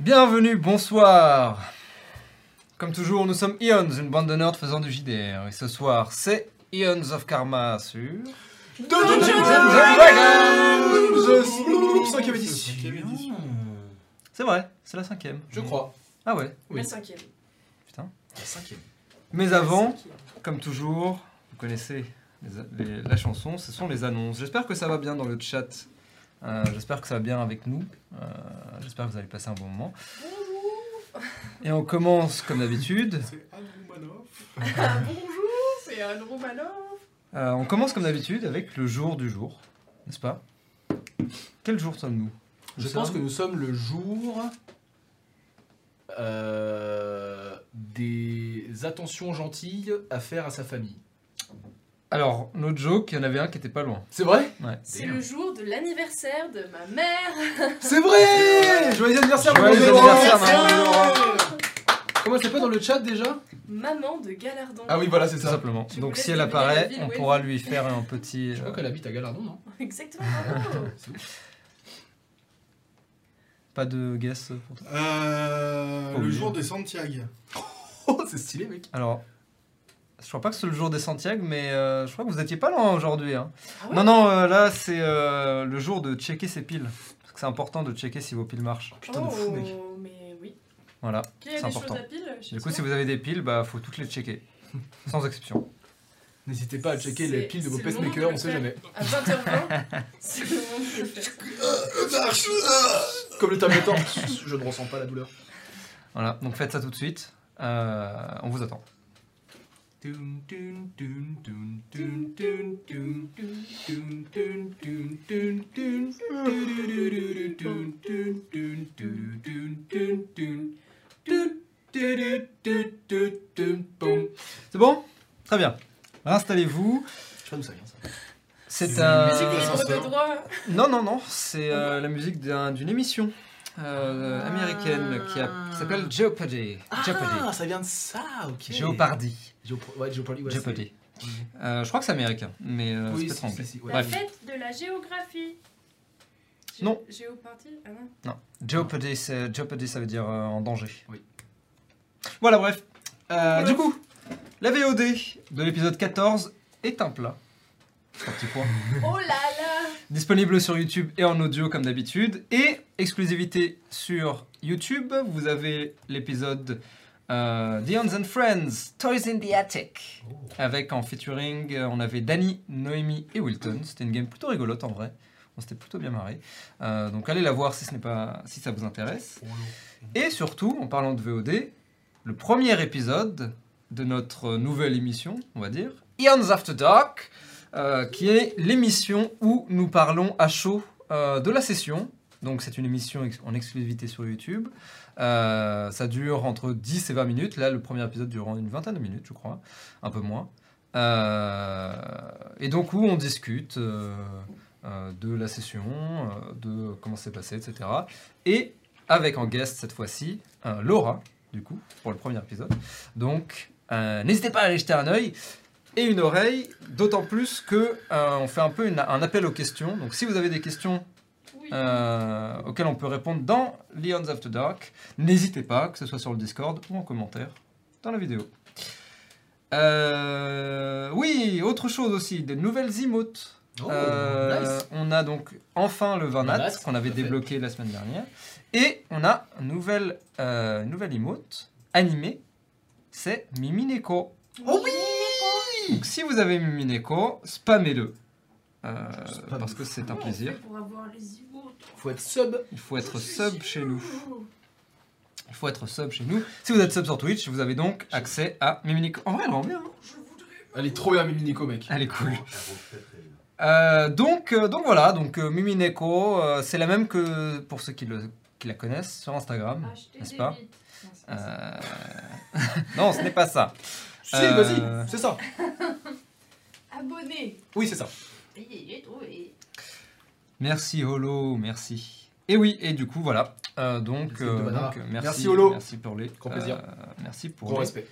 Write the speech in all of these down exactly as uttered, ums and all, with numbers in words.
Bienvenue, bonsoir. Comme toujours, nous sommes Eons, une bande de nerds faisant du J D R. Et ce soir, c'est Eons of Karma sur... Dungeons and Dragons, cinquième édition. C'est vrai, c'est la cinquième. Je crois. Ah ouais. Oui. La cinquième. Putain. La cinquième. Mais avant, comme toujours, vous connaissez les, les, la chanson, ce sont les annonces. J'espère que ça va bien dans le chat. Euh, J'espère que ça va bien avec nous. Euh, J'espère que vous allez passer un bon moment. Bonjour. Et on commence comme d'habitude. C'est Anne Roumanoff. Ah, bonjour, c'est Anne Roumanoff. Euh, on commence comme d'habitude avec le jour du jour, n'est-ce pas? Quel jour sommes-nous? Je pense que nous sommes le jour euh, des attentions gentilles à faire à sa famille. Alors, notre joke, il y en avait un qui était pas loin. C'est vrai? Ouais. C'est le jour de l'anniversaire de ma mère. C'est vrai. Joyeux anniversaire, Joyeux maman anniversaire, Laura. maman. Comment elle s'appelle dans le chat déjà? Maman de Galardon. Ah oui, voilà, c'est Tout ça. simplement. Je vous Donc laisse si elle deviner la apparaît, ville on où elle pourra vit. lui faire un petit... Je crois euh, qu'elle habite à Galardon, non? Exactement, bravo. C'est ouf. Pas de guess pour toi? Euh, Oh, le oui. jour des Santiago. Oh, c'est stylé, mec. Alors, je crois pas que c'est le jour des Santiago, mais euh, je crois que vous étiez pas loin aujourd'hui. Hein. Ah ouais. Non, non, euh, là c'est euh, le jour de checker ses piles. Parce que c'est important de checker si vos piles marchent. Putain de fou, mec. Oh, mais oui. Voilà, Qui a c'est des important. choses à pile chez Du coup, soi si vous avez des piles, bah faut toutes les checker. Sans exception. N'hésitez pas à checker C'est- les piles de vos c'est le moment pacemakers, de on sait le jamais. À vingt heures vingt, c'est le moment de le faire. Comme le tablettant, je ne ressens pas la douleur. Voilà, donc faites ça tout de suite. Euh, on vous attend. C'est bon? Très bien. Installez-vous. Je sais pas d'où ça vient ça. C'est C'est un... une musique de Libre Ascenseur. de droit. Non, non, non. C'est euh, la musique d'un- d'une émission euh, Ah. américaine qui, a- qui s'appelle Jeopardy. Jeopardy. Ah, ça vient de ça, ok. Jeopardy. Géop- Ouais, Jeopardy, ouais. Jeopardy. c'est- Euh, je crois que c'est américain, mais euh, Oui, c'est si, peut-être anglais. si, si, ouais. La Bref. fête de la géographie. Gé- Non. Géopartie. Ah non. Non, Jeopardy, c'est- Jeopardy, ça veut dire euh, en danger. Oui. Voilà, bref. Euh, du coup, la V O D de l'épisode quatorze est un plat. Un petit point. Oh là là. Disponible sur YouTube et en audio comme d'habitude. Et exclusivité sur YouTube, vous avez l'épisode euh, The Ons and Friends, Toys in the Attic. Avec en featuring, euh, on avait Danny, Noémie et Wilton. C'était une game plutôt rigolote en vrai. On s'était plutôt bien marré. Euh, donc allez la voir si, ce n'est pas, si ça vous intéresse. Et surtout, en parlant de V O D, le premier épisode de notre nouvelle émission, on va dire, Eons After Dark, euh, qui est l'émission où nous parlons à chaud euh, de la session. Donc c'est une émission ex- en exclusivité sur YouTube. Euh, ça dure entre dix et vingt minutes. Là, le premier épisode durant une vingtaine de minutes, je crois, un peu moins. Euh, et donc où on discute euh, euh, de la session, euh, de comment c'est passé, et cetera. Et avec en guest cette fois-ci, euh, Laura, du coup, pour le premier épisode. Donc, euh, n'hésitez pas à aller jeter un œil et une oreille, d'autant plus que euh, on fait un peu une- un appel aux questions. Donc, si vous avez des questions Oui. euh, auxquelles on peut répondre dans Leons After Dark, n'hésitez pas, que ce soit sur le Discord ou en commentaire dans la vidéo. Euh, oui, autre chose aussi, de nouvelles emotes. Oh, Euh, nice. On a donc enfin le vingt nat Vingt nat, qu'on avait tout à fait. débloqué la semaine dernière. Et on a une nouvelle, euh, nouvelle emote animée, c'est Mimineko. Oh oui. Donc si vous avez Mimineko, spammez-le. Euh, Spammez. parce que c'est un Comment on plaisir. fait pour avoir les emotes. Faut être sub. Il faut être sub chez nous. Il faut être sub chez nous. Si vous êtes sub sur Twitch, vous avez donc accès à Mimineko. En vrai, elle rend bien. Hein. Elle est trop bien, Mimi Nico, mec. Elle est cool. Euh, donc, euh, donc voilà, donc euh, Mimineko, euh, c'est la même que pour ceux qui, le, qui la connaissent sur Instagram, Acheter n'est-ce des pas bites. Non, c'est pas ça. Euh, Non, ce n'est pas ça. Si, Euh, vas-y, c'est ça. Abonné. Oui, c'est ça. Oui, j'ai trouvé. Merci Holo, merci. Et oui, et du coup voilà. Euh, donc, Merci, euh, de Badara. donc, merci, Merci, Holo. merci pour les. Grand plaisir. euh, merci pour Gros les, respect.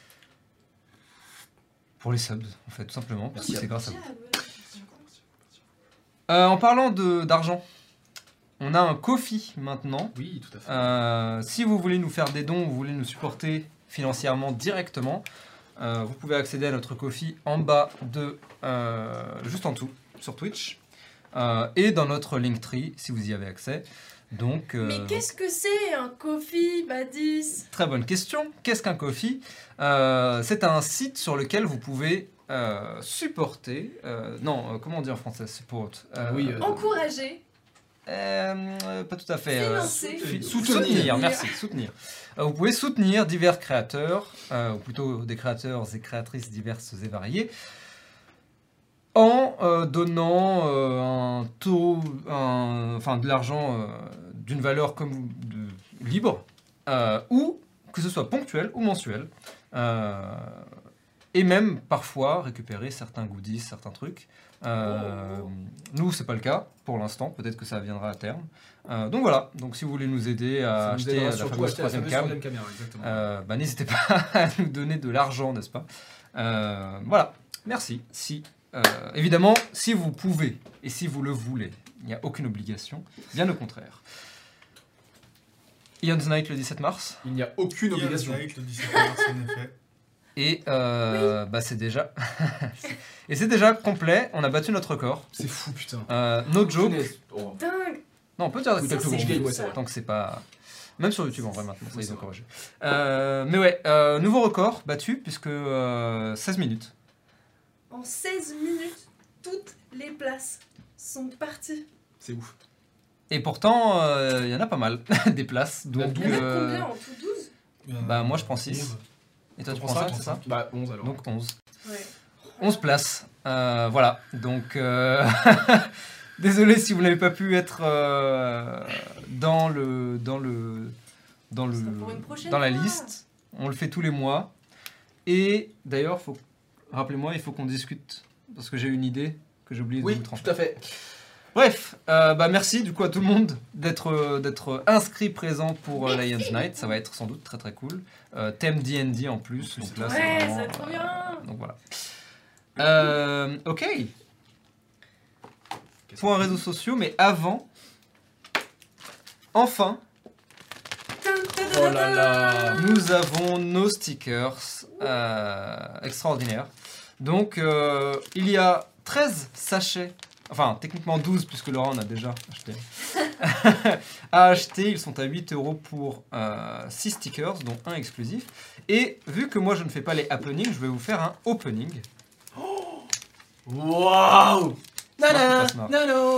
pour les subs, en fait, tout simplement. Parce Merci que à c'est grâce à Tiens, vous. abonné. Euh, en parlant de d'argent, on a un Ko-fi maintenant. Oui, tout à fait. Euh, si vous voulez nous faire des dons, vous voulez nous supporter financièrement directement, euh, vous pouvez accéder à notre Ko-fi en bas de, euh, juste en dessous, sur Twitch, euh, et dans notre Linktree, si vous y avez accès. Donc, euh, Mais qu'est-ce que c'est un Ko-fi, Badis? très bonne question. Qu'est-ce qu'un Ko-fi? Euh, C'est un site sur lequel vous pouvez euh, supporter, euh, non, euh, comment on dit en français, support, euh, Oui, euh, Encourager. Euh, pas tout à fait. euh, Financer. fi- Soutenir. soutenir, merci, soutenir. Euh, vous pouvez soutenir divers créateurs, euh, ou plutôt des créateurs et créatrices diverses et variées, en euh, donnant euh, un taux, un- enfin de l'argent euh, d'une valeur comme vous- de, libre, euh, ou que ce soit ponctuel ou mensuel. Euh, et même parfois récupérer certains goodies, certains trucs. Euh, Oh. Nous, c'est pas le cas pour l'instant. Peut-être que ça viendra à terme. Euh, donc voilà. Donc si vous voulez nous aider à ça nous acheter aidera la surtout à fameuse acheter la troisième fameuse cam, troisième caméra, exactement. euh, bah, n'hésitez pas à nous donner de l'argent, n'est-ce pas? Euh, Voilà. Merci. Si euh, évidemment, si vous pouvez et si vous le voulez, il n'y a aucune obligation. Bien au contraire. Ion's Night le dix-sept mars. Il n'y a aucune Qui a obligation. le le dix-sept mars, en effet. Et euh, bah c'est déjà et c'est déjà complet. On a battu notre record. C'est fou, putain. Euh, no joke. Punaise. Oh. Dingue. Non, on peut dire Oui, quelques c'est gros gay, mots, ouais, c'est vrai. tant que c'est pas. Même sur YouTube en vrai maintenant, ça Oui, ils c'est ont vrai. corrigé. Euh, mais ouais, euh, nouveau record battu puisque euh, seize minutes. En seize minutes, toutes les places sont parties. C'est ouf. Et pourtant, euh, il y en a pas mal des places. Donc, Il y en a euh, combien en tout? douze? Euh, Bah, moi, je prends six. onze. Et toi tu On prends prend ça, ça, c'est ça? Bah, onze alors. Donc onze. Ouais. onze places. Euh, voilà. Donc, euh, désolé si vous n'avez pas pu être euh, dans le dans le dans le Ce sera pour une prochaine dans la fois. liste. On le fait tous les mois. Et d'ailleurs, faut rappelez-moi, il faut qu'on discute parce que j'ai une idée que j'ai oublié de Oui, vous tout transmettre. à fait. Bref, euh, bah merci du coup à tout le monde d'être euh, d'être inscrit présent pour euh, Lion's Night. Ça va être sans doute très très cool. Euh, thème D and D en plus. Donc là, c'est Ouais, vraiment, c'est trop bien. euh, donc voilà. Euh, ok. Pour un réseau social, mais avant, enfin, Tin, tin, tin, Oh là là. nous avons nos stickers euh, extraordinaires. Donc, euh, il y a treize sachets, enfin techniquement douze puisque Laura en a déjà acheté, à acheter. Ils sont à huit euros pour euh, six stickers, dont un exclusif. Et vu que moi je ne fais pas les happenings, je vais vous faire un opening. Waouh. Smart ou pas smart?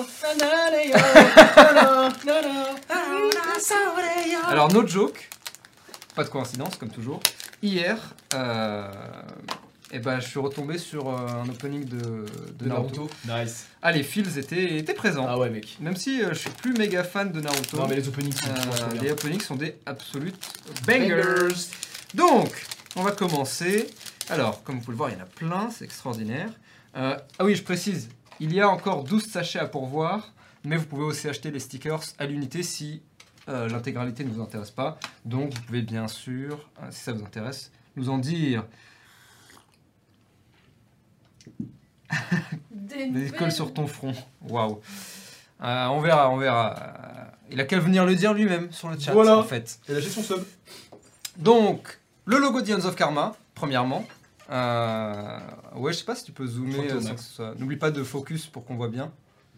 Alors, no joke, pas de coïncidence comme toujours. Hier, euh, eh ben, je suis retombé sur euh, un opening de, de De Naruto. Naruto. Nice. Ah, les feels étaient, étaient présents. Ah ouais, mec. Même si euh, je suis plus méga fan de Naruto, Non, mais les openings sont toujours euh, trop bien. les openings sont des absolutes bangers. Donc, on va commencer. Alors, comme vous pouvez le voir, il y en a plein, c'est extraordinaire. Euh, ah oui, je précise, il y a encore douze sachets à pourvoir, mais vous pouvez aussi acheter les stickers à l'unité si euh, l'intégralité ne vous intéresse pas. Donc, vous pouvez bien sûr, euh, si ça vous intéresse, nous en dire. Des Des nouvelles. colle sur ton front. Waouh. Euh, on verra, on verra. Euh, Il a qu'à venir le dire lui-même sur le chat, Voilà. en fait. Et lâcher son sub. Donc, le logo d'Ions of Karma, premièrement. Euh, ouais, je sais pas si tu peux zoomer. Photo, euh, sans Max. que ce soit- N'oublie pas de focus pour qu'on voit bien.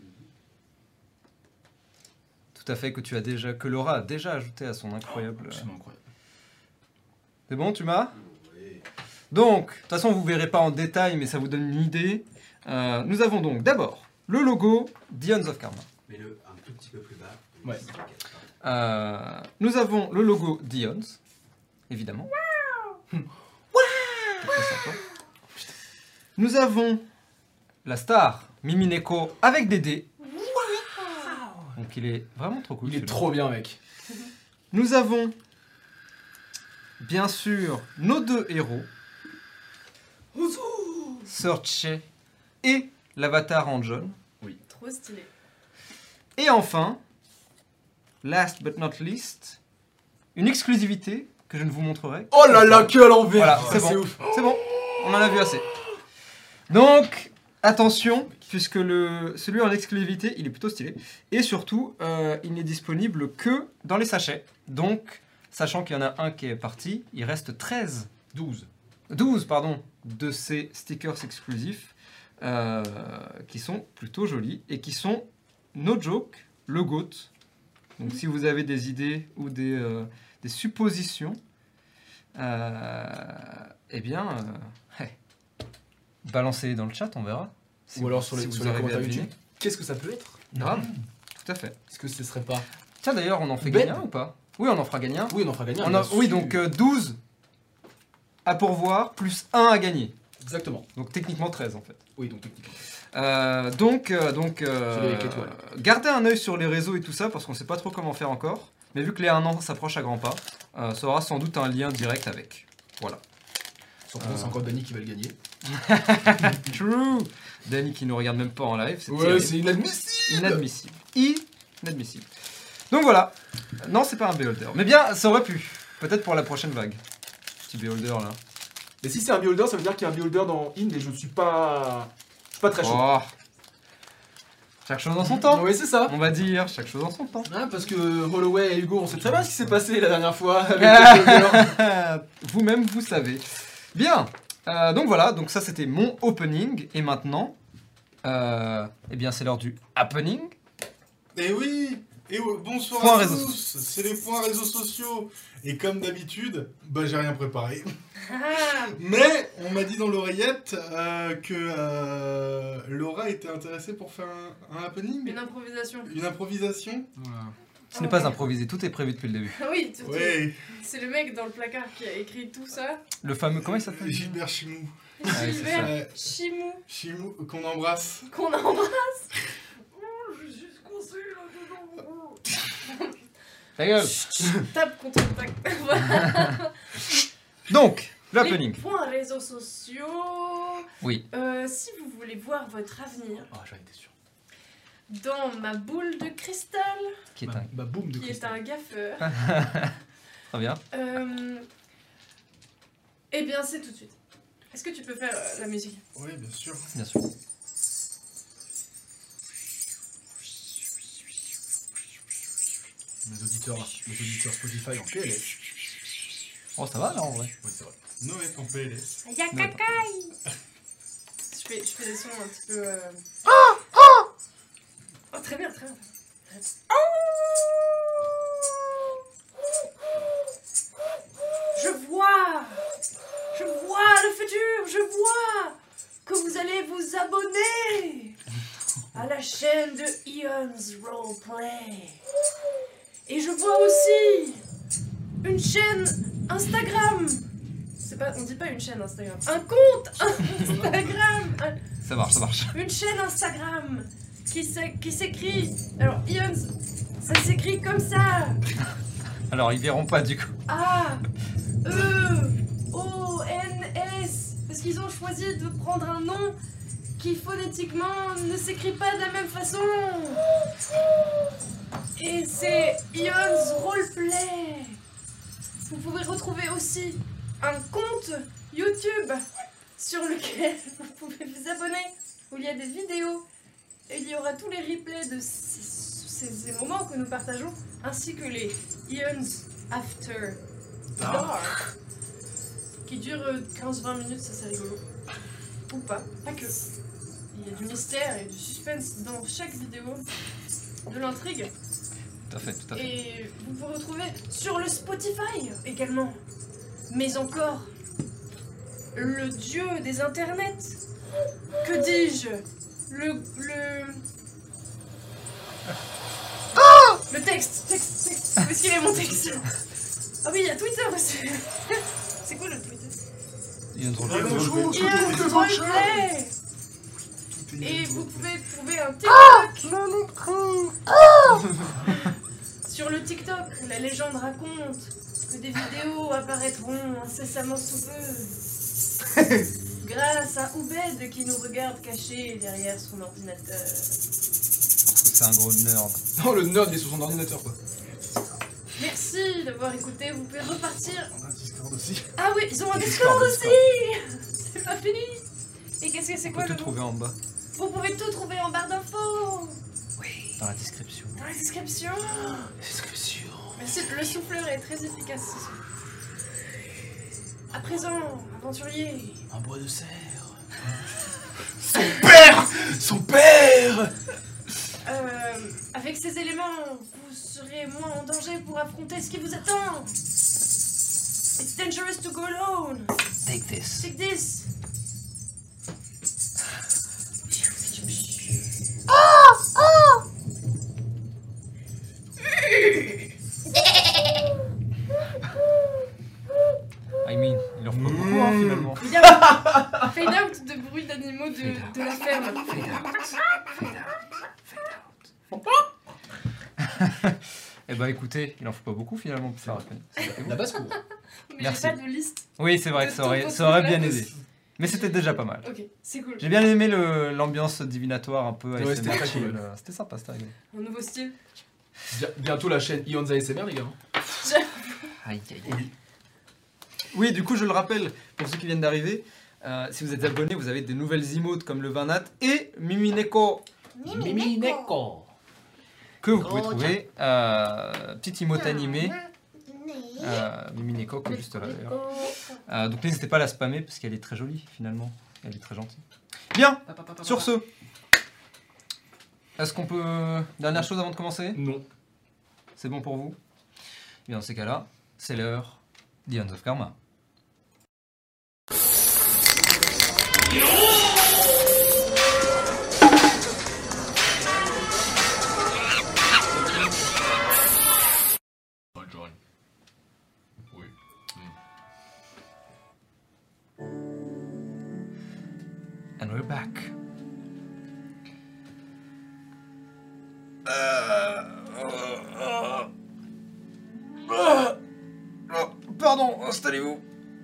Tout à fait, que tu as déjà, que Laura a déjà ajouté à son incroyable. Absolument incroyable. C'est bon, tu m'as? Donc, de toute façon, vous verrez pas en détail, mais ça vous donne une idée. Euh, nous avons donc d'abord le logo d'Ions of Karma. Mets-le un tout petit peu plus bas. Ouais. Euh, nous avons le logo d'Ions, évidemment. Très sympa. Nous avons la star Mimineko avec des dés. Donc il est vraiment trop cool. Il est celui-là. trop bien, mec. Nous avons bien sûr nos deux héros, Searche et l'avatar en jaune. Trop stylé. Et enfin, last but not least, une exclusivité que je ne vous montrerai. Oh là là, que à l'envers. Voilà, Ça, c'est bon. ouf. C'est bon, on en a vu assez. Donc, attention, puisque le, celui en exclusivité, il est plutôt stylé. Et surtout, euh, il n'est disponible que dans les sachets. Donc, sachant qu'il y en a un qui est parti, il reste treize, douze. douze pardon, de ces stickers exclusifs euh, qui sont plutôt jolis et qui sont, no joke, le GOAT. Donc, si vous avez des idées ou des, euh, des suppositions, euh, eh bien, euh, hey, balancez-les dans le chat, on verra. Si Ou vous- alors sur les, si vous sur les arrivez à commentaires deviner. YouTube. Qu'est-ce que ça peut être? Grave, tout à fait. Est-ce que ce serait pas... Tiens, d'ailleurs, on en fait Bed. gagner un ou pas? Oui, on en fera gagner un. Oui, on en fera gagner un. On a- bien oui, sûr. donc euh, douze à pourvoir, plus un à gagner. Exactement. Donc techniquement treize en fait. Oui, donc techniquement. Euh, donc, euh, donc euh, Celui avec l'étoile. gardez un œil sur les réseaux et tout ça parce qu'on sait pas trop comment faire encore. Mais vu que les un an s'approchent à grands pas, euh, ça aura sans doute un lien direct avec. Voilà. Surtout, Euh. c'est encore Dany qui va le gagner. True. Danny qui nous regarde même pas en live, c'est Ouais, terrible. c'est inadmissible. Inadmissible. Inadmissible. Donc voilà. Non, c'est pas un beholder. Mais bien, ça aurait pu. Peut-être pour la prochaine vague. Petit beholder là. Et si c'est un beholder, ça veut dire qu'il y a un beholder dans In et je suis pas... Je suis pas très chaud. Oh. Chaque chose en son temps. Oui, c'est ça. On va dire, chaque chose en son temps. Ah, parce que Holloway et Hugo, on sait très bien ce qui s'est passé la dernière fois avec les beholders. Vous-même, vous savez. Bien. Euh, donc voilà, donc ça c'était mon opening. Et maintenant, euh, eh bien c'est l'heure du happening. Et oui, et oui, bonsoir Point à réseaux tous, c'est les points réseaux sociaux. Et comme d'habitude, bah j'ai rien préparé. Ah, Mais on m'a dit dans l'oreillette euh, que euh, Laura était intéressée pour faire un, un happening, une improvisation. une improvisation. Ce n'est pas improvisé, tout est prévu depuis le début. Ah oui, tout- tout- Ouais, c'est le mec dans le placard qui a écrit tout ça. Le fameux, comment il s'appelle? Gilbert Chimou. oui, c'est Gilbert Ouais, Chimou, Chimou qu'on embrasse. qu'on embrasse. Ta gueule. Tape contre le tac. Voilà. Donc, Les l'happening. points réseaux sociaux. Oui. Euh, si vous voulez voir votre avenir Ah, j'en étais sûr. dans ma boule de cristal, Qui est Bah, un... bah, boum de qui est cristal. un gaffeur, Très bien. euh, eh bien c'est tout de suite. Est-ce que tu peux faire euh, la musique? Oui, bien sûr. Bien sûr. Mes auditeurs, mes auditeurs Spotify en P L S. Oh, ça va là en vrai. Oui, c'est vrai. Noé en P L S. Aïe, Non, cacaille. Je fais, je fais des sons un petit peu... euh, Oh, très bien, très bien. Très bien. Je vois, je vois le futur, je vois que vous allez vous abonner à la chaîne de Ion's Roleplay. Et je vois aussi une chaîne Instagram. C'est pas, on dit pas une chaîne Instagram, un compte Instagram, un- Ça marche, ça marche. une chaîne Instagram qui s'é- qui s'écrit. Alors, Ion's, ça s'écrit comme ça. Alors, ils verront pas du coup. A E O N S. Parce qu'ils ont choisi de prendre un nom qui phonétiquement ne s'écrit pas de la même façon. Et c'est Ion's Roleplay. Vous pouvez retrouver aussi un compte YouTube sur lequel vous pouvez vous abonner, où il y a des vidéos. Et il y aura tous les replays de ces, ces- ces moments que nous partageons, ainsi que les Ion's After Dark, qui durent quinze vingt minutes, ça c'est rigolo. Ou pas, pas que. Il y a du mystère et du suspense dans chaque vidéo, de l'intrigue. Tout à fait, tout à fait. Et vous pouvez retrouver sur le Spotify également. Mais encore, le dieu des internets. Que dis-je? Le... Le... Le texte, texte, texte. Où est-ce qu'il est mon texte? Ah oui, il y a Twitter aussi. C'est quoi le Twitter? Il y a une drôle Ah, de- bonjour. Il y a tout un est roleplay. Tout est Et tout. vous pouvez trouver un TikTok. Sur le TikTok, la légende raconte que des vidéos apparaîtront incessamment sous peu. Grâce à Oubed qui nous regarde cachés derrière son ordinateur. Parce que c'est un gros nerd. Non, le nerd il est sur son ordinateur quoi. Merci d'avoir écouté, vous pouvez repartir. On a un Discord aussi. Ah oui, ils ont un Discord, Discord aussi. Discord. C'est pas fini. Et qu'est-ce que c'est On quoi peut le te nom? trouver en bas. Vous pouvez tout trouver en barre d'infos. Oui, dans la description. Dans la description. Description. Merci, le souffleur est très efficace. À présent, aventurier. Un bois de serre. Son père Son père Euh, avec ces éléments, vous serez moins en danger pour affronter ce qui vous attend. It's dangerous to go alone. Take this. Take this. I mean, il en faut pas beaucoup hein, finalement. Il y a fade out de bruit d'animaux de, de la ferme. Fade out. Fade out. Fade out. Eh bah écoutez, il en faut pas beaucoup finalement pour faire reconnaître. La basse-cour. Mais j'ai Merci. pas de liste. Oui, c'est vrai que ça aurait, ça aurait bien aidé. Mais c'était déjà pas mal. Ok, c'est cool. J'ai bien aimé le- l'ambiance divinatoire un peu. Ouais, A S M R c'était très chill. cool. Euh, C'était sympa, c'était rigolo. Un nouveau style. Bien- bientôt la chaîne Ion's A S M R, les gars. Aïe, aïe, aïe. Oui, du coup, je le rappelle, pour ceux qui viennent d'arriver, euh, si vous êtes abonnés, vous avez des nouvelles emotes comme le vin nat et Mimi Neko Mimi Neko. que vous pouvez trouver. Euh, petite emote animée. Euh, Mimi Neko qui est juste là d'ailleurs. Euh, donc n'hésitez pas à la spammer parce qu'elle est très jolie finalement. Elle est très gentille. Bien, sur ce, est-ce qu'on peut. Dernière chose avant de commencer? Non. C'est bon pour vous? Bien, dans ces cas-là, c'est l'heure d'Ions of Karma. John. Oui. And we're back. Pardon, installez-vous.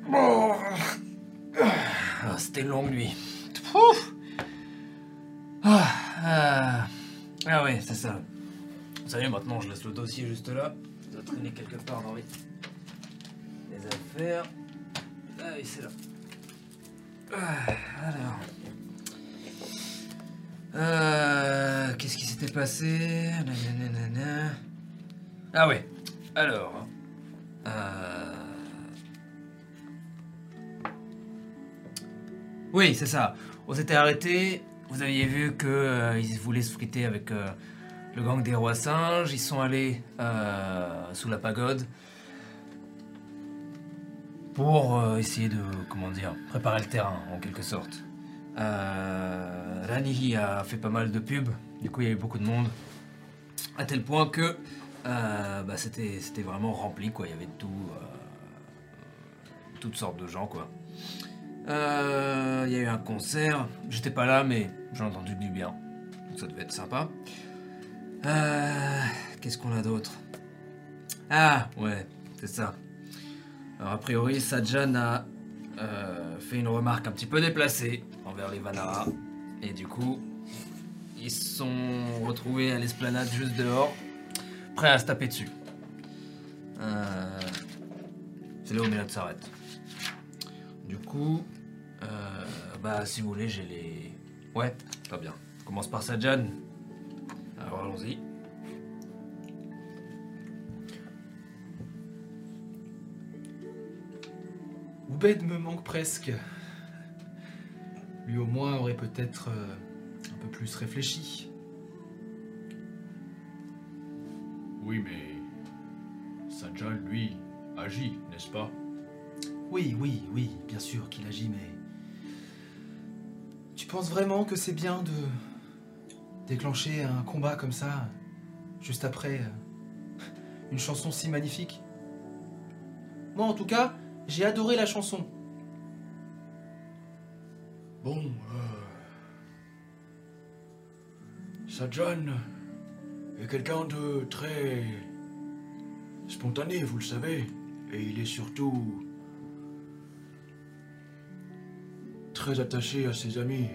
Ah, c'était une longue nuit. Ouf. Ah, ah. Ah ouais, c'est ça. Vous savez, maintenant je laisse le dossier juste là. Il doit traîner quelque part dans les, les affaires. Ah oui, c'est là. Ah, alors. Euh, Qu'est-ce qui s'était passé? Nanana. Ah ouais. Alors. Euh... Oui, c'est ça. On s'était arrêté. Vous aviez vu que euh, ils voulaient se friter avec euh, le gang des rois singes. Ils sont allés euh, sous la pagode pour euh, essayer de, comment dire, préparer le terrain en quelque sorte. Euh, Rani a fait pas mal de pubs. Du coup, il y a eu beaucoup de monde, à tel point que euh, bah, c'était c'était vraiment rempli, quoi. Il y avait tout, euh, toutes sortes de gens, quoi. Euh, Il y a eu un concert. J'étais pas là, mais j'ai entendu du bien. Donc ça devait être sympa. Euh, Qu'est-ce qu'on a d'autre? Ah, ouais, c'est ça. Alors, a priori, Sajan a euh, fait une remarque un petit peu déplacée envers les Vanara. Et du coup, ils se sont retrouvés à l'esplanade juste dehors, prêts à se taper dessus. Euh, C'est là où Mélode s'arrête. Du coup, euh, bah si vous voulez, j'ai les... Ouais, pas bien. On commence par Sajan. Alors allons-y. Oubed me manque presque. Lui au moins aurait peut-être euh, un peu plus réfléchi. Oui, mais Sajan, lui, agit, n'est-ce pas? Oui, oui, oui, bien sûr qu'il agit, mais... Tu penses vraiment que c'est bien de déclencher un combat comme ça, juste après euh, une chanson si magnifique? Moi, en tout cas, j'ai adoré la chanson. Bon, euh... Sajan est quelqu'un de très spontané, vous le savez, et il est surtout très attaché à ses amis.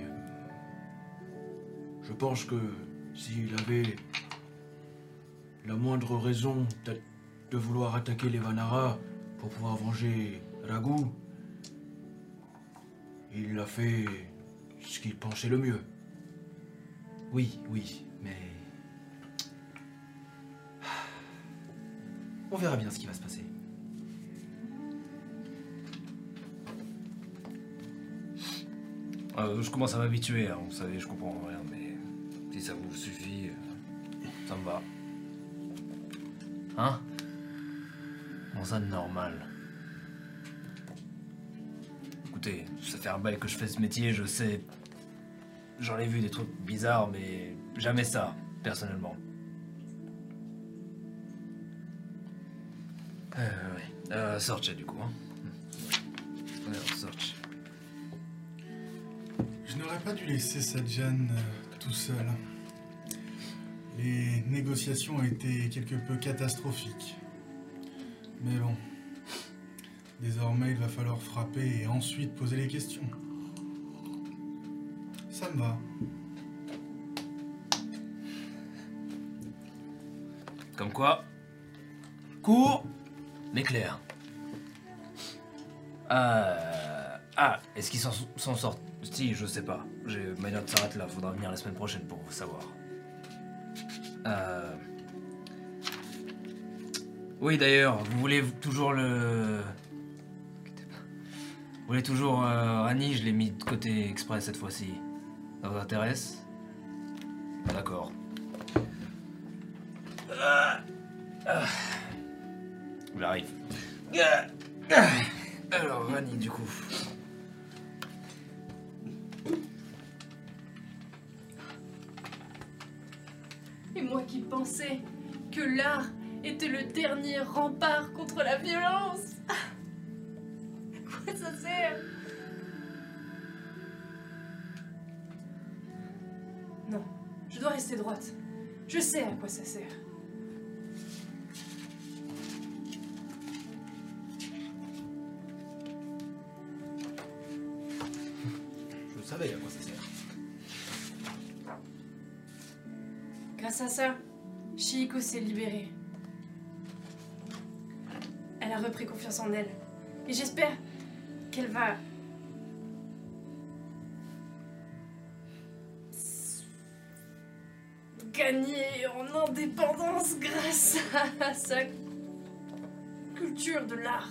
Je pense que s'il avait la moindre raison de, de vouloir attaquer les Vanara pour pouvoir venger Raghu, il a fait ce qu'il pensait le mieux. Oui, oui, mais... On verra bien ce qui va se passer. Euh, je commence à m'habituer, hein, vous savez, je comprends rien, mais si ça vous suffit, euh, ça me va. Hein? Bon, ça de normal. Écoutez, ça fait un bail que je fais ce métier, je sais. J'en ai vu des trucs bizarres, mais jamais ça, personnellement. Euh, ouais. Euh, Sorche, du coup, hein. Alors, Sorche. Je n'aurais pas dû laisser Sajan euh, tout seul. Les négociations ont été quelque peu catastrophiques. Mais bon, désormais il va falloir frapper et ensuite poser les questions. Ça me va. Comme quoi, court, mais clair. Euh... Ah, est-ce qu'ils s'en sortent? Si, je sais pas. J'ai- Ma note s'arrête là, faudra venir la semaine prochaine pour savoir. Euh... Oui, d'ailleurs, vous voulez toujours le... Vous voulez toujours euh, Rani, je l'ai mis de côté exprès cette fois-ci. Ça vous intéresse? D'accord. Ah. Ah. J'arrive. Ah. Ah. Alors, Rani, du coup. Et moi qui pensais que l'art était le dernier rempart contre la violence. Ah. À quoi ça sert? Non, je dois rester droite. Je sais à quoi ça sert. Je savais à quoi ça sert. Grâce à ça, Chihiko s'est libérée. Elle a repris confiance en elle. Et j'espère qu'elle va... gagner en indépendance grâce à sa culture de l'art.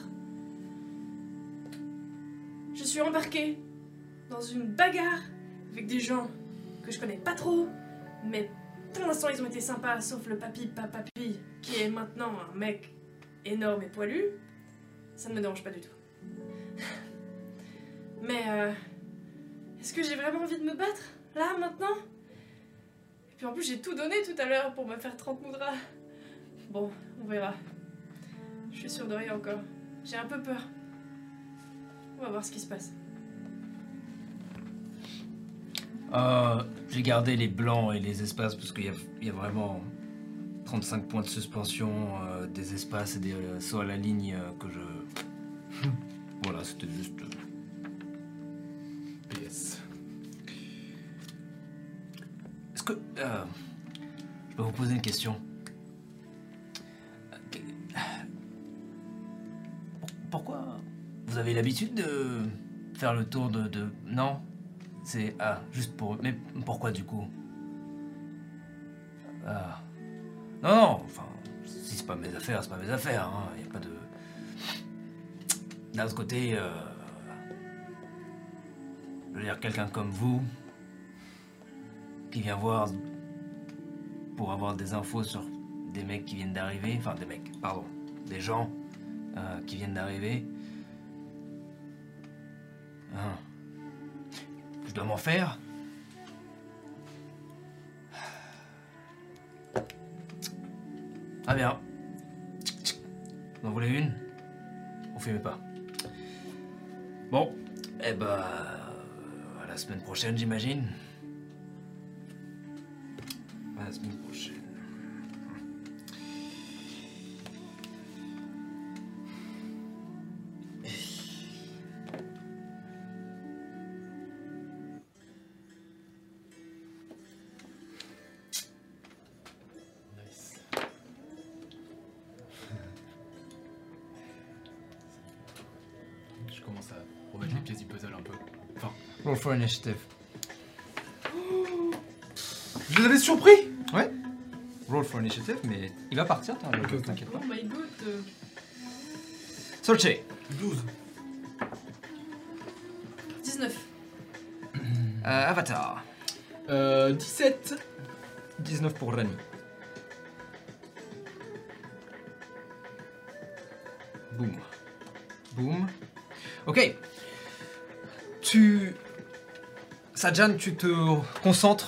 Je suis embarquée dans une bagarre avec des gens que je connais pas trop, mais pour l'instant ils ont été sympas, sauf le papy papapi qui est maintenant un mec énorme et poilu. Ça ne me dérange pas du tout. Mais euh, est-ce que j'ai vraiment envie de me battre là maintenant? Et puis en plus j'ai tout donné tout à l'heure pour me faire trente moudras. Bon, on verra. Je suis sûre de rien encore. J'ai un peu peur. On va voir ce qui se passe. Euh, j'ai gardé les blancs et les espaces parce qu'il y a, il y a vraiment trente-cinq points de suspension, euh, des espaces et des euh, sauts à la ligne euh, que je... Voilà, c'était juste... euh, P S. Est-ce que... euh, je peux vous poser une question? Euh, que- Pourquoi vous avez l'habitude de faire le tour de... de... Non? C'est... Ah, juste pour... Mais pourquoi du coup? Ah... Non, non, enfin... Si c'est pas mes affaires, c'est pas mes affaires, hein. Y a pas de... D'un autre côté... Euh... Je veux dire, quelqu'un comme vous... qui vient voir... pour avoir des infos sur des mecs qui viennent d'arriver... Enfin, des mecs, pardon. Des gens euh, qui viennent d'arriver... Hein. Je dois m'en faire? Très bien. Vous en voulez une? On fait mes pas. Bon, eh ben... à la semaine prochaine, j'imagine. À la semaine prochaine. Nice. Je commence à remettre les pièces du puzzle un peu. Enfin, Roll for initiative. Je les avais surpris. Roll for initiative, mais il va partir, t'as un Ok, ok. t'inquiète pas. Oh my god. euh, Sorche. douze. dix-neuf. Euh, Avatar. Euh, dix-sept. dix-neuf pour Rani. Boum. Boum. Ok. Tu... Sajan, tu te concentres.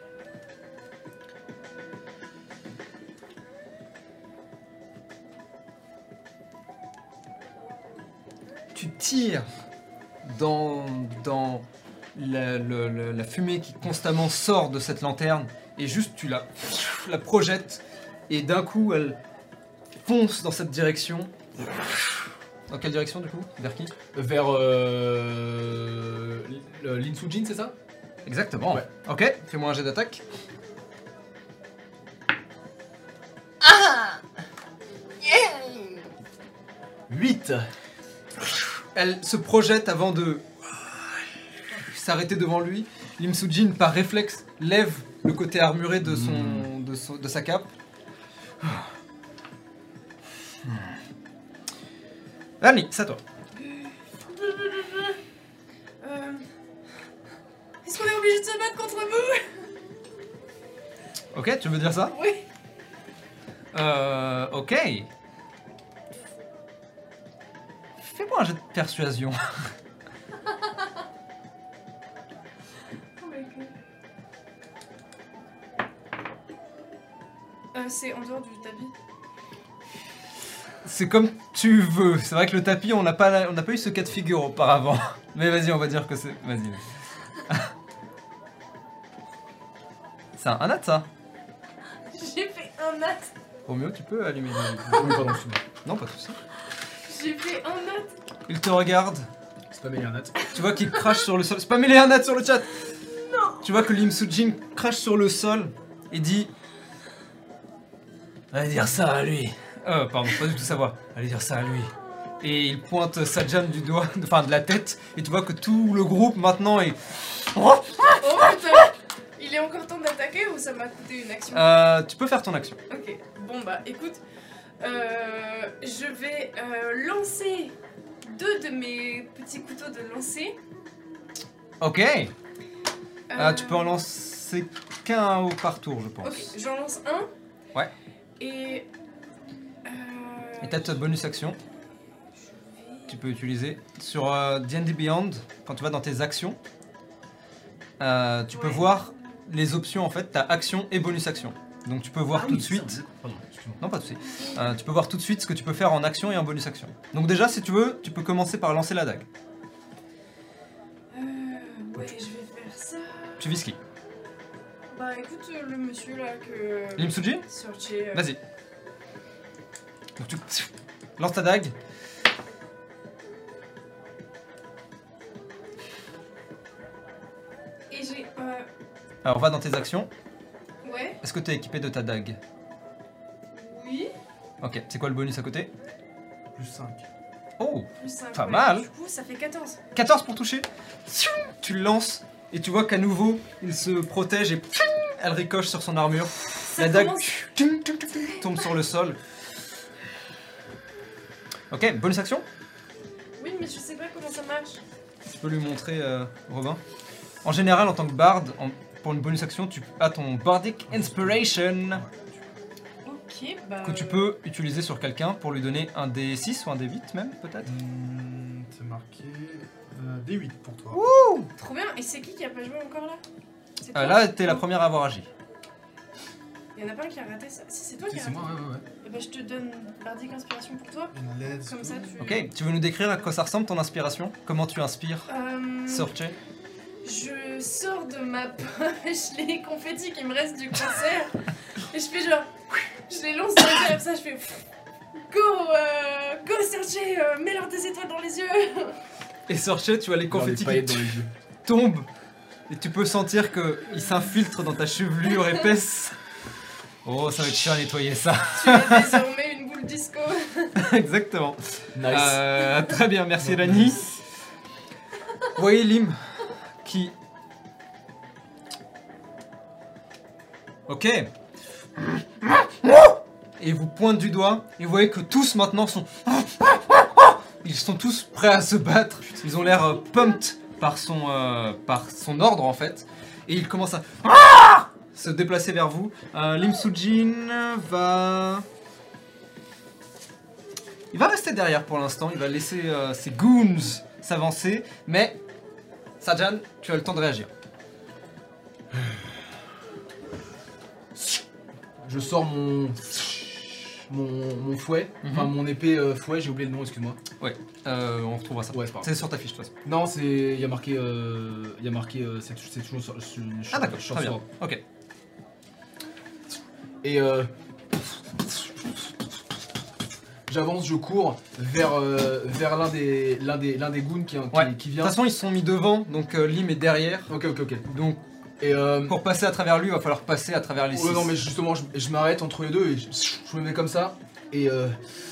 Tu tires dans, dans la, le- le- la fumée qui constamment sort de cette lanterne et juste tu la, la projettes et d'un coup elle fonce dans cette direction. Dans quelle direction du coup? Vers qui? Vers euh, le- l'Insujin, c'est ça? Exactement. Ouais. Ok, fais-moi un jet d'attaque. huit. Elle se projette avant de s'arrêter devant lui. Lim Soo-jin, par réflexe, lève le côté armuré de, son, de, son- de sa cape. Rani, c'est à toi. Euh... Est-ce qu'on est obligé de se battre contre vous? Ok, tu veux dire ça? Oui. Euh, ok. Fais-moi un jet de persuasion. Oh my god. Euh, c'est en dehors du tapis. C'est comme tu veux. C'est vrai que le tapis, on n'a pas, la- on n'a pas eu ce cas de figure auparavant. Mais vas-y, on va dire que c'est... Vas-y. vas-y. C'est un, un nat, ça. J'ai fait un nat. Roméo, tu peux allumer le... Oui, pardon, excuse-moi. Non, pas de soucis. J'ai fait un nat. Il te regarde. C'est pas meilleur Nat. Tu vois qu'il crache sur le sol. C'est pas mêlé un nat sur le chat. Non. Tu vois que Lim Soo-jin crache sur le sol et dit... Allez dire ça à lui. Euh, pardon, pas du tout sa voix. Allez dire ça à lui. Et il pointe Sajan du doigt, enfin de la tête, et tu vois que tout le groupe maintenant est... Oh putain. Il est encore temps d'attaquer ou ça m'a coûté une action? Euh, tu peux faire ton action. Ok, bon bah écoute, euh, je vais euh, lancer deux de mes petits couteaux de lancer. Ok. Euh, Ah, tu peux en lancer qu'un au par tour, je pense. Ok, j'en lance un. Ouais. Et. Euh, Et t'as ta bonus action. Tu peux utiliser sur euh, D and D Beyond, quand tu vas dans tes actions, euh, tu peux Ouais. voir les options en fait, t'as action et bonus action. Donc tu peux voir Ah tout oui, de ça, suite. Pardon, excuse-moi. Non, pas de soucis. Euh, tu peux voir tout de suite ce que tu peux faire en action et en bonus action. Donc déjà, si tu veux, tu peux commencer par lancer la dague. euh, ouais, je vais faire ça. Tu vises qui? Bah écoute, euh, le monsieur là que. Lim Soo-jin? Sorti, euh, Vas-y. Donc tu lances ta dague. Et j'ai. Euh, Alors va dans tes actions. ouais, Est-ce que tu es équipé de ta dague? oui. Ok, c'est quoi le bonus à côté? Plus cinq. Oh, Plus cinq. Pas ouais. mal. Du coup, ça fait quatorze. quatorze pour toucher. Tu le lances et tu vois qu'à nouveau il se protège et elle ricoche sur son armure. Ça La dague commence- tombe sur le sol. Ok, bonus action. Oui, mais je sais pas comment ça marche. Tu peux lui montrer, euh, Robin. En général, en tant que bard, en- pour une bonus action, tu as ton Bardic Inspiration Ok, bah. que tu peux utiliser sur quelqu'un pour lui donner un D six ou un D huit même, peut-être. Hmm, c'est marqué euh, D huit pour toi. Trop bien. Et c'est qui qui a pas joué encore là? C'est Euh, toi là, t'es la première à avoir agi. Il y en a pas un qui a raté ça. Si c'est toi Si, qui a c'est raté. moi, ouais, ouais, ouais. Et bah je te donne Bardic Inspiration pour toi. Il y en a l'aide. Comme ça tu. Ok, tu veux nous décrire à quoi ça ressemble ton inspiration? Comment tu inspires? Euh, Sorche. Je sors de ma poche les confettis qui me restent du concert et je fais genre. Je les lance dans les airs comme ça, je fais. Go, euh, go Sergei, euh, mets-leur des étoiles dans les yeux. Et Sorche, tu as les Dans les confettis qui paillettes dans les yeux. tombent et tu peux sentir qu'ils s'infiltrent dans ta chevelure épaisse. Oh, ça va être chiant à nettoyer ça. Tu es désormais une boule disco. Exactement. Nice. Euh, très bien, merci Rani. Vous voyez Lim qui Ok. Et il vous pointe du doigt, et vous voyez que tous maintenant sont... Ils sont tous prêts à se battre. Ils ont l'air euh, pumped par son, euh, par son ordre en fait. Et il commence à se déplacer vers vous. Euh, Lim Soo-jin va... Il va rester derrière pour l'instant. Il va laisser euh, ses goons s'avancer. Mais, Sajan, tu as le temps de réagir. Je sors mon... Mon, mon fouet, Mhm. enfin mon épée euh, fouet, j'ai oublié le nom, excuse-moi. Ouais, euh, on retrouvera ça. Ouais, c'est pas grave. C'est sur ta fiche de toute façon. Non, c'est. Il y a marqué. euh, Il y a marqué. euh, C'est c'est toujours sur. sur- Ah d'accord, sur- très bien. sur- Ok. Et euh, j'avance, je cours vers, euh, vers l'un des, l'un des, l'un des goons qui, qui, Ouais. qui De vient. toute façon, ils se sont mis devant, donc euh, Lim est derrière. Ok, ok, ok. Donc, Et euh, pour passer à travers lui, il va falloir passer à travers les ouais, six. non, mais justement, je, je m'arrête entre les deux et je, je me mets comme ça. Et euh,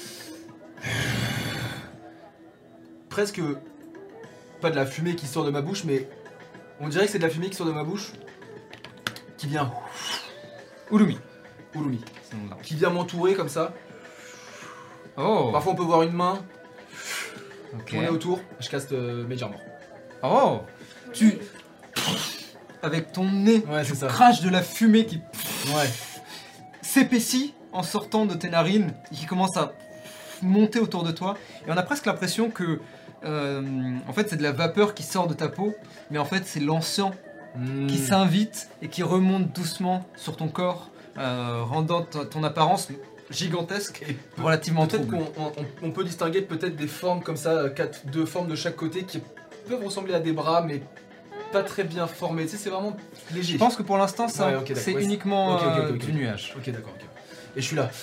presque pas de la fumée qui sort de ma bouche, mais on dirait que c'est de la fumée qui sort de ma bouche qui vient. Ulumi. Ulumi. C'est le nom de l'arme. Qui vient m'entourer comme ça. Oh. Parfois on peut voir une main Ok. tourner autour. Je caste euh, Major Mort. Oh. Tu, avec ton nez, Ouais, c'est ça. crache de la fumée qui Ouais. s'épaissit en sortant de tes narines et qui commence à monter autour de toi. Et on a presque l'impression que, euh, en fait, c'est de la vapeur qui sort de ta peau, mais en fait, c'est l'encens qui Hmm. s'invite et qui remonte doucement sur ton corps, euh, rendant t- ton apparence gigantesque Et et relativement peut-être trouble. qu'on on- on- on peut distinguer peut-être des formes comme ça, euh, quatre, deux formes de chaque côté qui peuvent ressembler à des bras, mais pas très bien formés. Tu sais, c'est vraiment léger. Je pense que pour l'instant, ça, Ouais, ok, d'accord. c'est Ouais, c'est- uniquement ok, ok, euh, ok, ok. du nuage. Ok, d'accord, ok. Et je suis là.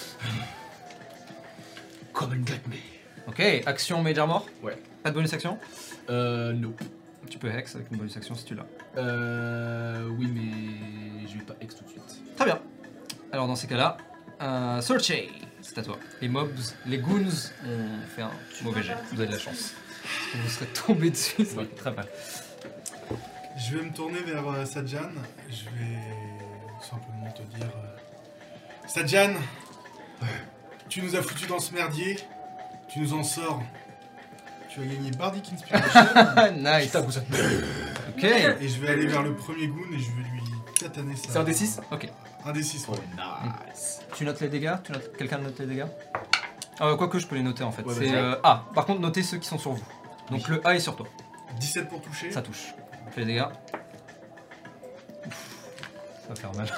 Come and get me. Ok, action Major Mort. Ouais. Pas de bonus action. Euh, no. Tu peux hex avec une bonus action si tu l'as. Euh, oui, mais je vais pas ex tout de suite. Très bien. Alors dans ces cas-là, euh, Searchay, c'est à toi. Les mobs, les goons ont fait un mauvais jet. Vous avez de la chance. Vous serez tombé dessus, ça va être très mal. Je vais me tourner vers euh, Sajan. Je vais simplement te dire... euh, Sajan, tu nous as foutu dans ce merdier. Tu nous en sors. Tu as gagné Bardic Inspiration. Ah, nice. Putain, vous êtes- Ok. Et je vais aller vers le premier goon et je vais lui tataner ça. C'est un D six? Ok. Un D six, ouais. nice. Tu notes les dégâts tu notes... Quelqu'un note les dégâts euh, Quoique je peux les noter en fait. Ouais, c'est vas-y. euh, A. Par contre, notez ceux qui sont sur vous. Donc le A est sur toi. dix-sept pour toucher. Ça touche. Fais les dégâts. Ouf, ça va faire mal.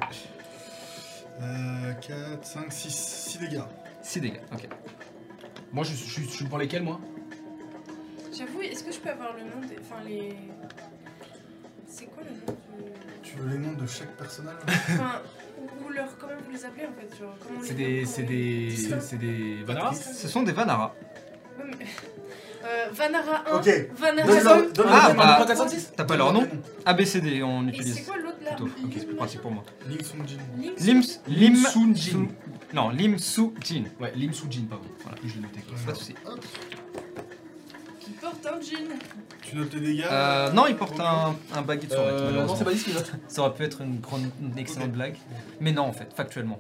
Euh, quatre, cinq, six, six dégâts. six dégâts, ok. Moi, je, je, suis- je suis devant lesquels, moi? J'avoue, est-ce que je peux avoir le nom des. Enfin, les. C'est quoi le nom du. Tu veux les noms de chaque personnage? Enfin, ou, ou leur. Comment vous les appelez en fait genre, comment on C'est les des. nomme, C'est comment on les- des. Stop. C'est des. Vanara? Ce sont des Vanara. Ouais, mais- Euh, Vanara un, Ok. Vanara Donne-leur- deux. donne-leur Ah, les noms. bah, quatre cent six? T'as pas leur nom A B C D, on Et c'est utilise quoi l'autre là plutôt. Ok, c'est plus pratique pour moi. Link Sung-jin. Link Lim, Lim Soon-jin. Soo- Non, Lim Soo-jin. Ouais, Lim Soo-jin, pardon. Voilà, je l'ai noté. quoi. Pas de soucis. qui porte un jean. Tu notes les dégâts? Euh, non, il porte un, un baguette sur le mec, Euh, non, malheureusement. c'est pas dit ce qu'il note. Ça aurait pu être une, grande, une excellente Ok. blague. Mais non, en fait, factuellement.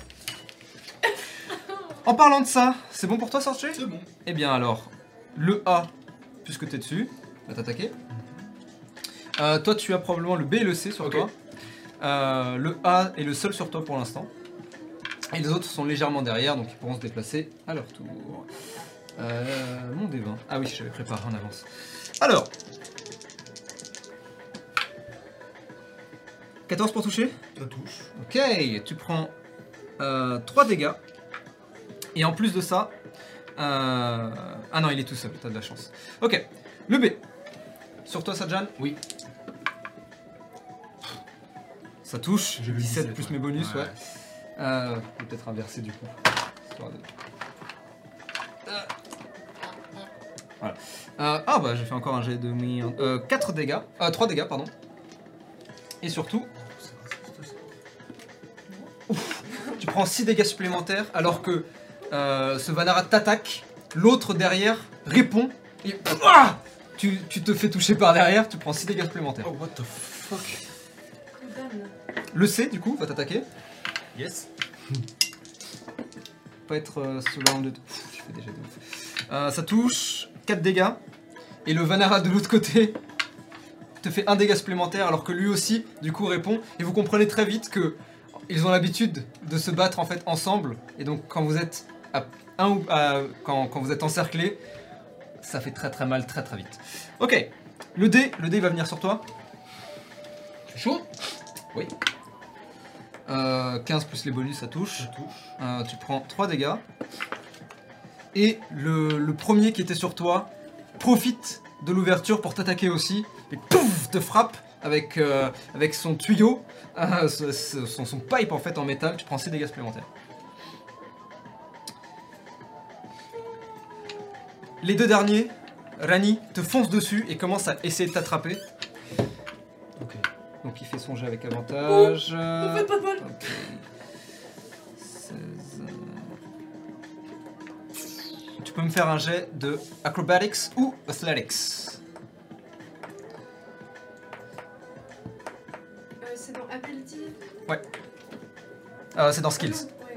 En parlant de ça, c'est bon pour toi, Sorche? C'est bon. Eh bien alors, le A, puisque t'es dessus, va t'attaquer. Euh, toi, tu as probablement le B et le C sur Ok. toi. Euh, le A est le seul sur toi pour l'instant. Et les autres sont légèrement derrière, donc ils pourront se déplacer à leur tour. Euh, mon D vingt. Ah oui, j'avais préparé en avance. Alors. quatorze pour toucher. Ça touche. Ok, tu prends euh, trois dégâts. Et en plus de ça... euh, Ah non, il est tout seul, t'as de la chance. Ok, le B. Sur toi, Sajan? Oui. Ça touche, J'ai vu dix-sept dix-sept, plus ouais. mes bonus, ouais. Ouais. Euh, je vais peut-être inverser du coup. Histoire de- Euh. Voilà. Euh, ah bah j'ai fait encore un jet de merde. Euh, quatre dégâts. Euh, trois dégâts, pardon. Et surtout, tu prends six dégâts supplémentaires alors que euh, ce Vanara t'attaque, l'autre derrière répond et ah tu, tu te fais toucher par derrière, tu prends six dégâts supplémentaires. Oh, what the fuck? Damn. Le C, du coup, va t'attaquer. Yes. Pas être euh, surrounded. Pff, je fais déjà de ouf. Euh, ça touche quatre dégâts. Et le Vanara de l'autre côté te fait un dégât supplémentaire alors que lui aussi, du coup, répond. Et vous comprenez très vite que ils ont l'habitude de se battre en fait ensemble. Et donc, quand vous êtes à un ou à- quand, quand vous êtes encerclé, ça fait très très mal très très vite. Ok. Le dé, le dé va venir sur toi. C'est chaud? Oui. Euh, quinze plus les bonus, ça touche. Ça touche. Euh, tu prends trois dégâts. Et le, le premier qui était sur toi profite de l'ouverture pour t'attaquer aussi. Et pouf, te frappe avec, euh, avec son tuyau, euh, ce- ce- son, son pipe en fait en métal. Tu prends six dégâts supplémentaires. Les deux derniers, Rani te fonce dessus et commence à essayer de t'attraper. Ok. Donc il fait son jet avec avantage. Ne faites pas de mal. Ok. seize. Tu peux me faire un jet de acrobatics ou athletics. Euh, c'est dans Ability. Euh, c'est dans skills. Ouais.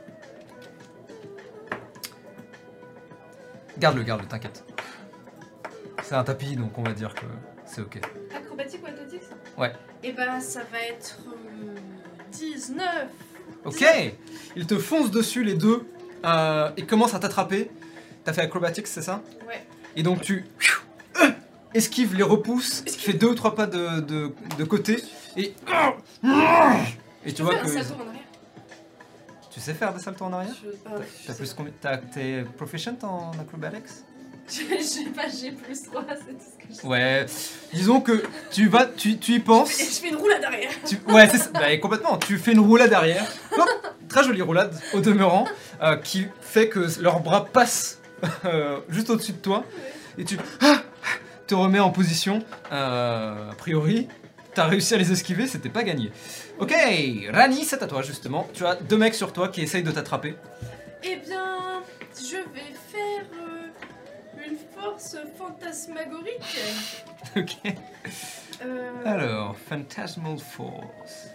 Garde-le, garde-le, t'inquiète. C'est un tapis, donc on va dire que c'est ok. Acrobatique ou athlétique? Ouais. Et bah ça va être euh, dix-neuf. Ok. Il te fonce dessus les deux euh, et commence à t'attraper. T'as fait acrobatics, c'est ça? Ouais. Et donc tu euh, esquives, les repousses, tu fais deux ou trois pas de, de, de côté et et tu vois Fais un que salto en arrière. tu sais faire des saltos en arrière. Je, ah, T'as- je T'as sais plus pas. combien? t'as- T'es proficient en acrobatics? Je je sais pas, j'ai plus trois, c'est tout ce que je sais. Ouais. Disons que tu vas, tu, tu y Et penses. je fais une roulade derrière. Tu- ouais, c'est ça. Bah, et complètement. Tu fais une roulade arrière. Hop, très jolie roulade au demeurant, euh, qui fait que leurs bras passent euh, juste au-dessus de toi et tu ah, te remets en position. Euh, a priori, t'as réussi à les esquiver, c'était pas gagné. Ok, Rani, c'est à toi justement. Tu as deux mecs sur toi qui essayent de t'attraper. Eh bien, je vais faire euh, une force fantasmagorique. Ok. Euh, Alors, Phantasmal Force.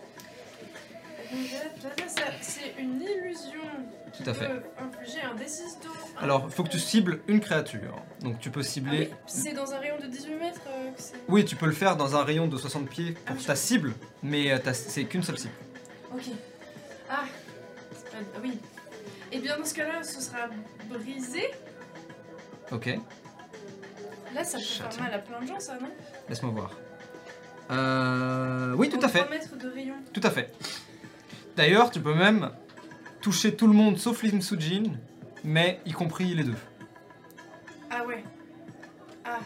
ça, c'est une illusion. qui Tout à fait. peut infliger un D six de... Alors, il faut que tu cibles une créature. Donc, tu peux Ah cibler. oui, c'est dans un rayon de dix-huit mètres euh, que c'est... Oui, tu peux le faire dans un rayon de soixante pieds Ah pour oui, ta je- cible, mais euh, ta- c'est qu'une seule cible. Ok. Ah, c'est pas... ah oui. Eh bien, dans ce cas-là, ce sera brisé. Ok, Là, ça peut faire Château. mal à plein de gens, ça, non? laisse-moi voir. Euh... Oui, tout En à fait. trois mètres de rayon. Tout à fait. D'ailleurs, tu peux même toucher tout le monde sauf Lim Sujin, mais y compris les deux. Ah ouais. Ah.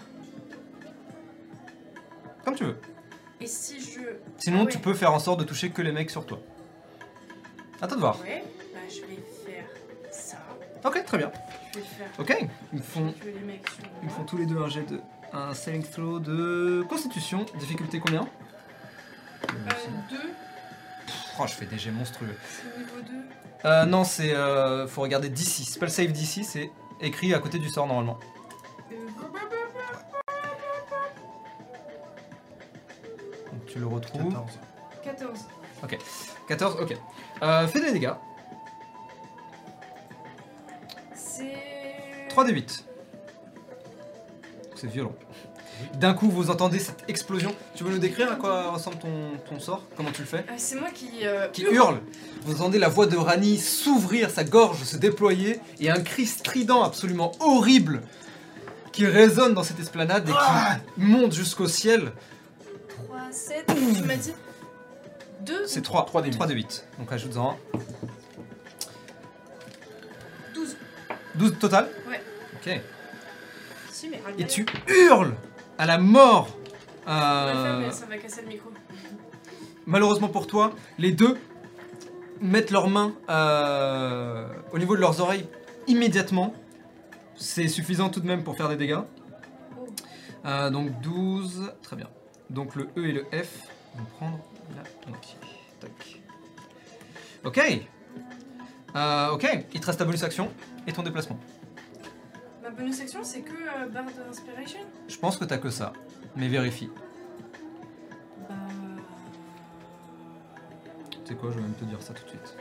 Comme tu veux. Et si je... Sinon, Ah ouais. tu peux faire en sorte de toucher que les mecs sur toi. À toi de voir. Ouais, bah je vais faire ça. Ok, très bien. Je vais faire... Ok, ils me font, Je vais les mecs sur ils me moi. font tous les deux un jet de... un saving throw de constitution. Difficulté combien? Euh, deux, Oh, je fais des jets monstrueux. c'est niveau deux. Euh, non, c'est... Euh, faut regarder D C. Spell save D C, c'est écrit à côté du sort normalement. Euh, Donc tu le retrouves. quatorze. quatorze. quatorze, ok. Euh, fais des dégâts. C'est... trois d huit. C'est violent. D'un coup, vous entendez cette explosion. Tu veux nous décrire à quoi ressemble ton, ton sort? Comment tu le fais? Ah, c'est moi qui... euh, Qui hurle. Vous entendez la voix de Rani s'ouvrir, sa gorge se déployer, et un cri strident absolument horrible qui résonne dans cette esplanade et qui monte jusqu'au ciel. trois, sept, tu m'as dit deux. C'est trois, trois d huit. Donc ajoute-en un. douze. douze total? Ouais. Ok. Si, mais Et tu hurles à la mort. On va le faire, Euh, mais ça va casser le micro. Malheureusement pour toi, les deux mettent leurs mains euh, au niveau de leurs oreilles immédiatement. C'est suffisant tout de même pour faire des dégâts. Oh. Euh, donc douze, très bien. Donc le E et le F vont prendre la moitié. Tac. Ok. Euh, ok, il te reste ta bonus action et ton déplacement. Ma bonus section, c'est que euh, Bard Inspiration. Je pense que t'as que ça, mais vérifie. Bah... C'est quoi? Je vais même te dire ça tout de suite.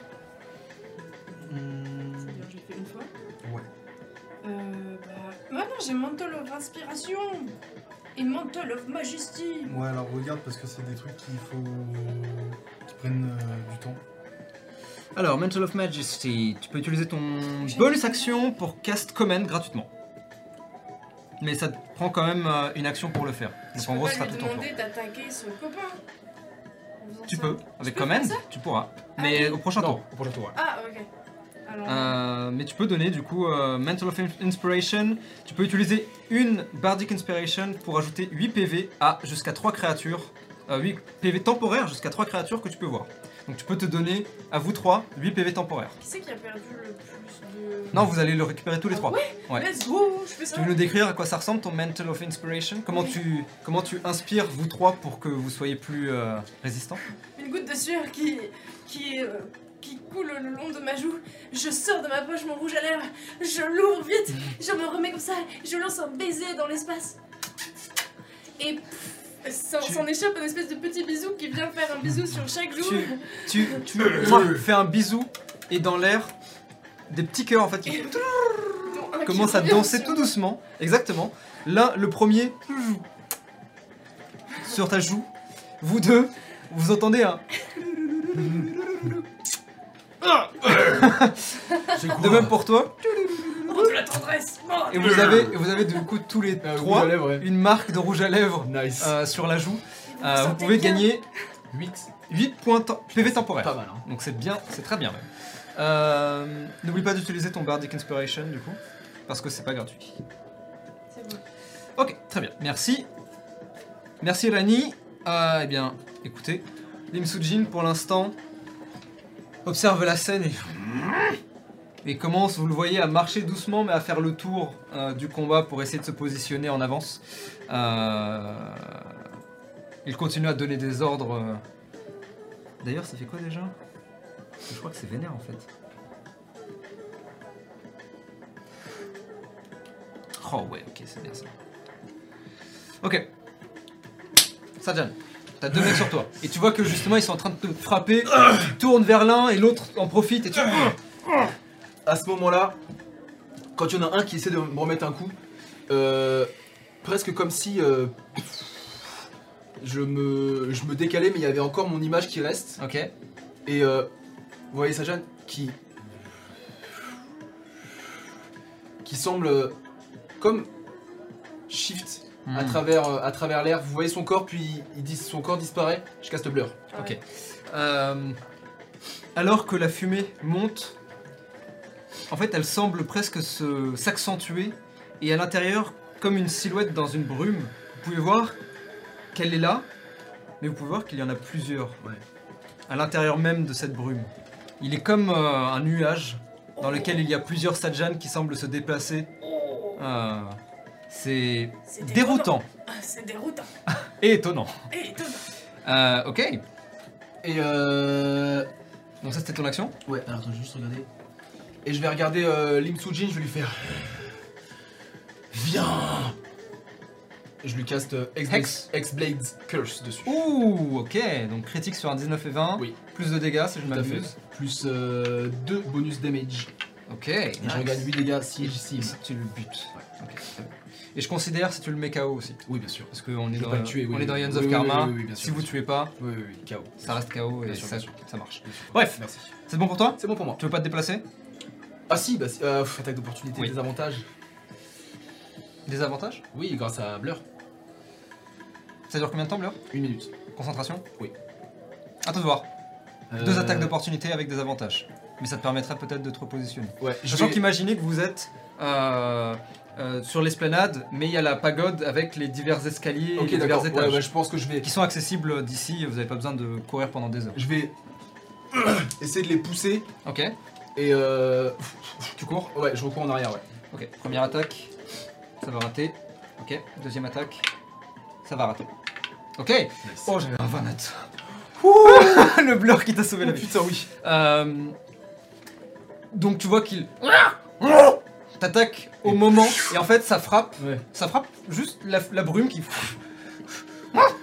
Hmm, C'est-à-dire, je l'ai fait une fois. Ouais. Euh, bah... Maintenant, j'ai Mantle of Inspiration et Mantle of Majesty. Ouais, alors regarde parce que c'est des trucs qu'il faut. qui prennent euh, du temps. Alors, Mantle of Majesty, tu peux utiliser ton bonus action pour cast command gratuitement. Mais ça te prend quand même euh, une action pour le faire. Donc Je en peux gros, pas ce sera lui tout ton tour. demander d'attaquer son copain. en faisant Tu ça. peux, avec peux command, faire ça tu pourras. Ah Mais oui. au prochain Non, tour. au prochain tour, ouais. Ah, ok. Alors, Euh, mais tu peux donner du coup euh, Mantle of Inspiration. Tu peux utiliser une Bardic Inspiration pour ajouter huit P V à jusqu'à trois créatures. Euh, huit P V temporaires jusqu'à trois créatures que tu peux voir. Donc tu peux te donner à vous trois huit P V temporaires. qui c'est qui a perdu le plus de... Non, vous allez le récupérer tous les Ah trois. ouais, Ouais. Let's go, je fais ça. Tu veux nous décrire à quoi ça ressemble ton Mantle of Inspiration? Comment Oui. tu comment tu inspires vous trois pour que vous soyez plus euh, résistants? Une goutte de sueur qui, qui, euh, qui coule le long de ma joue. Je sors de ma poche mon rouge à lèvres. Je l'ouvre vite. Je me remets comme ça. Je lance un baiser dans l'espace. Et pff, s'en Tu- s'en échappe un espèce de petit bisou qui vient faire un bisou sur chaque joue. Tu, tu, tu mouah, fais un bisou et dans l'air des petits cœurs en fait qui Et- dont un qui commencent à revient danser sur- tout doucement. Exactement. Là, le premier sur ta joue. Vous deux, vous entendez un. De même pour toi. Oh, de la tendresse. Oh, Et vous avez, et vous avez du coup tous les Euh, trois rouge à lèvres, ouais. une marque de rouge à lèvres Nice. euh, sur la joue. vous Euh, vous sentez pouvez bien. gagner huit. huit points tem- P V temporaires. Pas mal, hein. Donc c'est bien, c'est très bien même. Euh, N'oublie pas d'utiliser ton Bardic Inspiration du coup, parce que c'est pas gratuit. C'est bon. Ok, très bien, merci. Merci Elani. Euh, eh bien, écoutez, Lim Sujin pour l'instant observe la scène et... et commence, vous le voyez, à marcher doucement mais à faire le tour euh, du combat pour essayer de se positionner en avance. Euh, Il continue à donner des ordres. euh. D'ailleurs, ça fait quoi déjà? Je crois que c'est vénère en fait. Oh ouais, ok, c'est bien ça. Ok. Sajan, t'as deux mecs sur toi. Et tu vois que justement ils sont en train de te frapper. Tu tournes vers l'un et l'autre en profite et tu... À ce moment-là, quand il y en a un qui essaie de me remettre un coup, euh, presque comme si euh, je, me, je me décalais, mais il y avait encore mon image qui reste. Ok. Et euh, vous voyez Sajan qui. qui semble euh, comme shift à Hmm. travers, euh, à travers l'air. Vous voyez son corps, puis il dit, son corps disparaît. Je caste Blur. Ok. Euh, alors que la fumée monte, en fait, elle semble presque se s'accentuer et à l'intérieur, comme une silhouette dans une brume, vous pouvez voir qu'elle est là, mais vous pouvez voir qu'il y en a plusieurs Ouais. à l'intérieur même de cette brume. Il est comme euh, un nuage dans lequel il y a plusieurs Sajan qui semblent se déplacer. Euh, c'est C'est déroutant Ah, c'est déroutant. et étonnant. Et étonnant. Euh, ok, Et euh. donc ça c'était ton action. Ouais, alors attends, je vais juste regarder. Et je vais regarder euh, Lim Sujin, je vais lui faire. Viens! Et je lui caste euh, Hex. X-Blades Curse dessus. Ouh, ok, donc critique sur un dix-neuf et vingt, Oui. plus de dégâts si je Tout à fait. m'abuse. Plus deux bonus damage. Ok, Et je regagne huit dégâts si Et si. si tu le butes. Ok, très bien. Et je considère si tu le mets K O aussi. Oui, bien sûr. Parce qu'on est, Je dans- vais pas le tuer, oui, on est oui, dans oui. Ions Oui, of oui, Karma. oui, oui, bien sûr, Si vous bien sûr. tuez pas, Oui, oui, oui, K O. ça reste K O et Bien sûr, ça, bien sûr. ça marche. Bien sûr. Bref. Merci. C'est bon pour toi? C'est bon pour moi. Tu veux pas te déplacer? Ah si, bah, si, euh, pff, attaque d'opportunité, Oui. des avantages. Des avantages? Oui, grâce à Blur. Ça dure combien de temps, Blur? Une minute. Concentration? Oui. À toi de voir. Deux Euh, attaques d'opportunité avec des avantages. Mais ça te permettrait peut-être de te repositionner. Ouais, je Sachant vais- qu'imaginez que vous êtes euh, euh, sur l'esplanade, mais il y a la pagode avec les divers escaliers Ok, et les divers d'accord. Ouais, étages ouais, je pense que je vais. qui sont accessibles d'ici. Vous n'avez pas besoin de courir pendant des heures. Je vais essayer de les pousser Ok, et euh... tu cours. ouais, je recours en arrière, ouais. Ok, première attaque, ça va rater. Ok, deuxième attaque, ça va rater. Ok. Oh, j'avais un vingt net. Le blur qui t'a sauvé la Oh, vie. putain, oui. Euh, donc tu vois qu'il t'attaque au moment et en fait ça frappe, Ouais. ça frappe juste la, la brume qui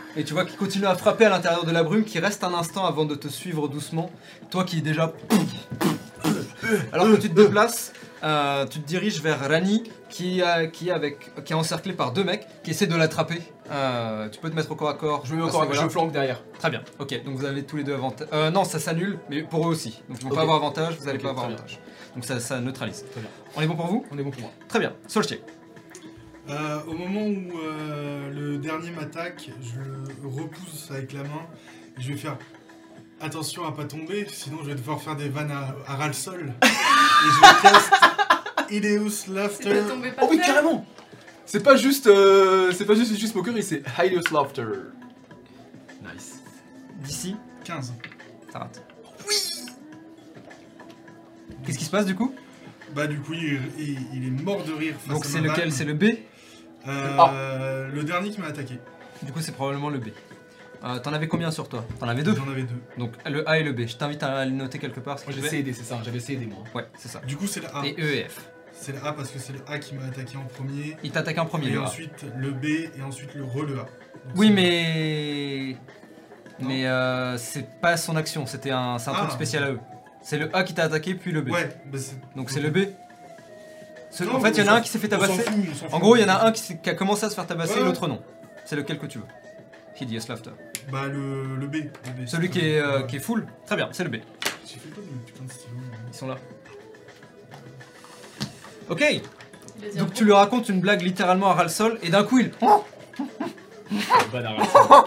Et tu vois qu'il continue à frapper à l'intérieur de la brume, qui reste un instant avant de te suivre doucement. Toi qui est déjà... Alors que tu te déplaces, euh, tu te diriges vers Rani, qui, a, qui, est avec, qui est encerclé par deux mecs, qui essaient de l'attraper. Euh, tu peux te mettre au corps à corps. Je me mets à encore, ce je niveau-là. flanque derrière. Très bien, ok, donc vous avez tous les deux avantage. Euh, non, ça s'annule, mais pour eux aussi. Donc ils vont Ok. pas avoir avantage, vous allez Ok, pas avoir très bien. avantage. Donc ça, ça neutralise. Très bien. On est bon pour vous? On est bon pour moi. Très bien, Solstier. Euh, au moment où euh, le dernier m'attaque, je le repousse avec la main. Et je vais faire attention à pas tomber, sinon je vais devoir faire des vannes à, à ras le sol. Et je vais cast Hideous Laughter. C'est pas tombé par Oh oui, terre. carrément. C'est pas juste, euh, c'est pas juste juste moquerie, c'est Hideous Laughter. Nice. D'ici, quinze. ça rate. Oui. Qu'est-ce qui se passe du coup? Bah du coup il, il- il est mort de rire face Donc à c'est ma lequel? vanne. C'est le B? Euh, Le dernier qui m'a attaqué. Du coup c'est probablement le B. Euh, T'en avais combien sur toi? T'en avais deux? J'en avais deux. Donc le A et le B. Je t'invite à le noter quelque part. Moi j'ai C et D, c'est ça, j'avais C et D moi. Ouais, c'est ça. Du coup c'est le A. Et E et F. C'est le A parce que c'est le A qui m'a attaqué en premier. Il t'attaque en premier, Et le A. ensuite le B et ensuite le re le A. Donc, Oui, c'est- mais. Non. Mais euh, c'est pas son action, c'était un, c'est un truc Ah. spécial à eux. C'est le A qui t'a attaqué, puis le B. Ouais, bah c'est. Donc c'est le B. Ce- Non, en fait, il y en a on un qui s'est fait s'en- on s'en tabasser. fout, on s'en En fout. gros, il y en a un qui, s'est- qui a commencé à se faire tabasser, Ouais. l'autre non. C'est lequel que tu veux. Hideous Laughter. Bah le, le B. le B, Celui c'est qui est, euh, ouais. qui est full. Très bien, c'est le B. J'ai fait quoi de mes putains de stylos, moi Ils sont là. Ok, Il a dit donc un tu lui racontes une blague littéralement à ras le sol, et d'un coup il. Bah narration.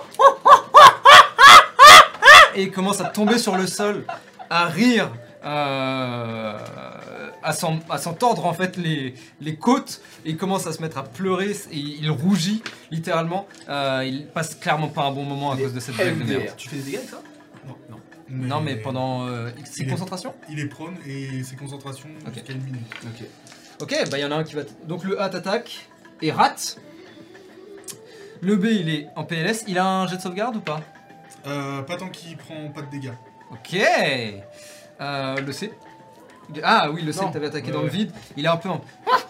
Et il commence à tomber sur le sol, à rire, euh, à s'en à s'en tordre en fait les, les côtes, et il commence à se mettre à pleurer, et il rougit littéralement. Euh, il passe clairement pas un bon moment à Il est cause de cette blague de merde. L D R. Tu fais des dégâts avec ça? Non. Non. Non mais pendant... Euh, c'est Il est- concentration? Il est prone et ses concentrations Ok. jusqu'à une minute. Ok. Ok, bah il y en a un qui va... t- Donc le A t'attaque, et rate. Le B il est en P L S, il a un jet de sauvegarde ou pas? Euh, pas tant qu'il prend pas de dégâts. Ok. Euh, le C. Ah oui, le C Non. que t'avais attaqué Ouais, dans ouais. le vide. Il est un peu en...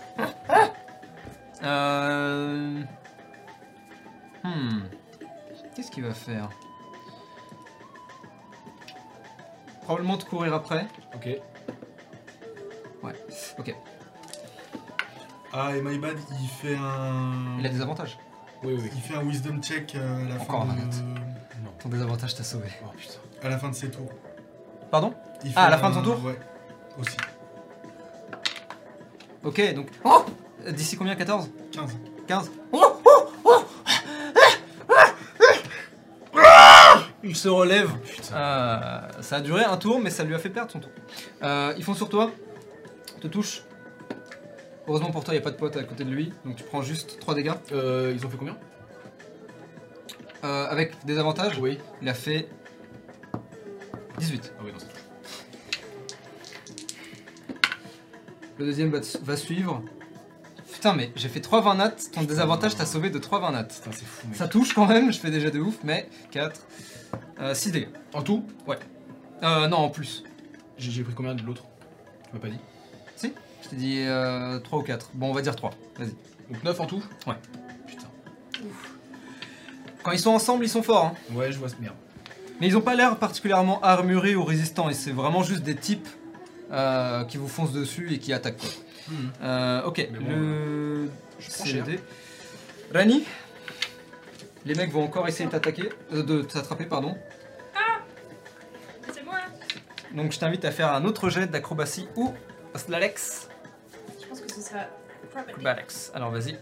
Euh... Hmm. Qu'est-ce qu'il va faire? Probablement te courir après. Ok. Ok. Ah et my bad, il fait un. Il a des avantages. Oui, oui. Il fait un wisdom check euh, à la Encore fin un de... minute. Ton désavantage t'a sauvé. Oh putain. à la fin de ses tours. Pardon? Il Ah, à la fait fin de son un- tour Ouais, aussi. Ok, donc... Oh D'ici combien? quatorze? quinze. quinze? Il se relève. Euh, ça a duré un tour, mais ça lui a fait perdre son tour. Euh, ils font sur toi. Te touche. Heureusement pour toi, il n'y a pas de pote à côté de lui, donc tu prends juste trois dégâts. Euh, ils ont fait combien? Euh, avec des avantages, Oui. il a fait dix-huit. Ah oui, non, c'est tout. Le deuxième va, va suivre. Putain, mais j'ai fait trois vingt nat, ton désavantage t'a sauvé de trois vingt nat. Putain, c'est fou, mec. Ça touche quand même, je fais déjà de ouf, mais quatre, six dégâts. En tout? Euh, non, en plus. J'ai j'ai pris combien de l'autre? Tu m'as pas dit? Si, je t'ai dit euh, trois ou quatre. Bon, on va dire trois, vas-y. Donc neuf en tout? Ouais. Putain. Quand ils sont ensemble, ils sont forts, hein. Ouais, je vois ce merde. Mais ils ont pas l'air particulièrement armurés ou résistants, et c'est vraiment juste des types euh, qui vous foncent dessus et qui attaquent, quoi. Euh, ok, Mais bon, le... je prends c'est cher. le dé. Rani, les mecs vont encore essayer de t'attaquer, euh, de t'attraper, pardon. C'est moi. Donc je t'invite à faire un autre jet d'acrobatie ou Slalex. Je pense que ce sera Acrobatic. Acrobatics. Alors vas-y.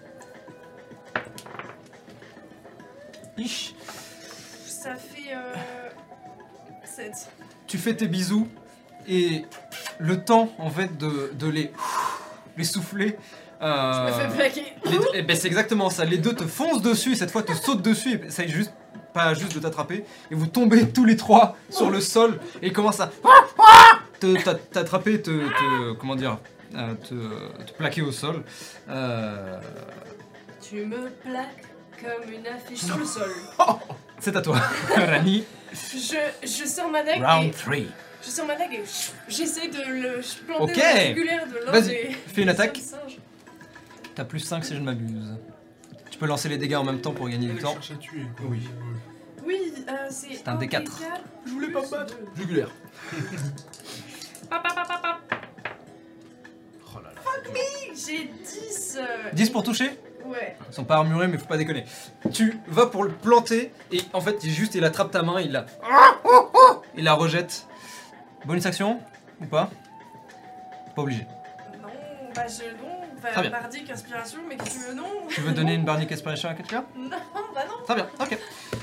Ich. Ça fait euh, sept. Tu fais tes bisous et le temps en fait de, de les, les souffler. euh, Je me fais plaquer. les deux- eh ben, c'est exactement ça. Les deux te foncent dessus, cette fois te sautent dessus et essayent juste pas juste de t'attraper. Et vous tombez tous les trois sur le sol et ils commencent à te- t'a- t'attraper, te, te comment dire, euh, te, te plaquer au sol. Euh, Tu me plaques comme une affiche sur le sol. c'est à toi, Rani. Je, je sors ma dague Round et trois. je sors ma dague et j'essaie de le planter Ok. dans la jugulaire de l'un Vas-y, des fais une attaque. des singes. T'as plus cinq si je ne m'abuse. Tu peux lancer les dégâts en même temps pour gagner du Elle temps. cherche à tuer. quoi. Oui. Ouais. Oui, euh, c'est. C'est un D quatre. Je voulais pas me battre. Jugulaire. Papa, papa, papa. Oh là là. J'ai dix. euh, dix pour toucher. Ouais. Ils sont pas armurés, mais faut pas déconner. Tu vas pour le planter, et en fait, il juste il attrape ta main, il la. Il la rejette. Bonus action ou pas? Pas obligé. Non, bah je. Non. Très Enfin, bien. bardique, inspiration, mais que tu veux, non. Tu veux donner une Bardic Inspiration à quelqu'un? Non, bah non. Très bien, ok.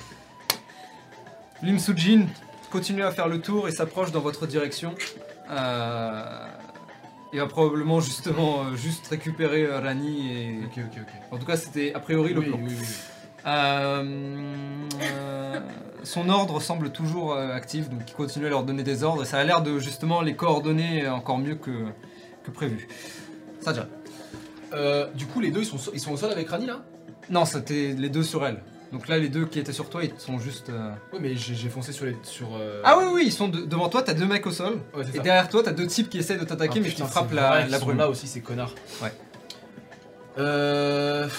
Lim Sujin continue à faire le tour et s'approche dans votre direction. Euh... Il va probablement justement euh, juste récupérer euh, Rani et... Ok, ok, ok. En tout cas, c'était a priori le Oui, plan. oui, oui. Euh, euh, son ordre semble toujours euh, actif, donc il continue à leur donner des ordres et ça a l'air de justement les coordonner encore mieux que, que prévu. Ça déjà. Euh, du coup, les deux, ils sont, ils sont au sol avec Rani là? Non, c'était les deux sur elle. Donc là, les deux qui étaient sur toi, ils sont juste. euh, Oui, mais j'ai j'ai foncé sur les. Sur, euh... Ah oui, oui, ils sont de- devant toi, t'as deux mecs au sol. Ouais, c'est Et ça. derrière toi, t'as deux types qui essaient de t'attaquer, Ah, mais putain, qui frappent c'est la, vrai la qu'ils sont brume. là aussi, ces connards. Ouais. Euh.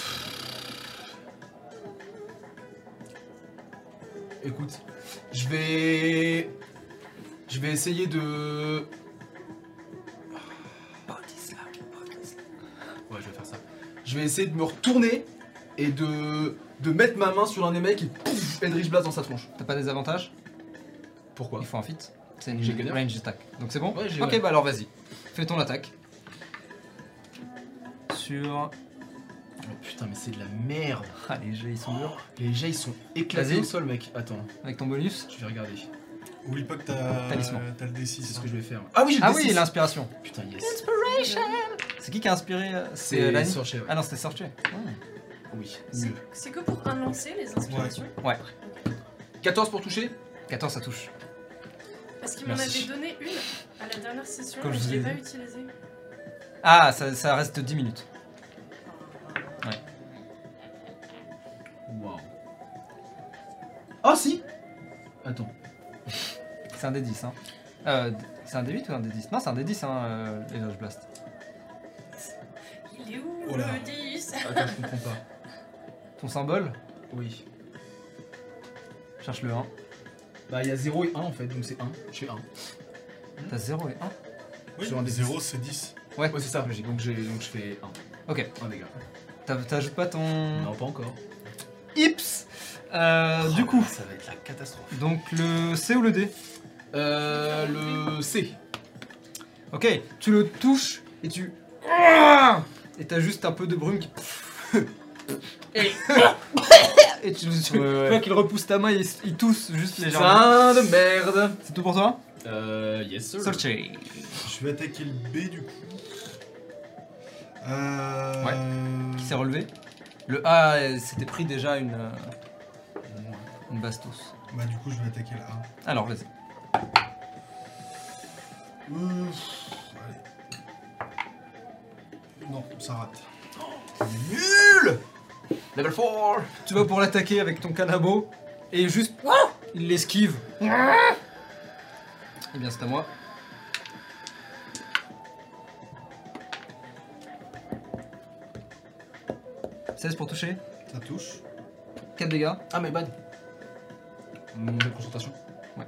Écoute, je vais. Je vais essayer de. Ouais, je vais faire ça. Je vais essayer de me retourner et de. de mettre ma main sur un des mecs et pouf, Eldritch Blast dans sa tronche. T'as pas des avantages? Pourquoi? Il faut un fit. C'est une J'ai gunner. range attack. Donc c'est bon? Ouais, j'ai- Ok, ouais. bah alors vas-y. Fais ton attaque. Sur. Oh putain, mais c'est de la merde. Ah, les jets ils sont durs. Les jets ils sont éclatés Vas-y. au sol, mec. Attends, Avec ton bonus. je vais regarder. Oublie pas que t'as Talisman. t'as le D six. C'est ce hein. que je vais faire. Ah oui, j'ai le Ah D six. oui, l'inspiration. Putain, yes. C'est qui qui a inspiré euh, C'est euh, C'est Lani Sorcier, ouais. Ah non, c'était Sorcier. Oui, C'est- mieux. C'est que pour un lancer, les inspirations. Ouais. quatorze pour toucher. quatorze, ça touche. Parce qu'il m'en Merci. avait donné une à la dernière session, Comme mais je je vous l'ai ai pas dit. utilisée. Ah, ça, ça reste dix minutes. Waouh. Oh si. Attends. C'est un D dix, hein. Euh, c'est un D huit ou un D dix? Non, c'est un D dix, hein, euh, Eldritch Blast. Il est où Oh là. le dix? Attends, je comprends pas. Ton symbole, Oui. cherche le un. Bah il y a zéro et un en fait, donc c'est un. J'ai un. T'as zéro et un? Oui, Sur un des zéro c'est dix. Ouais. Ouais, c'est ça. Donc j'ai donc je fais un. Ok. Un dégât. T'as- T'ajoutes pas ton... Non, pas encore. Ips euh, Du coup, Ça va être la catastrophe. donc le C ou le D? Euh. Le C. Ok, tu le touches et tu... Et t'as juste un peu de brume qui... Et, et tu, tu Ouais, ouais. vois qu'il repousse ta main et il, il tousse juste légèrement. Putain de merde. C'est tout pour toi? Euh. Yes sir. Sorcier. Je vais attaquer le B du coup. Euh... Qui s'est relevé. Le A euh, s'était pris déjà une, euh, une bastos. Bah du coup je vais attaquer le A. Alors vas-y. Ouf, allez. Non, ça rate. Nul. Level quatre. Tu vas pour l'attaquer avec ton canabo et juste il l'esquive. Et bien c'est à moi. seize pour toucher. Ça touche. quatre dégâts. Ah mais bad. Mon de concentration. Ouais.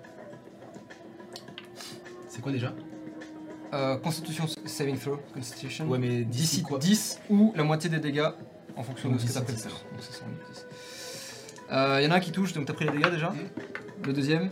C'est quoi déjà? Euh, Constitution saving throw. Constitution. Ouais mais dix, d'ici quoi? dix ou la moitié des dégâts en fonction Donc de ce que dix, t'as pris. dix, alors. Donc c'est cent dix. Euh, y en a un qui touche, donc t'as pris les dégâts déjà. Mhm. Le deuxième.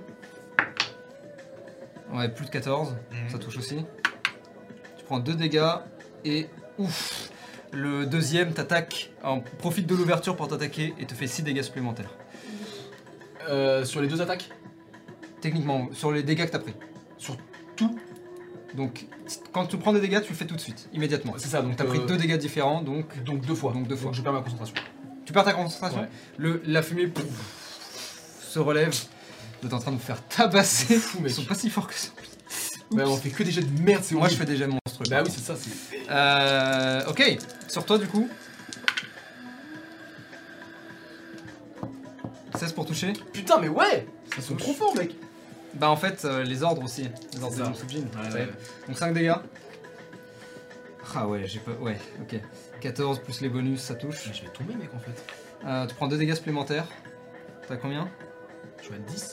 Ouais, plus de quatorze, Mhm. ça touche aussi. Tu prends deux dégâts et ouf. Le deuxième t'attaque, en profite de l'ouverture pour t'attaquer et te fait six dégâts supplémentaires. Euh, sur les deux attaques? Techniquement, sur les dégâts que t'as pris. Sur tout? Donc quand tu prends des dégâts, tu le fais tout de suite, immédiatement. C'est ça, donc T'as pris euh, deux dégâts différents, donc Donc deux fois. Donc deux fois. je perds ma concentration. tu perds ta concentration. Ouais. Le, la fumée pouf, se relève. Vous êtes en train de me faire tabasser. Fou, Ils mec. sont pas si forts que ça. Ouais, on fait que des jets de merde, c'est Moi je horrible. fais des gemmes monstrueux. Bah oui, c'est ça, c'est. Euh, ok, sur toi du coup. seize pour toucher. Putain, mais ouais! Ils sont touche. trop forts, mec! Bah en fait, euh, les ordres aussi. Les ordres C'est de ça. Lim Sujin, Ouais, vous ouais. savez. Donc cinq dégâts. Ah ouais, j'ai pas... Ouais, ok. quatorze plus les bonus, ça touche. Mais je vais tomber, mec, en fait. Euh, tu prends deux dégâts supplémentaires. T'as combien? Je suis à dix.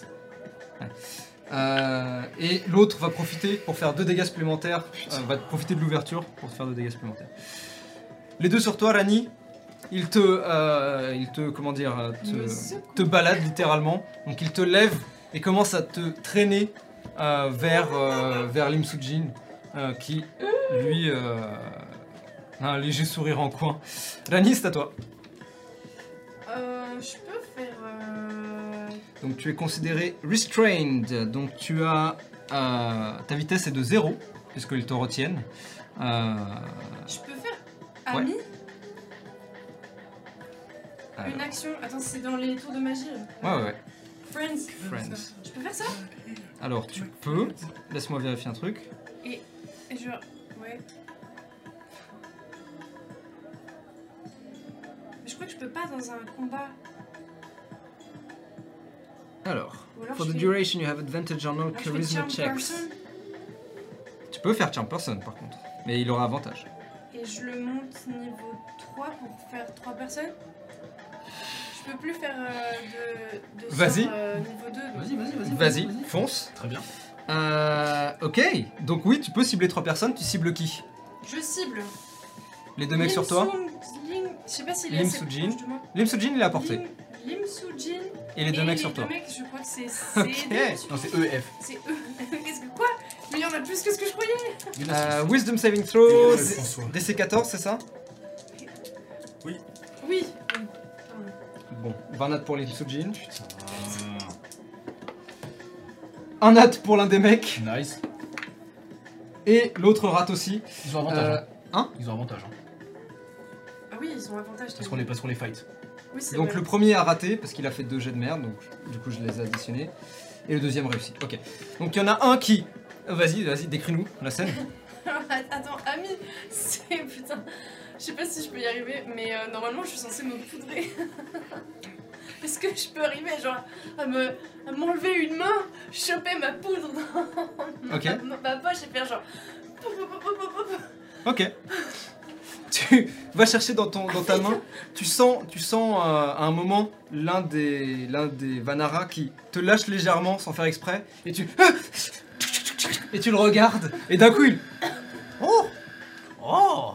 Euh, et l'autre va profiter pour faire deux dégâts supplémentaires, euh, va profiter de l'ouverture pour te faire deux dégâts supplémentaires. Les deux sur toi, Rani, il te, euh, il te, comment dire, euh, Il me te, secoue. te balade littéralement. Donc il te lève et commence à te traîner euh, vers, euh, vers Lim Soo-jin, euh, qui, lui, euh, a un léger sourire en coin. Rani, c'est à toi. Euh, je peux faire. Euh... Donc tu es considéré restrained, donc tu as euh, ta vitesse est de zéro puisqu'ils te retiennent. Euh, Je peux faire. Ouais. Ami alors, Une action. Attends, c'est dans les tours de magie. ouais ouais ouais. Friends. Friends. Je peux faire ça? Alors tu peux. Laisse-moi vérifier un truc. Et je. Ouais. Mais je crois que je peux pas dans un combat. Alors, Ou alors for je the fais- duration you have advantage on all alors je fais charisma charm checks. person Tu peux faire charm person par contre, mais il aura avantage. et je le monte niveau trois pour faire trois personnes. Je peux plus faire euh, de, de Vas-y. sort, euh, niveau deux. donc- Vas-y, vas-y, vas-y. Vas-y, fonce. Très bien. Euh, ok, donc oui, tu peux cibler trois personnes. Tu cibles qui? Je cible. Les deux mecs Lim sur toi. Soon- Lim- Je sais pas s'il est Lim assez Soo-jin. proche de moi. Lim Soo-jin, il est à portée. Lim, Lim Soo-jin. Et les deux mecs sur les toi. deux mecs, je crois que c'est Ok. C deux. Non, c'est E F. C'est eux. Qu'est-ce que quoi? Mais il y en a plus que ce que je croyais. Il y en a Euh, six. wisdom saving throw, Et François. D C quatorze, c'est ça? Oui. Bon, vingt nat pour Lim Soo-jin. Un nat pour l'un des mecs. Nice. Et l'autre rate aussi. Ils ont avantage. Euh, hein. hein Ils ont avantage. hein. Ah oui, ils ont avantage. Parce qu'on est, parce qu'on les fight. Oui, c'est Donc vrai. le premier a raté parce qu'il a fait deux jets de merde, donc du coup je les ai additionnés. Et le deuxième réussi. Ok. Donc il y en a un qui. Vas-y, vas-y, décris-nous la scène. Attends, Ami, c'est putain. Je sais pas si je peux y arriver, mais euh, normalement je suis censée me poudrer. Est-ce que je peux arriver genre à me à m'enlever une main, choper ma poudre dans Ok. ma, ma poche et faire genre. Ok. Tu vas chercher dans, ton, dans ta main, tu sens, tu sens euh, à un moment l'un des, l'un des Vanara qui te lâche légèrement sans faire exprès et tu. Et tu le regardes et d'un coup il. Oh Oh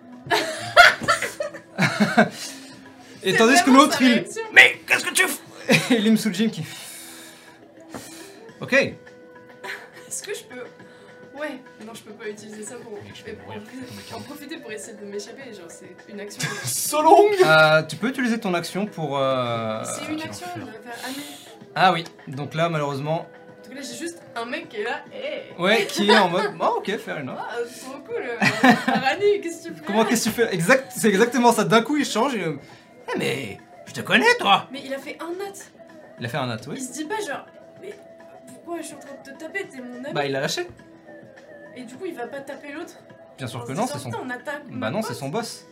Et C'est tandis que vraiment l'autre sa il. réaction. Mais qu'est-ce que tu fais? Et Lim Soo-jin qui. Ok. Est-ce que je peux. Ouais, non, je peux pas utiliser ça pour. Mais je peux pour- mourir. pour en profiter pour essayer de m'échapper, genre c'est une action. So long. Euh, tu peux utiliser ton action pour. euh, c'est une quel action enfer. de faire Ami. Ah oui. Donc là malheureusement. En tout cas, j'ai juste un mec qui est là. Hey. Ouais, qui est en mode. Oh, ok, fair enough. Ah, c'est trop cool. euh. Rani, qu'est-ce que tu fais? Comment qu'est-ce que tu fais? Exact, c'est exactement ça. D'un coup, il change. Et, euh, Eh, mais je te connais, toi. Mais il a fait un nat. Il a fait un nat, Il oui. se dit pas genre. Mais pourquoi je suis en train de te taper? T'es mon ami. Bah, il l'a lâché. Et du coup, il va pas taper l'autre. Bien sûr En que se non, disant, c'est son. Putain, on attaque. Bah mon non, pote. c'est son boss.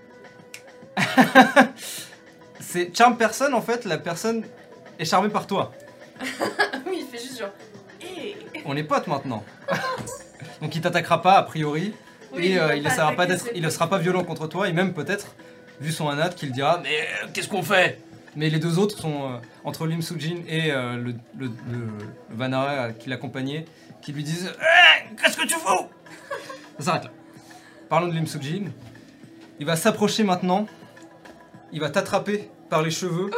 C'est charm person en fait. La personne est charmée par toi. Oui, il fait juste genre. Hey. On est potes maintenant. Donc il t'attaquera pas a priori. Oui, et euh, va il essaiera pas attaquer d'être, ses il ne potes. sera pas violent contre toi et même peut-être, vu son anat, qu'il dira mais euh, qu'est-ce qu'on fait? Mais les deux autres sont euh, entre Lim Soo-jin et euh, le, le, le, le Vanara qui l'accompagnait, qui lui disent Eh, qu'est-ce que tu fous? Ça s'arrête là. Parlons de Lim Soo-jin. Il va s'approcher maintenant. Il va t'attraper par les cheveux.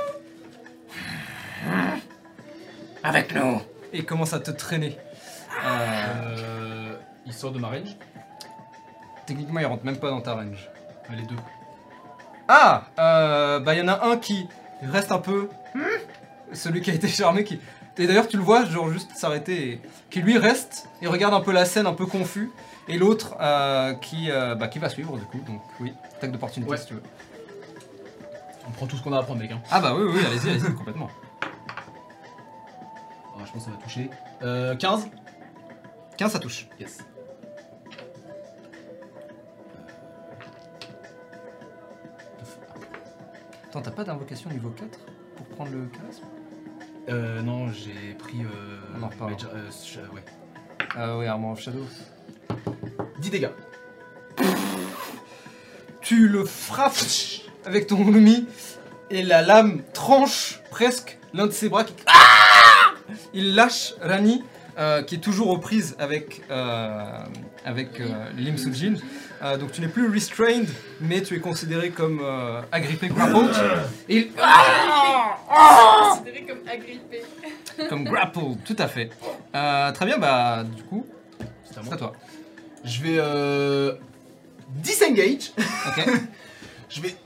Avec nous. Et il commence à te traîner. Euh, Euh, il sort de ma range. techniquement, il rentre même pas dans ta range. Euh, Les deux. Ah euh, Bah il y en a un qui reste un peu... Celui qui a été charmé qui... Et d'ailleurs tu le vois genre juste s'arrêter et... Qui lui reste et regarde un peu la scène un peu confus. Et l'autre euh, qui, euh, bah, qui va suivre du coup. Donc oui, attaque d'opportunité Ouais. si tu veux. On prend tout ce qu'on a à prendre, mec. Hein. Ah bah oui, oui, oui, allez-y, allez-y, complètement. Ah, je pense que ça va toucher. Euh, quinze. quinze ça touche. Yes. Attends, t'as pas d'invocation niveau quatre pour prendre le charisme? Euh, non, j'ai pris. Euh, On en reparle. Major- euh, ch- ouais. Ah oui, Armor of Shadow. dix dégâts. tu le frappes avec ton ennemi et la lame tranche presque l'un de ses bras qui... Ah il lâche Rani, euh, qui est toujours aux prises avec, euh, avec euh, Lim Soo-jin. Euh, donc tu n'es plus restrained, mais tu es considéré comme euh, agrippé, grappled. Et il... Ah Considéré comme agrippé. Comme grappled, tout à fait. Euh, très bien, bah du coup, C'est à c'est moi. à toi. Je vais euh, disengage. Ok. Je vais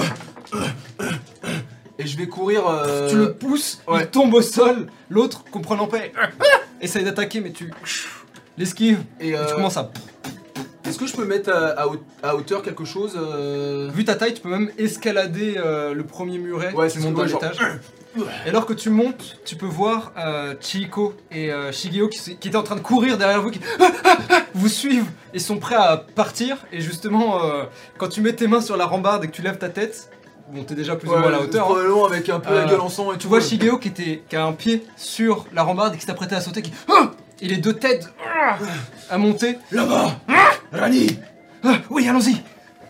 et je vais courir. euh, Tu le pousses, ouais. il tombe au sol. L'autre, comprenant pas, essaye d'attaquer, mais tu l'esquives. Et Et euh, tu commences à... est-ce que je peux mettre à, à haute- à hauteur quelque chose euh, Vu ta taille, tu peux même escalader euh, le premier muret, Ouais, tu c'est montes ce dans que- ouais, l'étage. Et alors que tu montes, tu peux voir euh, Chihiko et euh, Shigeo qui, s- qui étaient en train de courir derrière vous, qui ah, ah, ah, vous suivent et sont prêts à partir. Et justement, euh, quand tu mets tes mains sur la rambarde et que tu lèves ta tête, bon, t'es déjà plus ou Ouais, moins à la hauteur. hein. probablement avec un peu la Euh, gueule en sang et Tu tout. vois ouais. Shigeo qui, était, qui a un pied sur la rambarde et qui s'apprêtait à sauter, qui ah et les deux têtes ah, à monter. Là-bas, Rani. Ah, oui, allons-y.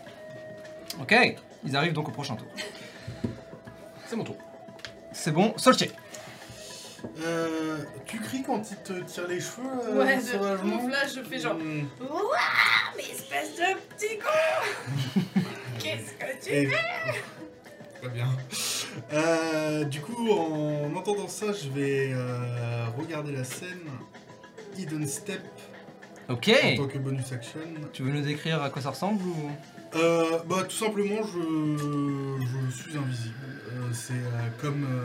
Ok, ils arrivent donc au prochain tour. C'est mon tour. C'est bon, Solche. Euh, tu cries quand il te tire les cheveux euh, Ouais, de sauvagement ouf, là, je fais genre. Hmm. Ouah, mais espèce de petit con. Qu'est-ce que tu Et... Très bien. Euh, du coup, en entendant ça, je vais euh, regarder la scène Hidden Step Ok. en tant que bonus action. Tu veux nous décrire à quoi ça ressemble ou... Euh, bah, tout simplement, je, je suis invisible. Euh, c'est euh, comme, euh,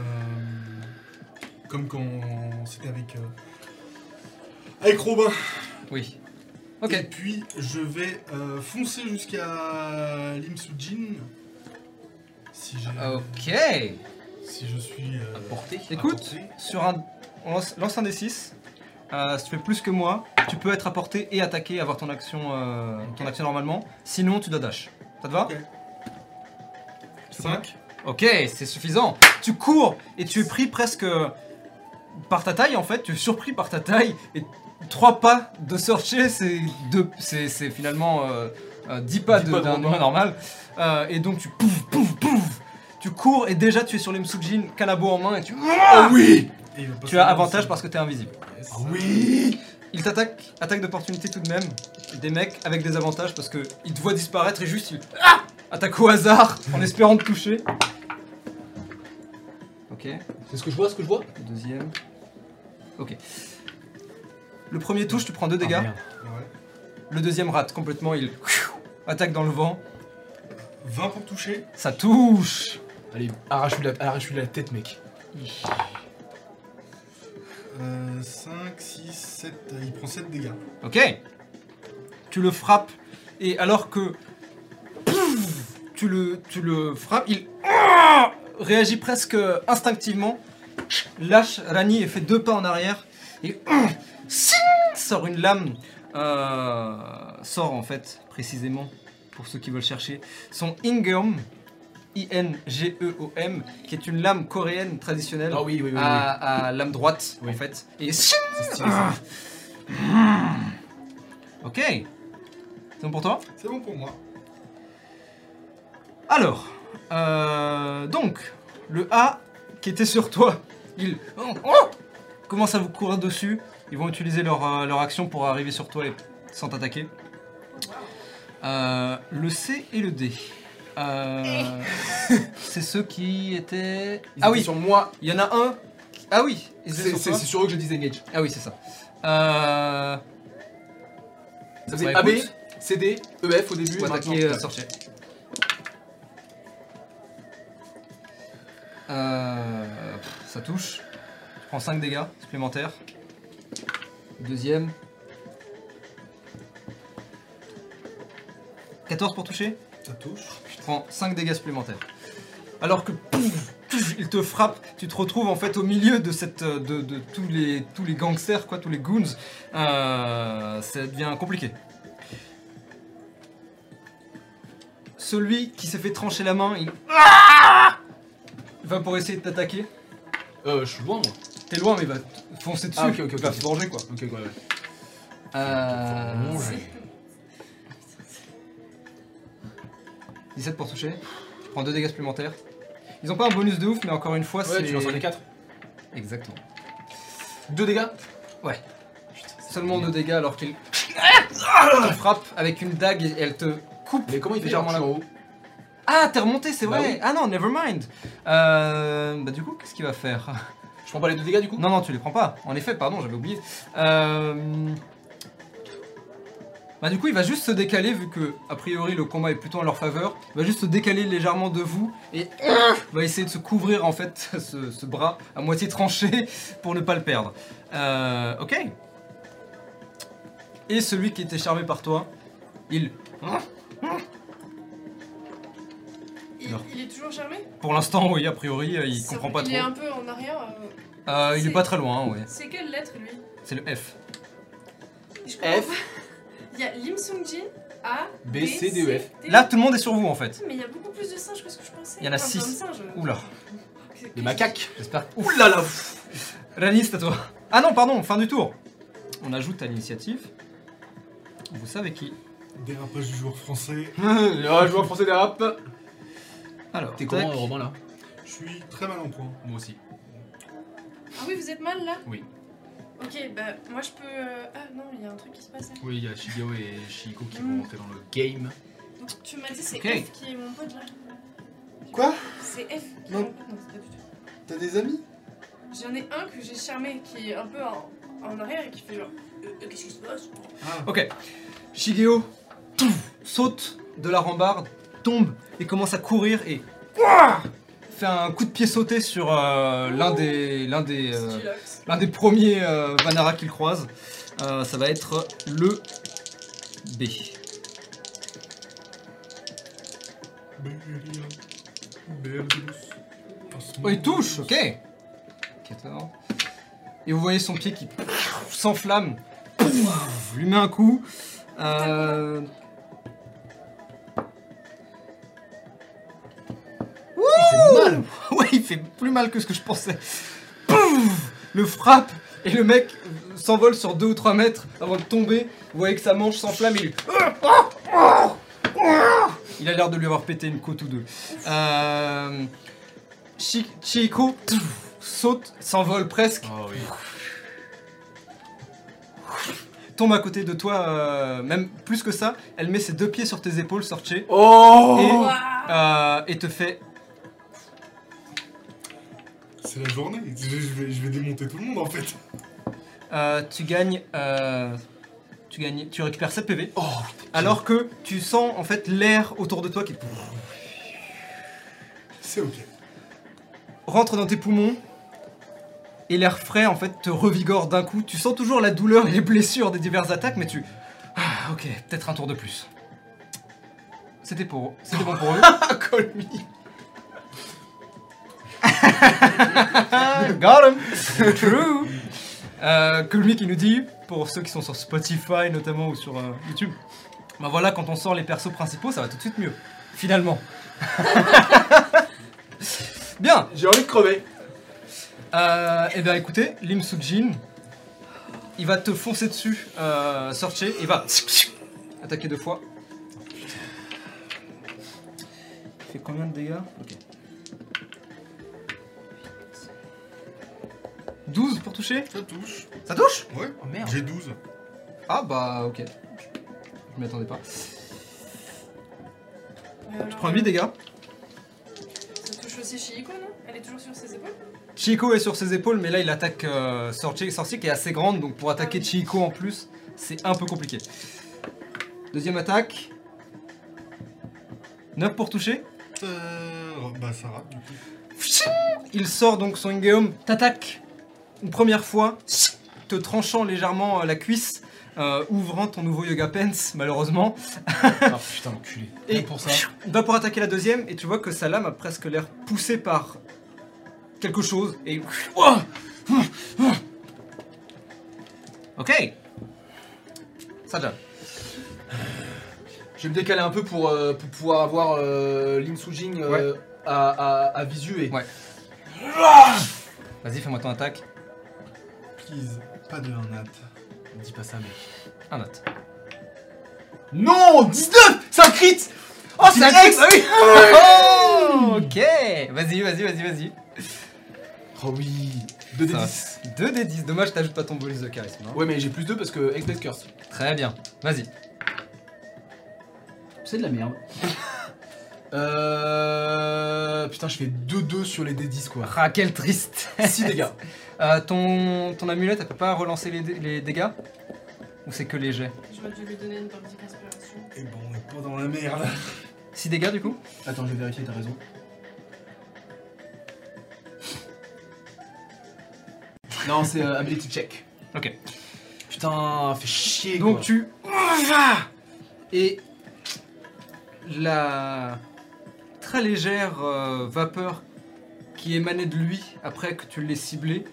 comme quand c'était avec, euh, avec Robin. Oui. Et Ok. puis, je vais euh, foncer jusqu'à Lim Soo-jin. Si, j'ai- Ok. si je suis euh, À portée. à Écoute, portée. sur un... on lance, lance un D six. Euh, si tu fais plus que moi, tu peux être à portée et attaquer, avoir ton action, euh, ton action normalement. Sinon, tu dois dash. Ça te va? Ok. Tu fais cinq. Ok, c'est suffisant. Tu cours et tu es pris presque par ta taille en fait. Tu es surpris par ta taille et trois pas de Sorche, c'est deux, c'est c'est finalement euh, euh, dix pas dix de- pas de d'un Robin. humain normal. Euh, et donc tu pouf pouf pouf. Tu cours et déjà tu es sur Lim Soo-jin, canabo en main et tu. Oh oui. Et il va pas Tu as savoir avantage si- parce que tu es invisible. Yes. Ah oui. Il t'attaque, attaque d'opportunité tout de même. Des mecs avec des avantages parce que ils te voient disparaître et juste ils ah attaquent au hasard en espérant te toucher. Ok. C'est ce que je vois, ce que je vois. Le deuxième. Ok. Le premier touche, tu prends deux dégâts. Ah, merde. Ouais. Le deuxième rate complètement, il attaque dans le vent. vingt pour toucher. Ça touche. Allez, arrache-lui la, arrache-lui la tête, mec. Euh, cinq, six, sept. Il prend sept dégâts. Ok. Tu le frappes et alors que pouf, tu le, tu le frappes, il ah, réagit presque instinctivement, lâche Rani et fait deux pas en arrière et ah, sort une lame. Euh, sort en fait précisément pour ceux qui veulent chercher son Ingeom, I N G E O M, qui est une lame coréenne traditionnelle. Ah oui, oui, oui. oui. à, à lame droite Oui. en fait. Et C'est stylé, ça. ok. C'est bon pour toi? C'est bon pour moi. Alors, euh, donc, le A qui était sur toi, il oh, oh, commence à vous courir dessus. Ils vont utiliser leur, euh, leur action pour arriver sur toi et sans t'attaquer. Euh, le C et le D. Euh, c'est ceux qui étaient... Ils ah étaient oui, sur moi. il y en a un... Ah oui, ils étaient C'est sur c'est- toi. c'est sur eux que je disengage. Ah oui, c'est ça. Euh... Ça faisait Bah, A B, écoute, C D, E F au début. Ou et attaquer maintenant, euh, Sorcier. Euh, pff, ça touche. Tu prends cinq dégâts supplémentaires. Deuxième. quatorze pour toucher. Ça touche. Tu prends cinq dégâts supplémentaires. Alors que pouf, pouf, il te frappe, tu te retrouves en fait au milieu de cette de, de tous les tous les gangsters quoi, tous les goons. Euh, ça devient compliqué. Celui qui s'est fait trancher la main, il il va pour essayer de t'attaquer. Euh, je suis loin, moi. T'es loin mais il va te foncer dessus. Ah, ok, ok, ok, il va ok. se venger quoi. Ok, ouais, ouais. Euh, dix-sept pour toucher. Tu prends deux dégâts supplémentaires. Ils ont pas un bonus de ouf, mais encore une fois, Ouais, c'est. tu lances un des quatre. Exactement. deux dégâts. Ouais. Seulement deux dégâts alors qu'il te frappe avec une dague et elle te coupe. Mais comment il fait légèrement genre, la je suis en haut. Ah, t'es remonté, c'est Bah vrai. oui. Ah non, never mind. Euh, bah du coup, qu'est-ce qu'il va faire? Je prends pas les deux dégâts du coup. Non, non, tu les prends pas. En effet, pardon, j'avais oublié. Euh... Bah du coup, il va juste se décaler vu que, a priori, le combat est plutôt en leur faveur. Il va juste se décaler légèrement de vous et va essayer de se couvrir en fait ce, ce bras à moitié tranché pour ne pas le perdre. Euh, ok. Et celui qui était charmé par toi, il... Il, Alors. il est toujours charmé? Pour l'instant, oui, a priori, euh, il Ça- comprend pas Il trop. est un peu en arrière. euh, Euh, il est C'est- pas très loin, ouais. C'est quelle lettre lui? C'est le F. Je comprends F. pas. Il y a Lim Sung-jin, A, B, C, D, E, F. D. Là, tout le monde est sur vous en fait. Mais il y a beaucoup plus de singes que ce que je pensais. Il y en a Enfin, six. plein de singes. Oula. Que- Des que- macaques. J'espère. Ouh là là. Rani, c'est à toi. Ah non, pardon, fin du tour. On ajoute à l'initiative. Vous savez qui? Dérapage du joueur français. Le joueur français des rap. Alors, T'es tac. comment, Romain là? Je suis très mal en point. Moi aussi. Ah oui, vous êtes mal là? Oui. Ok, bah moi je peux. euh, Ah non, il y a un truc qui se passe là. Oui, il y a Shigeo et Shihiko qui Mm. vont rentrer dans le game. Donc tu m'as dit c'est Ok. F qui est mon pote là. Quoi? C'est F qui Non. est mon pote. Non, c'est pas du tout. T'as des amis? J'en ai un que j'ai charmé qui est un peu en, en arrière et qui fait genre. Euh, euh, Qu'est-ce qui se passe? Ah. Ok. Shigeo touf, saute de la rambarde, tombe et commence à courir et ouah, fait un coup de pied sauté sur euh, l'un des l'un des euh, Stylox. l'un des premiers euh, Vanara qu'il croise. Euh, ça va être le B. Oh, il touche, ok. quatorze. Et vous voyez son pied qui s'enflamme, lui met un coup. Euh... Il fait mal. Ouais, il fait plus mal que ce que je pensais. Pouf, le frappe et le mec s'envole sur deux ou trois mètres avant de tomber. Vous voyez que sa manche s'enflamme et il... Il a l'air de lui avoir pété une côte ou deux. Euh... Chi- Chihiko saute, s'envole presque, Oh oui. tombe à côté de toi, euh, même plus que ça. Elle met ses deux pieds sur tes épaules, Sorche, et, Oh Ouah. euh, et te fait... C'est la journée. Je je vais, je vais démonter tout le monde en fait. euh, tu gagnes... euh, tu gagnes... Tu récupères sept P V. Oh, Alors que tu sens en fait l'air autour de toi qui C'est ok. rentre dans tes poumons et l'air frais en fait te revigore d'un coup. Tu sens toujours la douleur et les blessures des diverses attaques, mais tu... Ah, ok, peut-être un tour de plus. C'était pour... C'était bon pour eux. Call me. Got him. True. Euh, Kulmi qui nous dit, pour ceux qui sont sur Spotify notamment ou sur euh, YouTube, ben voilà, quand on sort les persos principaux, ça va tout de suite mieux. Finalement. Bien. J'ai envie de crever. Euh, et bien écoutez, Lim Soo-jin, il va te foncer dessus, euh, Sorche, et il va attaquer deux fois. Il fait combien de dégâts? Ok. douze pour toucher. Ça touche. Ça touche? Ouais. Oh merde. J'ai douze. Ah bah ok. Je m'y attendais pas. Mais alors, Je prends huit dégâts. Ça touche aussi Shihiko, non? Elle est toujours sur ses épaules? Chihiko est sur ses épaules, mais là il attaque euh, Sorche, Sorche qui est assez grande, donc pour attaquer Chihiko en plus, c'est un peu compliqué. Deuxième attaque. neuf pour toucher. Euh... Bah ça rate du coup. Il sort donc son Ingeum, t'attaque une première fois, te tranchant légèrement euh, la cuisse, euh, ouvrant ton nouveau Yoga Pants, malheureusement. Ah putain, enculé. Et Et pour ça. il va pour attaquer la deuxième, et tu vois que sa lame a presque l'air poussée par quelque chose, et... Ok. Ça donne. Je vais me décaler un peu pour, euh, pour pouvoir avoir euh, Lim Soo-jin euh, à, à, à visu et... Ouais. Vas-y, fais-moi ton attaque. Please, pas de un nat. Dis pas ça, mec. Un note. Non, dix-neuf. C'est un crit. Oh, c'est un X, X. ah oui. Oh, ok. Vas-y, vas-y, vas-y, vas-y. Oh oui. deux d Ça va. dix. deux d dix. Dommage, t'ajoutes pas ton bonus de charisme. Hein. Ouais, mais j'ai plus deux parce que X-Blade Curse. Très bien. Vas-y. C'est de la merde. euh... Putain, je fais deux deux sur les d dix quoi. Ah, quel triste. six dégâts. Euh, ton, ton amulette, elle peut pas relancer les, dé- les dégâts? Ou c'est que les jets? J'aurais dû lui donner une partie d'inspiration. Et bon, on est pas dans la merde. six dégâts du coup? Attends, je vais vérifier, t'as raison. Non, c'est euh, ability check. Ok. Putain, fait chier Donc quoi. tu... Et la très légère euh, vapeur qui émanait de lui après que tu l'aies ciblé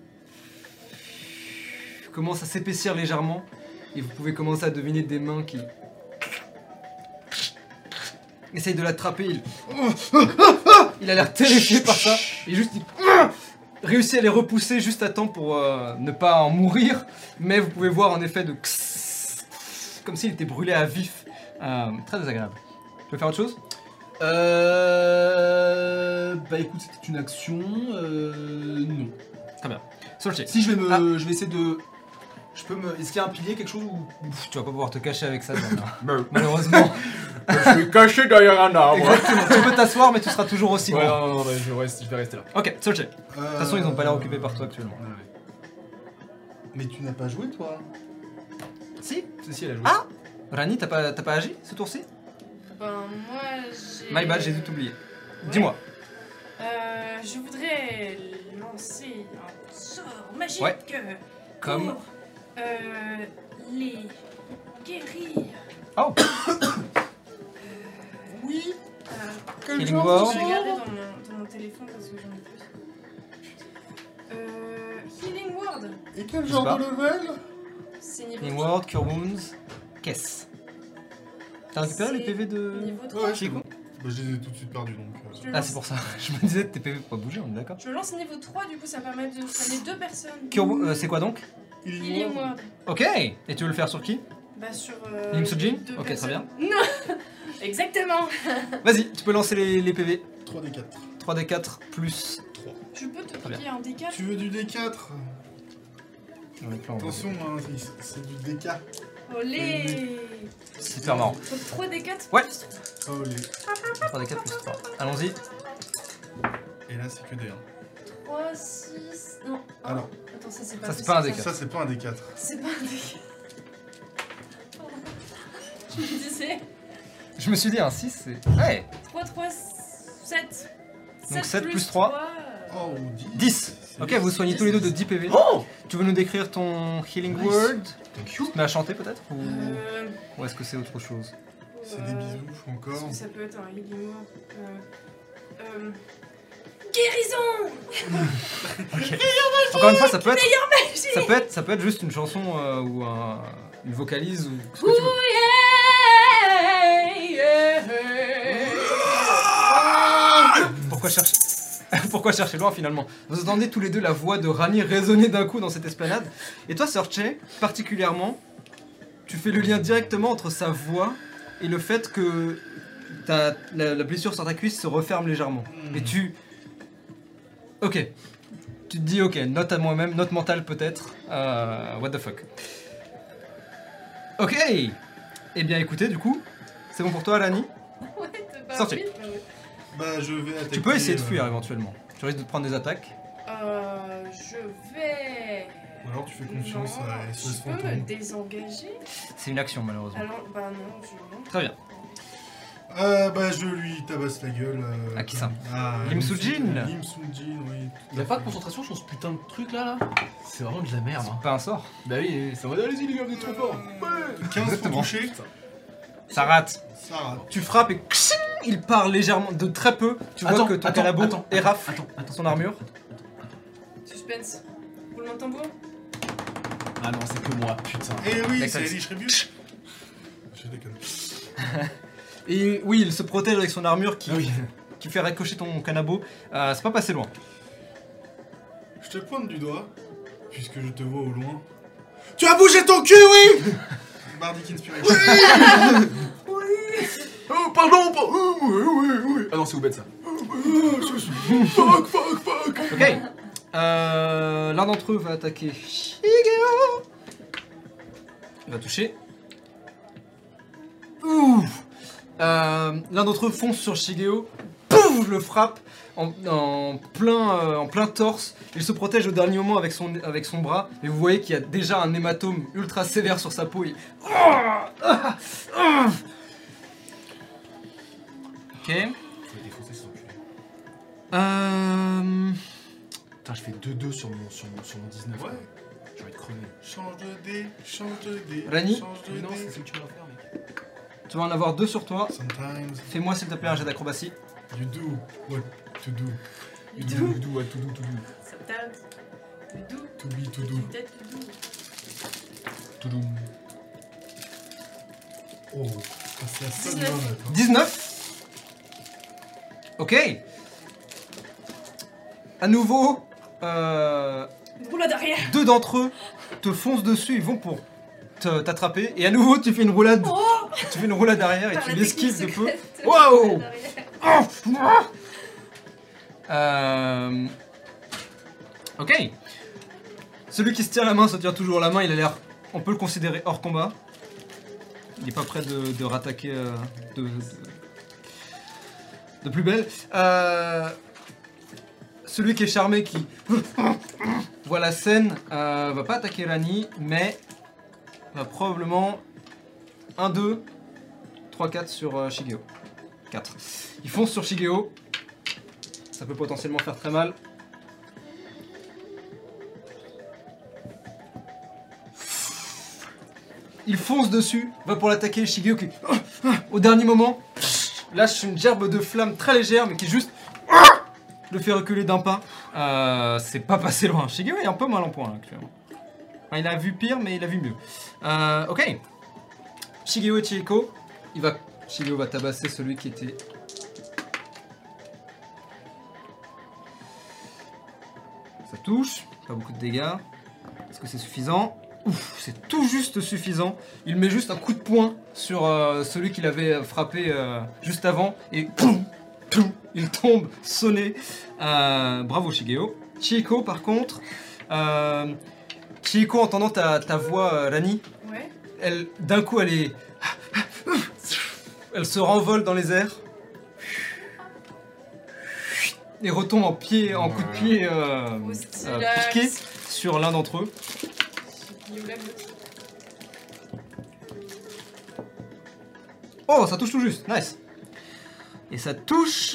commence à s'épaissir légèrement et vous pouvez commencer à deviner des mains qui essayent de l'attraper. Il... il a l'air terrifié par ça et juste il réussit à les repousser juste à temps pour euh, ne pas en mourir, mais vous pouvez voir en effet de comme s'il était brûlé à vif. Euh, très désagréable. Tu veux faire autre chose? Euh... Bah écoute, c'était une action... Euh... Non. Sorti. Si je vais me... Ah. Je vais essayer de... Je peux me... Est-ce qu'il y a un pilier, quelque chose ou... Pff, tu vas pas pouvoir te cacher avec ça, John, hein. Malheureusement. Je suis caché derrière un arbre. Exactement. Tu peux t'asseoir, mais tu seras toujours aussi Ouais, grand. non, non, non, je, reste, je vais rester là. Ok, Sorti. De De toute façon, ils ont pas l'air occupés par toi actuellement. Mais tu n'as pas joué, toi? Si. Si, si, elle a joué. Ah Rani, t'as pas, t'as pas agi ce tour-ci? Ben, moi, j'ai... My bad, j'ai tout oublié. Ouais. Dis-moi. Euh, je voudrais lancer un sort magique Ouais. Comme... pour euh, les guérir. Oh. Oui. Euh, Healing genre, Word. Je vais regarder dans mon, dans mon téléphone parce que j'en ai plus. Euh, Healing Word. Et quel Je genre sais de level? C'est niveau Healing trois. Word, Cure Wounds, caisse. T'as récupéré les C'est P V de... Niveau trois. Ouais, Chico? Bah, je les ai tout de suite perdus, donc... euh, Je le Ah, lance- c'est pour ça. Je me disais, tes P V peuvent pas bouger, on est d'accord. Je lance niveau trois, du coup ça permet de soigner deux personnes. Cure Wo- euh, c'est quoi donc? Healing Word. Ok. Et tu veux le faire sur qui? Bah sur... Euh, Lim Sujin? deux Ok, très personnes. Non. Exactement. Vas-y, tu peux lancer les, les P V. trois D quatre. trois D quatre plus... Je peux te Très bien. piquer un D quatre. Tu veux du D quatre? J'en ai plein en Attention, hein, c'est- c'est du D quatre. Olé. C'est super marrant. Donc trois D quatre Ouais. plus trois. Oh, les... trois D quatre plus trois. Allons-y. Et là, c'est que D un. trois, six... Non. un. Alors. Attends, ça c'est pas Ça, c'est possible, pas un D quatre. Ça, c'est pas un D quatre. C'est pas un D quatre. Pardon. Je me disais... Je me suis dit un six, c'est... Ouais. trois, trois, sept. Donc sept plus trois. Oh, dix. dix. Ok, vous soignez tous les deux de dix P V. Oh. Tu veux nous décrire ton Healing Nice. Word? Thank Tu te mets à chanter peut-être? Ou, Euh... ou est-ce que c'est autre chose? C'est des euh, bisous, Est-ce encore. que ça peut être un healing word euh... euh... Guérison. Encore une fois, ça peut être... Ça peut être, ça peut être juste une chanson euh, ou un, une vocalise ou ce que tu veux. Pourquoi chercher Pourquoi chercher loin finalement? Vous entendez tous les deux la voix de Rani résonner d'un coup dans cette esplanade. Et toi, Sorche, particulièrement, tu fais le lien directement entre sa voix et le fait que ta, la, la blessure sur ta cuisse se referme légèrement. Et tu... Ok. Tu te dis, ok, note à moi-même, note mentale peut-être. Euh, what the fuck. Ok. Eh bien écoutez, du coup, c'est bon pour toi, Rani? Ouais, t'es pas Sorti. vite, mais ouais. Bah, je vais attaquer... Tu peux essayer de euh, fuir éventuellement. Tu risques de te prendre des attaques. Euh, je vais... Ou alors tu fais confiance Non, à S O S je peux me Fantôme. désengager. C'est une action malheureusement. Alors, bah non, je... non. Très bien. Euh, bah, je lui tabasse la gueule. euh, À qui ça? Ah, Lim Soo-jin. Lim Soo-jin, oui. tout Y'a à pas de fait. concentration sur ce putain de truc là là? C'est vraiment de la merde hein. Pas un sort. Bah oui, ça va aller allez-y les gars, vous êtes trop forts. quinze pour Exactement. toucher. Ça rate. Ça rate. Tu frappes et il part légèrement, de très peu. Tu vois Attends, que ton attends, canabo attends, érafle attends, attends. son armure. Suspense. Roulement de tambour. Ah non, c'est que moi, putain. Et oui, D'accord. c'est Elie Shrebius. Je déconne. Et oui, il se protège avec son armure qui, Ah oui. qui fait ricocher ton canabo. Euh, c'est pas passé loin. Je te pointe du doigt, puisque je te vois au loin. Tu as bougé ton cul, oui. Bardic Inspiration. Oh pardon, pardon. Oui, oui, oui. Ah non, c'est Oubed ça. Fuck, fuck, fuck. Ok. Euh, L'un d'entre eux va attaquer Shigeo. Il va toucher. Ouh. Euh, L'un d'entre eux fonce sur Shigeo. Pouf, le frappe en, en plein, euh, en plein torse. Il se protège au dernier moment avec son, avec son bras. Et vous voyez qu'il y a déjà un hématome ultra sévère sur sa peau. Il... Ok. Faut les défoncer sans enculés. Euh... Putain, je fais deux deux sur mon, sur mon, sur mon dix-neuf. Ouais. là. Je vais être crevé. Change de dé, change de dé. Rani Change de Mais non, c'est dé. ce que tu vas faire, mec. Tu vas en avoir deux sur toi. Sometimes Fais-moi s'il te plaît un jet d'acrobatie. you do what to do. You do, you do, what to do, to do. Sometimes, you do, To be to do. peut-être you do. To do. Oh, c'est la seule dix-neuf. bonne, attends. dix-neuf. Ok. À nouveau, euh, Une roulade arrière. deux d'entre eux te foncent dessus, ils vont pour te- t'attraper. Et à nouveau, tu fais une roulade. Oh, Tu fais une roulade arrière et par tu la l'esquives de technique peu. secrète. Waouh. Roulade arrière. Euh... Ok. Celui qui se tient la main se tient toujours la main, il a l'air... On peut le considérer hors combat. Il n'est pas prêt de, de rattaquer euh, de, de, de plus belle. Euh... Celui qui est charmé, qui voit la scène, euh, va pas attaquer Rani, mais va probablement un, deux, trois, quatre sur euh, Shigeo. quatre. Il fonce sur Shigeo. Ça peut potentiellement faire très mal. Il fonce dessus, va pour l'attaquer, Shigeo qui, au dernier moment, lâche une gerbe de flamme très légère, mais qui juste le fait reculer d'un pas. Euh, c'est pas passé loin. Shigeo est un peu mal en point, là, actuellement. Enfin, il a vu pire, mais il a vu mieux. Euh, ok. Shigeo et Chieko, il va, Shigeo va tabasser celui qui était... Ça touche, pas beaucoup de dégâts. Est-ce que c'est suffisant? Ouf, c'est tout juste suffisant. Il met juste un coup de poing sur euh, celui qu'il avait frappé euh, juste avant et poum, poum, il tombe sonné. Euh, bravo Shigeo. Chieko par contre, euh, Chieko entendant ta, ta voix euh, Rani, Ouais. elle d'un coup elle est, elle se renvole dans les airs et retombe en pied, en coup de pied euh, Au euh, stylax. piqué sur l'un d'entre eux. Il me lève le- Oh, ça touche tout juste, nice. Et ça touche.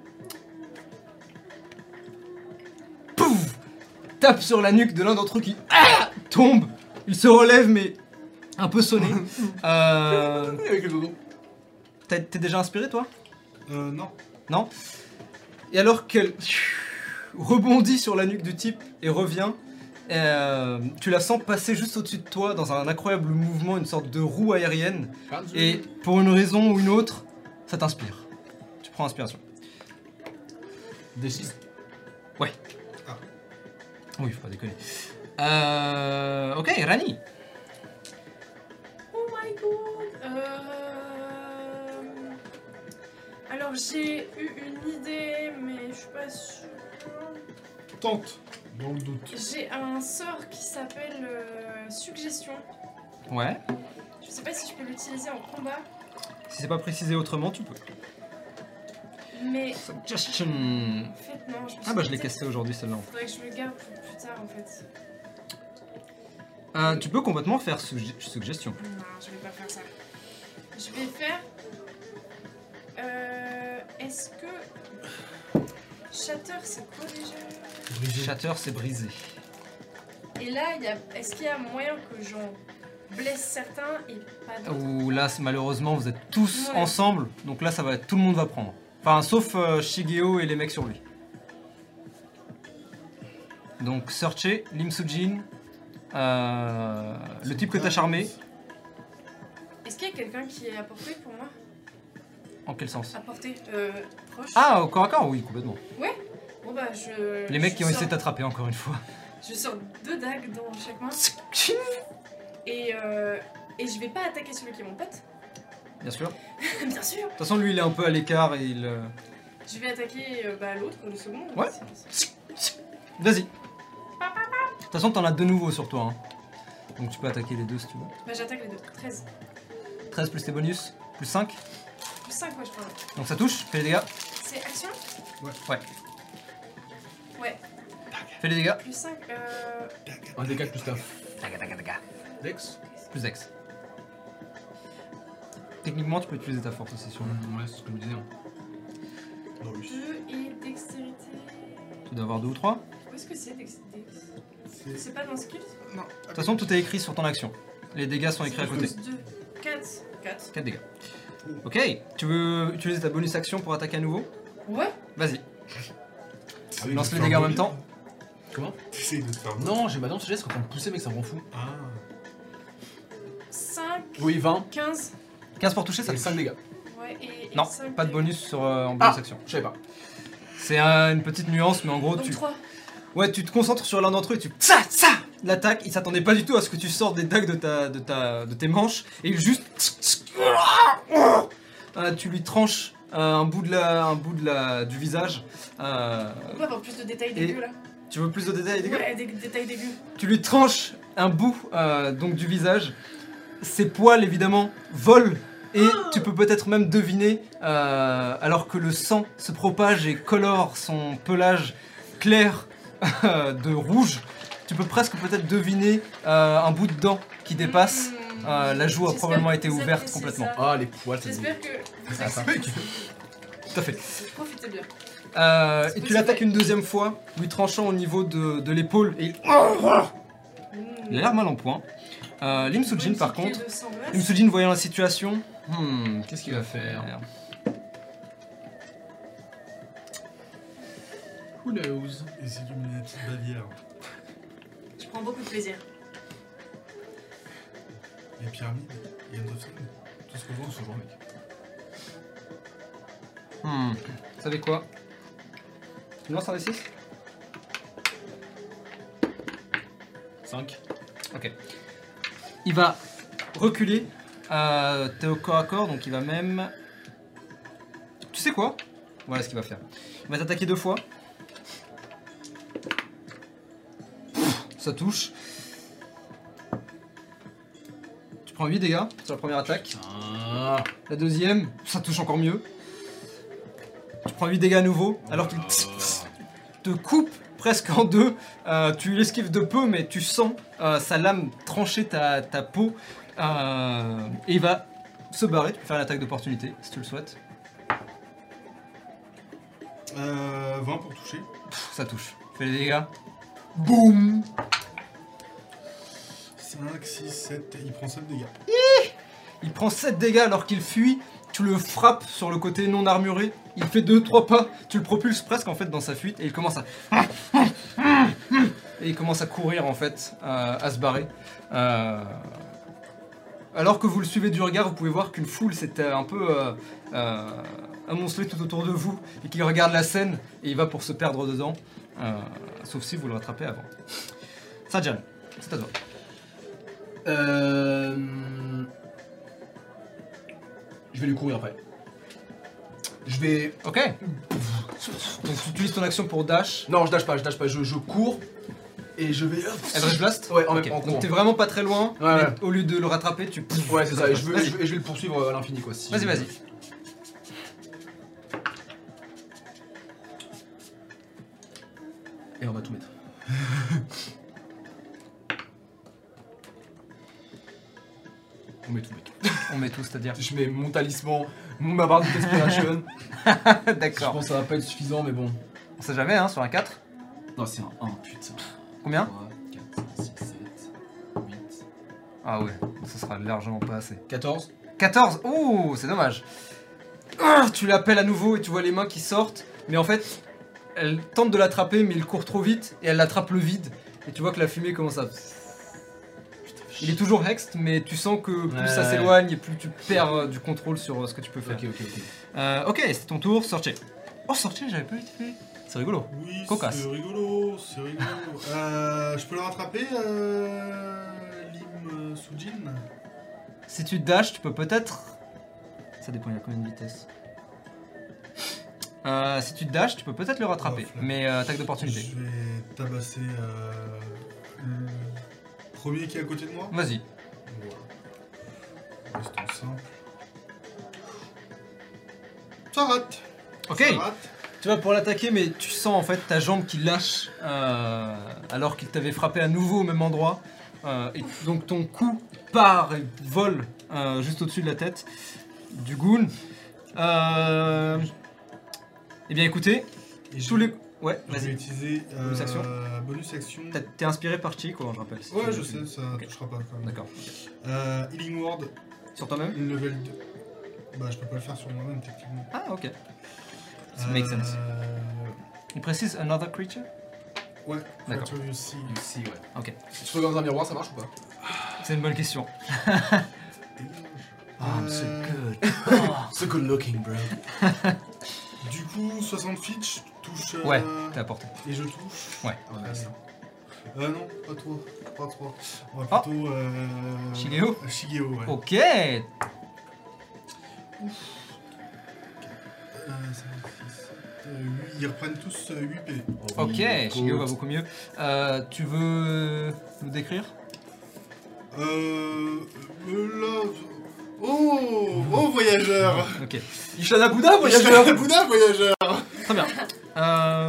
Pouf, tape sur la nuque de l'un d'entre eux qui ah, tombe. Il se relève mais un peu sonné. Euh, Avec le dodo. t'as- T'es déjà inspiré toi? Euh, non. Non? Et alors qu'elle rebondit sur la nuque du type et revient, euh, tu la sens passer juste au-dessus de toi dans un incroyable mouvement, une sorte de roue aérienne. Et pour une raison ou une autre, ça t'inspire. Tu prends inspiration. D six. Ouais. Ah. Oui, faut pas déconner. Euh, ok, Rani. Oh my god. Euh... Alors j'ai eu une idée, mais je suis pas sûre. Tente, dans le doute. J'ai un sort qui s'appelle euh, Suggestion. Ouais. Je sais pas si je peux l'utiliser en combat, Si c'est pas précisé autrement, tu peux. mais Suggestion. en fait non. Je me suis Ah bah je l'ai dit, cassé aujourd'hui celle-là. faudrait que je le garde pour plus tard en fait. Euh, tu peux complètement faire sugge- suggestion. Non, je vais pas faire ça. Je vais faire. Euh, Est-ce que. Shatter, c'est quoi déjà? Brisé. Shatter, c'est brisé. Et là, il y a... est-ce qu'il y a moyen que j'en blesse certains et pas d'autres? Ou là, c'est- malheureusement, vous êtes tous Ouais. ensemble, donc là, ça va être tout le monde va prendre. Enfin, sauf euh, Shigeo et les mecs sur lui. Donc, Searcher, Lim Soo-jin, euh, le type que t'as charmé. Est-ce qu'il y a quelqu'un qui est à portée pour moi? En quel sens? À portée euh, proche? Ah, au corps à corps, oui, complètement. Bon bah je. Les mecs je qui ont essayé de sors- t'attraper encore une fois. Je sors deux dagues dans chaque main et, euh, et je vais pas attaquer celui qui est mon pote. Bien sûr. De Bien sûr. toute façon, lui, il est un peu à l'écart et il... euh, Je vais attaquer euh, bah, l'autre, le second. Ouais. Vas-y. De toute façon, t'en as deux nouveaux sur toi. Hein. Donc tu peux attaquer les deux si tu veux. Bah, j'attaque les deux. treize. treize plus tes bonus, plus cinq. Plus cinq, ouais, je crois. Donc ça touche, fais les dégâts. C'est action? Ouais. Ouais. Fais les dégâts. Plus cinq, euh... Un D quatre plus ta Taga, taga, taga. Dex. Plus Dex. Techniquement, tu peux utiliser ta force aussi sur le. Ouais, c'est ce que je me disais. Non, oui. deux et dextérité... Tu dois avoir deux ou trois. Où est-ce que c'est, dex... dex... C'est- C'est pas dans skills? Non. De toute façon, tout est écrit sur ton action. Les dégâts sont écrits à côté. Plus deux. quatre. quatre. quatre dégâts. Ok, tu veux utiliser ta bonus action pour attaquer à nouveau? Ouais. Vas-y, Ah oui, lance de les faire dégâts en voler. même temps. Comment? T'essayes de te faire voler. Non, j'ai bah non, ce geste quand on me poussait, mec, ça me rend fou. Ah. cinq, Oui, vingt. quinze. quinze pour toucher, ça Et touche. cinq dégâts. Ouais, et... et Non, cinq pas de et- bonus sur, euh, en bonus Ah. action. Je savais pas. C'est un- une petite nuance, mais en gros, Donc tu, trois. ouais, tu te concentres sur l'un d'entre eux et tu ça, ça, l'attaque. Il s'attendait pas du tout à ce que tu sortes des dagues de, ta, de, ta, de tes manches et il juste. Euh, tu lui tranches euh, un bout, de la, un bout de la, du visage. Euh, On peut avoir plus de détails Et- dégueux là. tu veux plus de détails des gars Ouais, des détails dégueux. Tu lui tranches un bout euh, donc du visage. Ses poils évidemment volent et tu peux peut-être même deviner euh, alors que le sang se propage et colore son pelage clair euh, de rouge. Tu peux presque peut-être deviner euh, un bout de dent qui dépasse. Mmh. Euh, la joue a J'espère probablement que été vous ouverte appréciez complètement. ça. Ah, les poils, ça me J'espère que vous Ah, ça. acceptez. Tout à fait. Profitez bien. Euh, C'est et tu possible. l'attaques une deuxième fois, lui tranchant au niveau de, de l'épaule et il... Mmh. il a l'air mal en point. Euh, Lim Sujin par Une contre, de cent meurtres. Lim Sujin voyant la situation, hmm, qu'est-ce qu'il va faire? Who knows? Et si tu mets la petite bavière. Je prends beaucoup de plaisir. Les pyramides. Il y a une option. Tout ce qu'on voit en ce moment, mec. Hmm, vous savez quoi? Tu lances un D six? cinq. Ok. Il va reculer, euh, t'es au corps à corps, donc il va même... Tu sais quoi? Voilà ce qu'il va faire. Il va t'attaquer deux fois. Pff, ça touche. Tu prends huit dégâts sur la première attaque. Ah. La deuxième, ça touche encore mieux. Tu prends huit dégâts à nouveau, alors qu'il te coupe presque en deux. Euh, tu l'esquives de peu, mais tu sens euh, sa lame trancher ta, ta peau. Euh, et il va se barrer. Tu peux faire une attaque d'opportunité si tu le souhaites. Euh, vingt pour toucher. Pff, ça touche. Fais les dégâts. Boum. cinq, six, sept. Il prend sept dégâts. Il prend sept dégâts alors qu'il fuit. Tu le frappes sur le côté non armuré. Il fait deux trois pas. Tu le propulses presque en fait dans sa fuite et il commence à et il commence à courir en fait, euh, à se barrer. Euh, Alors que vous le suivez du regard, vous pouvez voir qu'une foule s'est un peu euh, euh, amoncelée tout autour de vous et qu'il regarde la scène et il va pour se perdre dedans. Euh, sauf si vous le rattrapez avant. Sajan, c'est à toi. Euh... Je vais lui courir après. Je vais... Ok. Donc tu utilises ton action pour dash. Non, je dash pas, je dash pas, je, je cours et je vais... Eldritch Blast. Ouais, en Ok. même temps, en Donc courant. t'es vraiment pas très loin, Ouais, mais ouais. au lieu de le rattraper, tu... Ouais, c'est ça, et je, veux, Vas-y. et je, vais- et je vais le poursuivre à l'infini, quoi. si- Vas-y, vas-y. Et on va tout mettre. On met tout, mec. On met tout, c'est-à-dire. Je mets mon talisman, mon ma barre de desperation. Je D'accord. pense que ça va pas être suffisant, mais bon. On sait jamais, hein, sur un quatre. Non, c'est un un, putain. Combien? trois, quatre, cinq, six, sept, huit. Ah ouais, ça sera largement pas assez. quatorze. quatorze. Ouh, c'est dommage. Ah, tu l'appelles à nouveau et tu vois les mains qui sortent, mais en fait, elle tente de l'attraper, mais il court trop vite et elle l'attrape le vide. Et tu vois que la fumée commence à... Il est toujours hext, mais tu sens que plus Ouais, ça ouais. s'éloigne et plus tu perds euh, du contrôle sur euh, ce que tu peux faire. Ok, ok, ok. Euh, ok, c'est ton tour, sortez. Oh, sortez, j'avais pas utilisé. C'est rigolo. Oui, Cocasse. c'est rigolo, c'est rigolo. euh, je peux le rattraper, euh, Lim euh, Sujin? Si tu dash, tu peux peut-être Ça dépend, il y a combien de vitesse. Euh, si tu te dashes, tu peux peut-être le rattraper. Oh, mais euh, attaque d'opportunité. Je vais tabasser euh, le premier qui est à côté de moi. Vas-y. Voilà. Restons simple. Ça rate. Ok. Ça rate. Tu vas pour l'attaquer, mais tu sens en fait ta jambe qui lâche euh, alors qu'il t'avait frappé à nouveau au même endroit. Euh, et donc ton coup part et vole euh, juste au-dessus de la tête du goon. Euh... Eh bien écoutez, Et je, tous les... Ouais, je vais vas-y. utiliser euh, Bonus action. bonus action. T'as- T'es inspiré par Chico, je rappelle. si Ouais, tu je veux. sais, ça Ok. touchera pas quand même. D'accord. Euh, Healing Word, Sur toi-même level deux. Bah, je peux pas le faire sur moi-même, techniquement. Ah, ok. Ça make sense. Euh, Il précise another creature. Ouais, D'accord. creature you see. Si, ouais. Ok. Si tu regardes dans un miroir, ça marche ou pas? C'est une bonne question. Oh, I'm so Euh, good. So good looking, bro. Du coup, soixante feet, je touche. euh, Ouais, t'es à portée. Et je touche. Ouais. Oh, nice. Euh, non, pas trop. Pas trop. On va Ah. plutôt. Euh... Shigeo Shigeo, ouais. Ok. Euh, cinq, six, sept, euh, huit. Ils reprennent tous euh, huit P. Ok, Oui, Shigeo va écoute. beaucoup mieux. Euh, tu veux nous décrire? Euh. euh, là. Oh Oh, voyageur Ok, Ishana Bouddha, voyageur. Bouddha, voyageur très bien. Euh...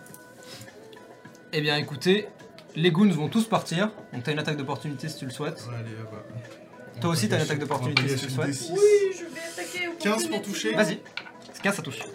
Eh bien écoutez, les goons vont tous partir. Donc t'as une attaque d'opportunité si tu le souhaites. Ouais, allez, hop. On Toi aussi, peut t'as une gâcher- attaque d'opportunité, on peut si tu gâcher le des souhaites. six. Oui, je vais attaquer au quinze pour toucher. Vas-y. quinze, ça touche.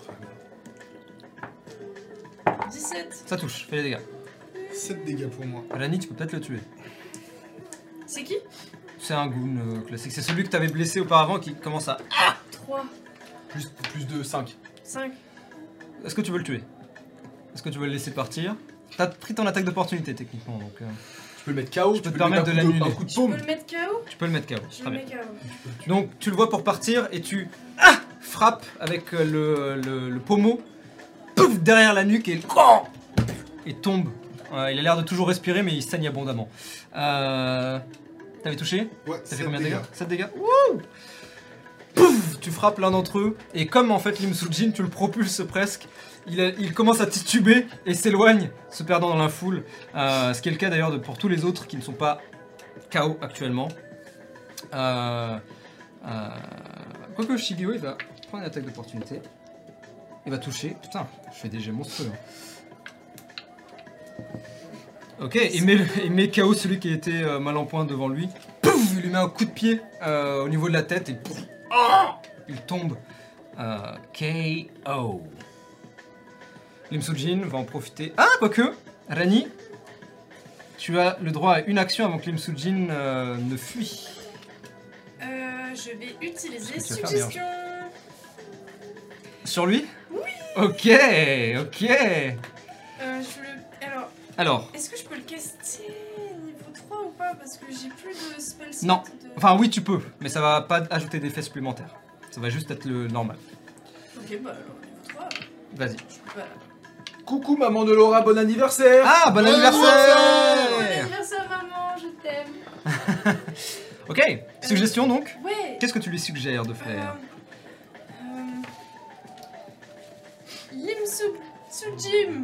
dix-sept. Ça touche, fais les dégâts. sept dégâts pour moi. Rani, tu peux peut-être le tuer. C'est qui? C'est un goon euh, classique. C'est celui que t'avais blessé auparavant qui commence à... trois, Plus, plus de cinq. cinq. Est-ce que tu veux le tuer? Est-ce que tu veux le laisser partir? T'as pris ton attaque d'opportunité techniquement, donc euh, Tu peux le mettre K O, Je peux tu te permettre le de mettre un coup l'annuler. Un coup de Je peux paume. le mettre K O? tu peux le mettre K O. Je Très le bien. mets K O. Donc tu le vois pour partir et tu ah, frappes avec euh, le, le, le pommeau pouf, derrière la nuque et et tombe. Euh, il a l'air de toujours respirer mais il saigne abondamment. Euh, T'avais touché? Ouais, Ça fait sept combien de dégâts? dégâts. sept dégâts. Wouh! Pouf! Tu frappes l'un d'entre eux et comme en fait Lim Soo-jin tu le propulses presque, il, a- il commence à tituber et s'éloigne, se perdant dans la foule. Euh, ce qui est le cas d'ailleurs de- pour tous les autres qui ne sont pas K O actuellement. Euh, euh, quoique Shigeo il va prendre une attaque d'opportunité. Il va toucher. Putain, je fais des jets monstrueux. hein. Ok, il met, le- il met K O celui qui était euh, mal en point devant lui. Pouf, il lui met un coup de pied euh, au niveau de la tête et pouf, ah, il tombe. Euh, K O. Lim Soo-jin va en profiter. Ah, quoique, Rani, tu as le droit à une action avant que Lim Soo-jin euh, ne fuit. Euh, je vais utiliser Qu'est-ce que tu vas faire, suggestion. Sur lui? Oui. Ok, ok. Euh, je le... Alors, Alors, est-ce que je peux le caster niveau trois ou pas? Parce que j'ai plus de spell slot Non. de... enfin oui, tu peux, mais ça va pas ajouter d'effets supplémentaires. Ça va juste être le normal. Ok, bah alors niveau trois, Vas-y. je peux pas... Coucou maman de Laura, bon anniversaire. Ah, bon Bon anniversaire! Bon anniversaire maman, je t'aime. Ok, suggestion donc. Ouais. Qu'est-ce que tu lui suggères de Euh, faire? euh, Lim Soo Soo-jim.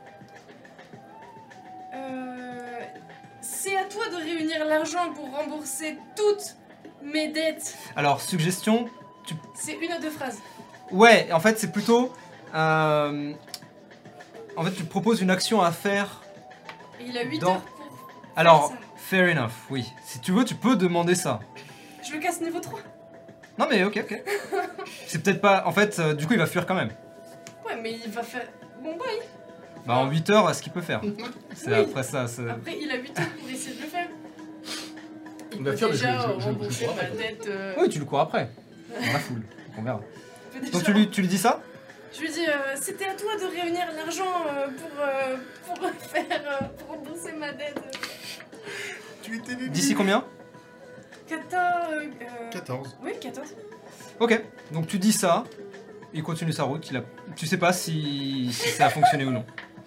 Euh, c'est à toi de réunir l'argent pour rembourser toutes mes dettes. Alors, suggestion. C'est une à deux phrases. Ouais, en fait, c'est plutôt. euh, En fait, tu proposes une action à faire. Et il a huit Dans- heures pour. Alors, faire fair enough, oui. Si tu veux, tu peux demander ça. ça. Je le casse niveau trois. Non, mais ok, ok. C'est peut-être pas. En fait, euh, du coup, il va fuir quand même. Ouais, mais il va faire. Bon, bah, il- Bah, en huit heures, ce qu'il peut faire. C'est Oui. après ça. c'est- après, il a huit heures pour essayer de le faire. Il Il va peut faire, mais déjà je- je- je- je rembourser crois ma pas. dette. euh, Oui, tu le cours après. Dans la foule. On verra. il peut déjà- Donc, tu lui, tu lui dis ça? Je lui dis, euh, c'était à toi de réunir l'argent euh, pour, euh, pour faire, euh, pour rembourser ma dette. Tu étais bébé. D'ici combien? quatorze. euh, quatorze. Oui, quatorze. Ok, donc tu dis ça, il continue sa route, il a... tu sais pas si, si ça a fonctionné ou non.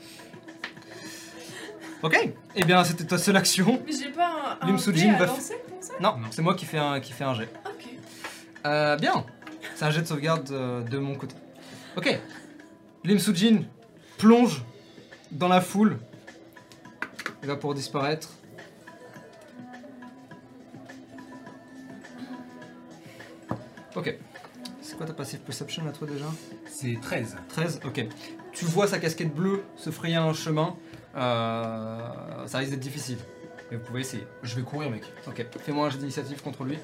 Ok, eh bien c'était ta seule action. Mais j'ai pas un, un Lim dé Soo-jin à va- lancer pour ça. Non, Non. c'est moi qui fais un, qui fais un jet. Ok. Euh, bien, C'est un jet de sauvegarde euh, de mon côté. Ok. Lim Soo-jin plonge dans la foule. Il va pour disparaître. Ok. C'est quoi ta passive perception à toi déjà? C'est treize. treize, ok. Tu vois sa casquette bleue se frayer un chemin. Euh, ça risque d'être difficile. Mais vous pouvez essayer. Je vais courir, mec. Ok. Fais-moi un jet d'initiative contre lui.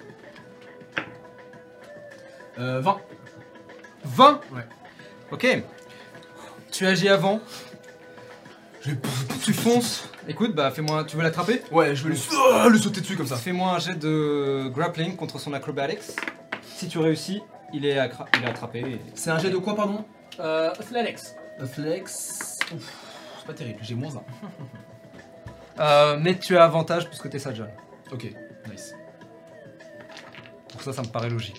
Euh, vingt. vingt. Ouais. Ok. Tu agis avant. Je vais... Tu fonces. Écoute, bah fais-moi. Tu veux l'attraper? Ouais, je vais le, ah, le sauter dessus comme ça. Fais-moi un jet de grappling contre son acrobatics. Si tu réussis, il est, accra- il est attrapé. et- C'est un jet de quoi, pardon? Euh, athletics. Flex. Ouf, c'est pas terrible, j'ai moins un. Euh, mais tu as avantage puisque t'es Sajan. Ok, nice. Pour ça, ça me paraît logique.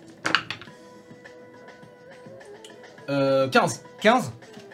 Euh, quinze. quinze.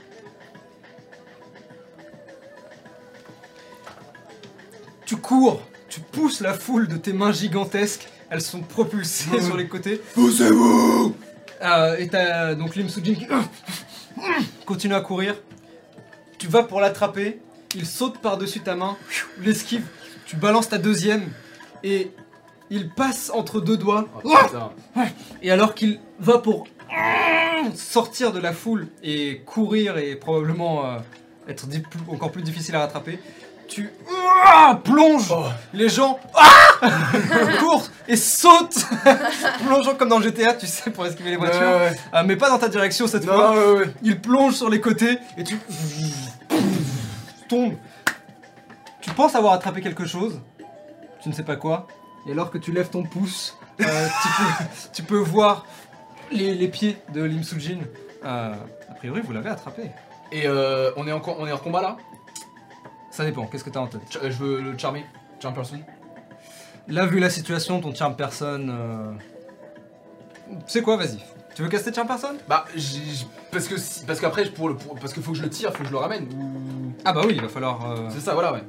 Tu cours, tu pousses la foule de tes mains gigantesques. Elles sont propulsées Ouais. sur les côtés. Poussez-vous! Euh, et t'as donc Lim Soo-jin qui continue à courir. Tu vas pour l'attraper. Il saute par-dessus ta main. L'esquive. Tu balances ta deuxième. Et il passe entre deux doigts. Oh, putain. Et alors qu'il va pour sortir de la foule et courir et probablement euh, être di- plus- encore plus difficile à rattraper, tu plonges. Oh. Les gens ah courent et sautent, plongeant comme dans G T A, tu sais, pour esquiver les voitures. Ouais, ouais. Euh, mais pas dans ta direction cette Non, fois. ouais, ouais. Il plonge sur les côtés et tu tombes. Tu penses avoir attrapé quelque chose, tu ne sais pas quoi, et alors que tu lèves ton pouce, euh, tu, peux, tu peux voir les, les pieds de Lim Soo-jin. Euh, a priori, vous l'avez attrapé. Et euh, on est en, co- on est en combat là? Ça dépend, qu'est-ce que t'as en tête? Ch- Je veux le charmer. Charm person. Là, vu la situation, ton charm person. Euh... Tu sais quoi, vas-y. Tu veux caster charm person? Bah, j'ai- j'ai- parce que si- parce qu'après pour le pour- parce qu'il faut que je le tire, faut que je le ramène. Ou... Ah bah oui, il va falloir. euh, C'est ça, voilà, ouais.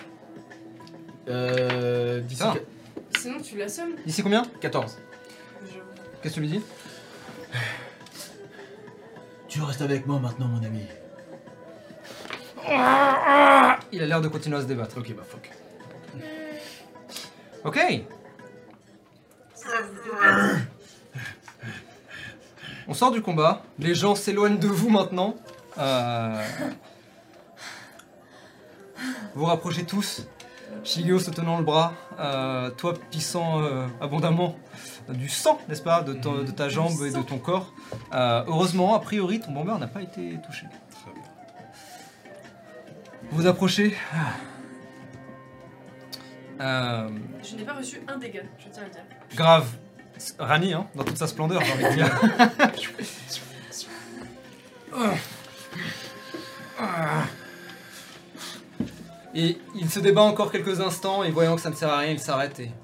Euh. D'ici Ça. qu- Sinon, tu l'assommes. Ici combien? quatorze. Je- Qu'est-ce que tu lui dis? Tu restes avec moi maintenant, mon ami. Il a l'air de continuer à se débattre. Ok, bah fuck. Ok. On sort du combat. Les gens s'éloignent de vous maintenant. Euh... Vous rapprochez tous. Shigeo se tenant le bras. euh, toi pissant euh, abondamment du sang, n'est-ce pas, de, ton- de ta jambe et de ton corps. Euh, heureusement, a priori, ton bomber n'a pas été touché. Vous vous approchez. Euh, Je n'ai pas reçu un dégât, je tiens à le dire. grave. Rani, hein, dans toute sa splendeur, j'ai envie de dire. Et il se débat encore quelques instants et voyant que ça ne sert à rien, il s'arrête et...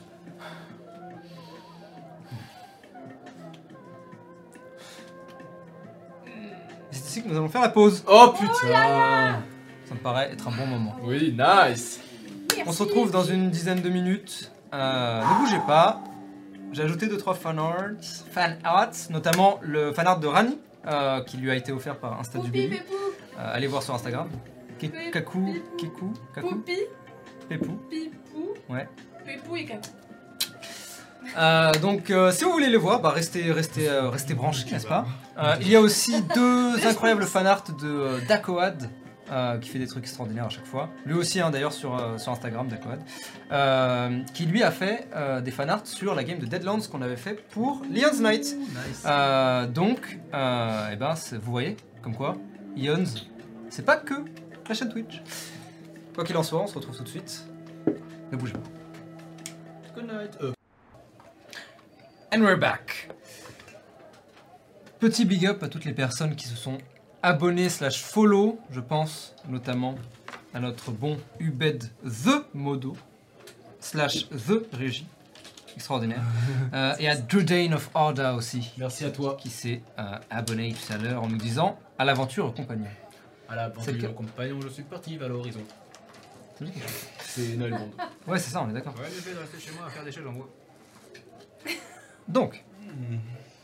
C'est ici que nous allons faire la pause. Oh putain! Ça me paraît être un bon moment. Oui, nice! On se retrouve dans une dizaine de minutes. Euh, ne bougez pas. J'ai ajouté deux trois fan arts, fan arts, notamment le fan art de Rani, euh, qui lui a été offert par Insta du Poupi, Baby. pépou, Euh, allez voir sur Instagram. Ke- Pépou, Kaku, pépou. Keku, Kaku, poupi, Pépou. pipou, Ouais. pépou et catou. Euh, donc, euh, si vous voulez les voir, bah, restez, restez, euh, restez branchés, n'est-ce pas? Euh, Il y a aussi deux incroyables fan art de euh, Dakoad, euh, qui fait des trucs extraordinaires à chaque fois. Lui aussi, hein, d'ailleurs, sur, euh, sur Instagram, Dakoad, euh, qui lui a fait euh, des fan art sur la game de Deadlands qu'on avait fait pour Leon's Night. Euh, donc, euh, eh ben, c'est- vous voyez, comme quoi, Ions, c'est pas que la chaîne Twitch. Quoi qu'il en soit, on se retrouve tout de suite. Ne bougez pas. Good night. Euh, And we're back. Petit big up à toutes les personnes qui se sont abonnées slash follow, je pense notamment à notre bon Ubed The Modo slash The Régie, extraordinaire, Euh, et à Drudane of Orda aussi, Merci à toi. qui s'est euh, abonné tout à l'heure en nous disant à l'aventure compagnon. À la C'est le partie cas. compagnon, je suis parti vers l'horizon. Ça me dit quelque chose. C'est Noël Bond. Ouais, c'est ça, on est d'accord. Ouais, le fait de rester chez moi à faire des choses en bois. Donc,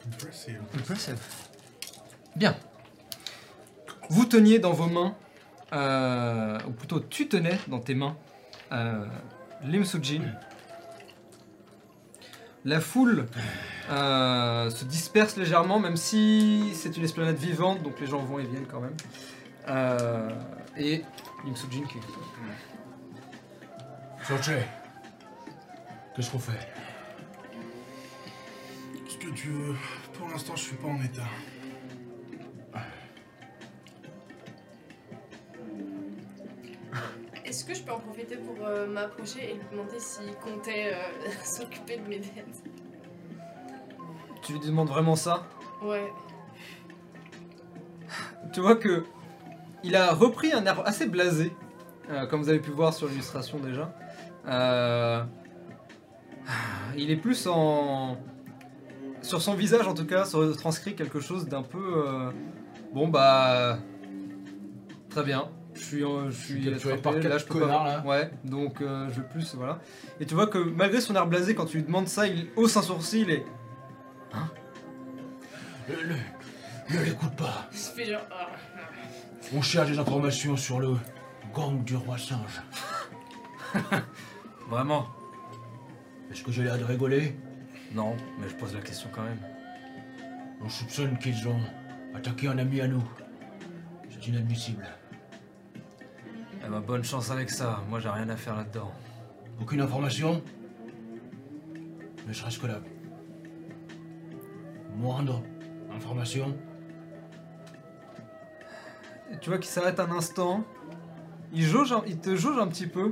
Impressive. Impressive. Bien. Vous teniez dans vos mains, euh, ou plutôt tu tenais dans tes mains, euh, Lim Soo-jin. La foule euh, se disperse légèrement, même si c'est une esplanade vivante, donc les gens vont et viennent quand même. Euh, et Lim Soo-jin qui... Sorche, qu'est-ce qu'on fait? Ce que tu veux. Pour l'instant, je suis pas en état. Est-ce que je peux en profiter pour euh, m'approcher et lui demander s'il comptait euh, s'occuper de mes dettes? Tu lui demandes vraiment ça? Ouais. Tu vois que il a repris un air assez blasé, euh, comme vous avez pu voir sur l'illustration déjà. Euh, il est plus en... Sur son visage en tout cas, se retranscrit quelque chose d'un peu... euh, Bon bah... Très bien. Je suis, euh, je suis capturé attrapé, par quatre là, je peux connards, pas... là. Ouais, donc euh, je vais plus, voilà. Et tu vois que malgré son air blasé, quand tu lui demandes ça, il hausse un sourcil et... Le, le- ne l'écoute pas. Je fais genre. ah. On cherche des informations sur le gang du roi singe. Vraiment? Est-ce que j'ai l'air de rigoler? Non, mais je pose la question quand même. On soupçonne qu'ils ont attaqué un ami à nous. C'est inadmissible. Eh ben, bonne chance avec ça, moi j'ai rien à faire là-dedans. Aucune information? Ne serait-ce que la moindre information? Et tu vois qu'il s'arrête un instant, il, jauge un- il te jauge un petit peu.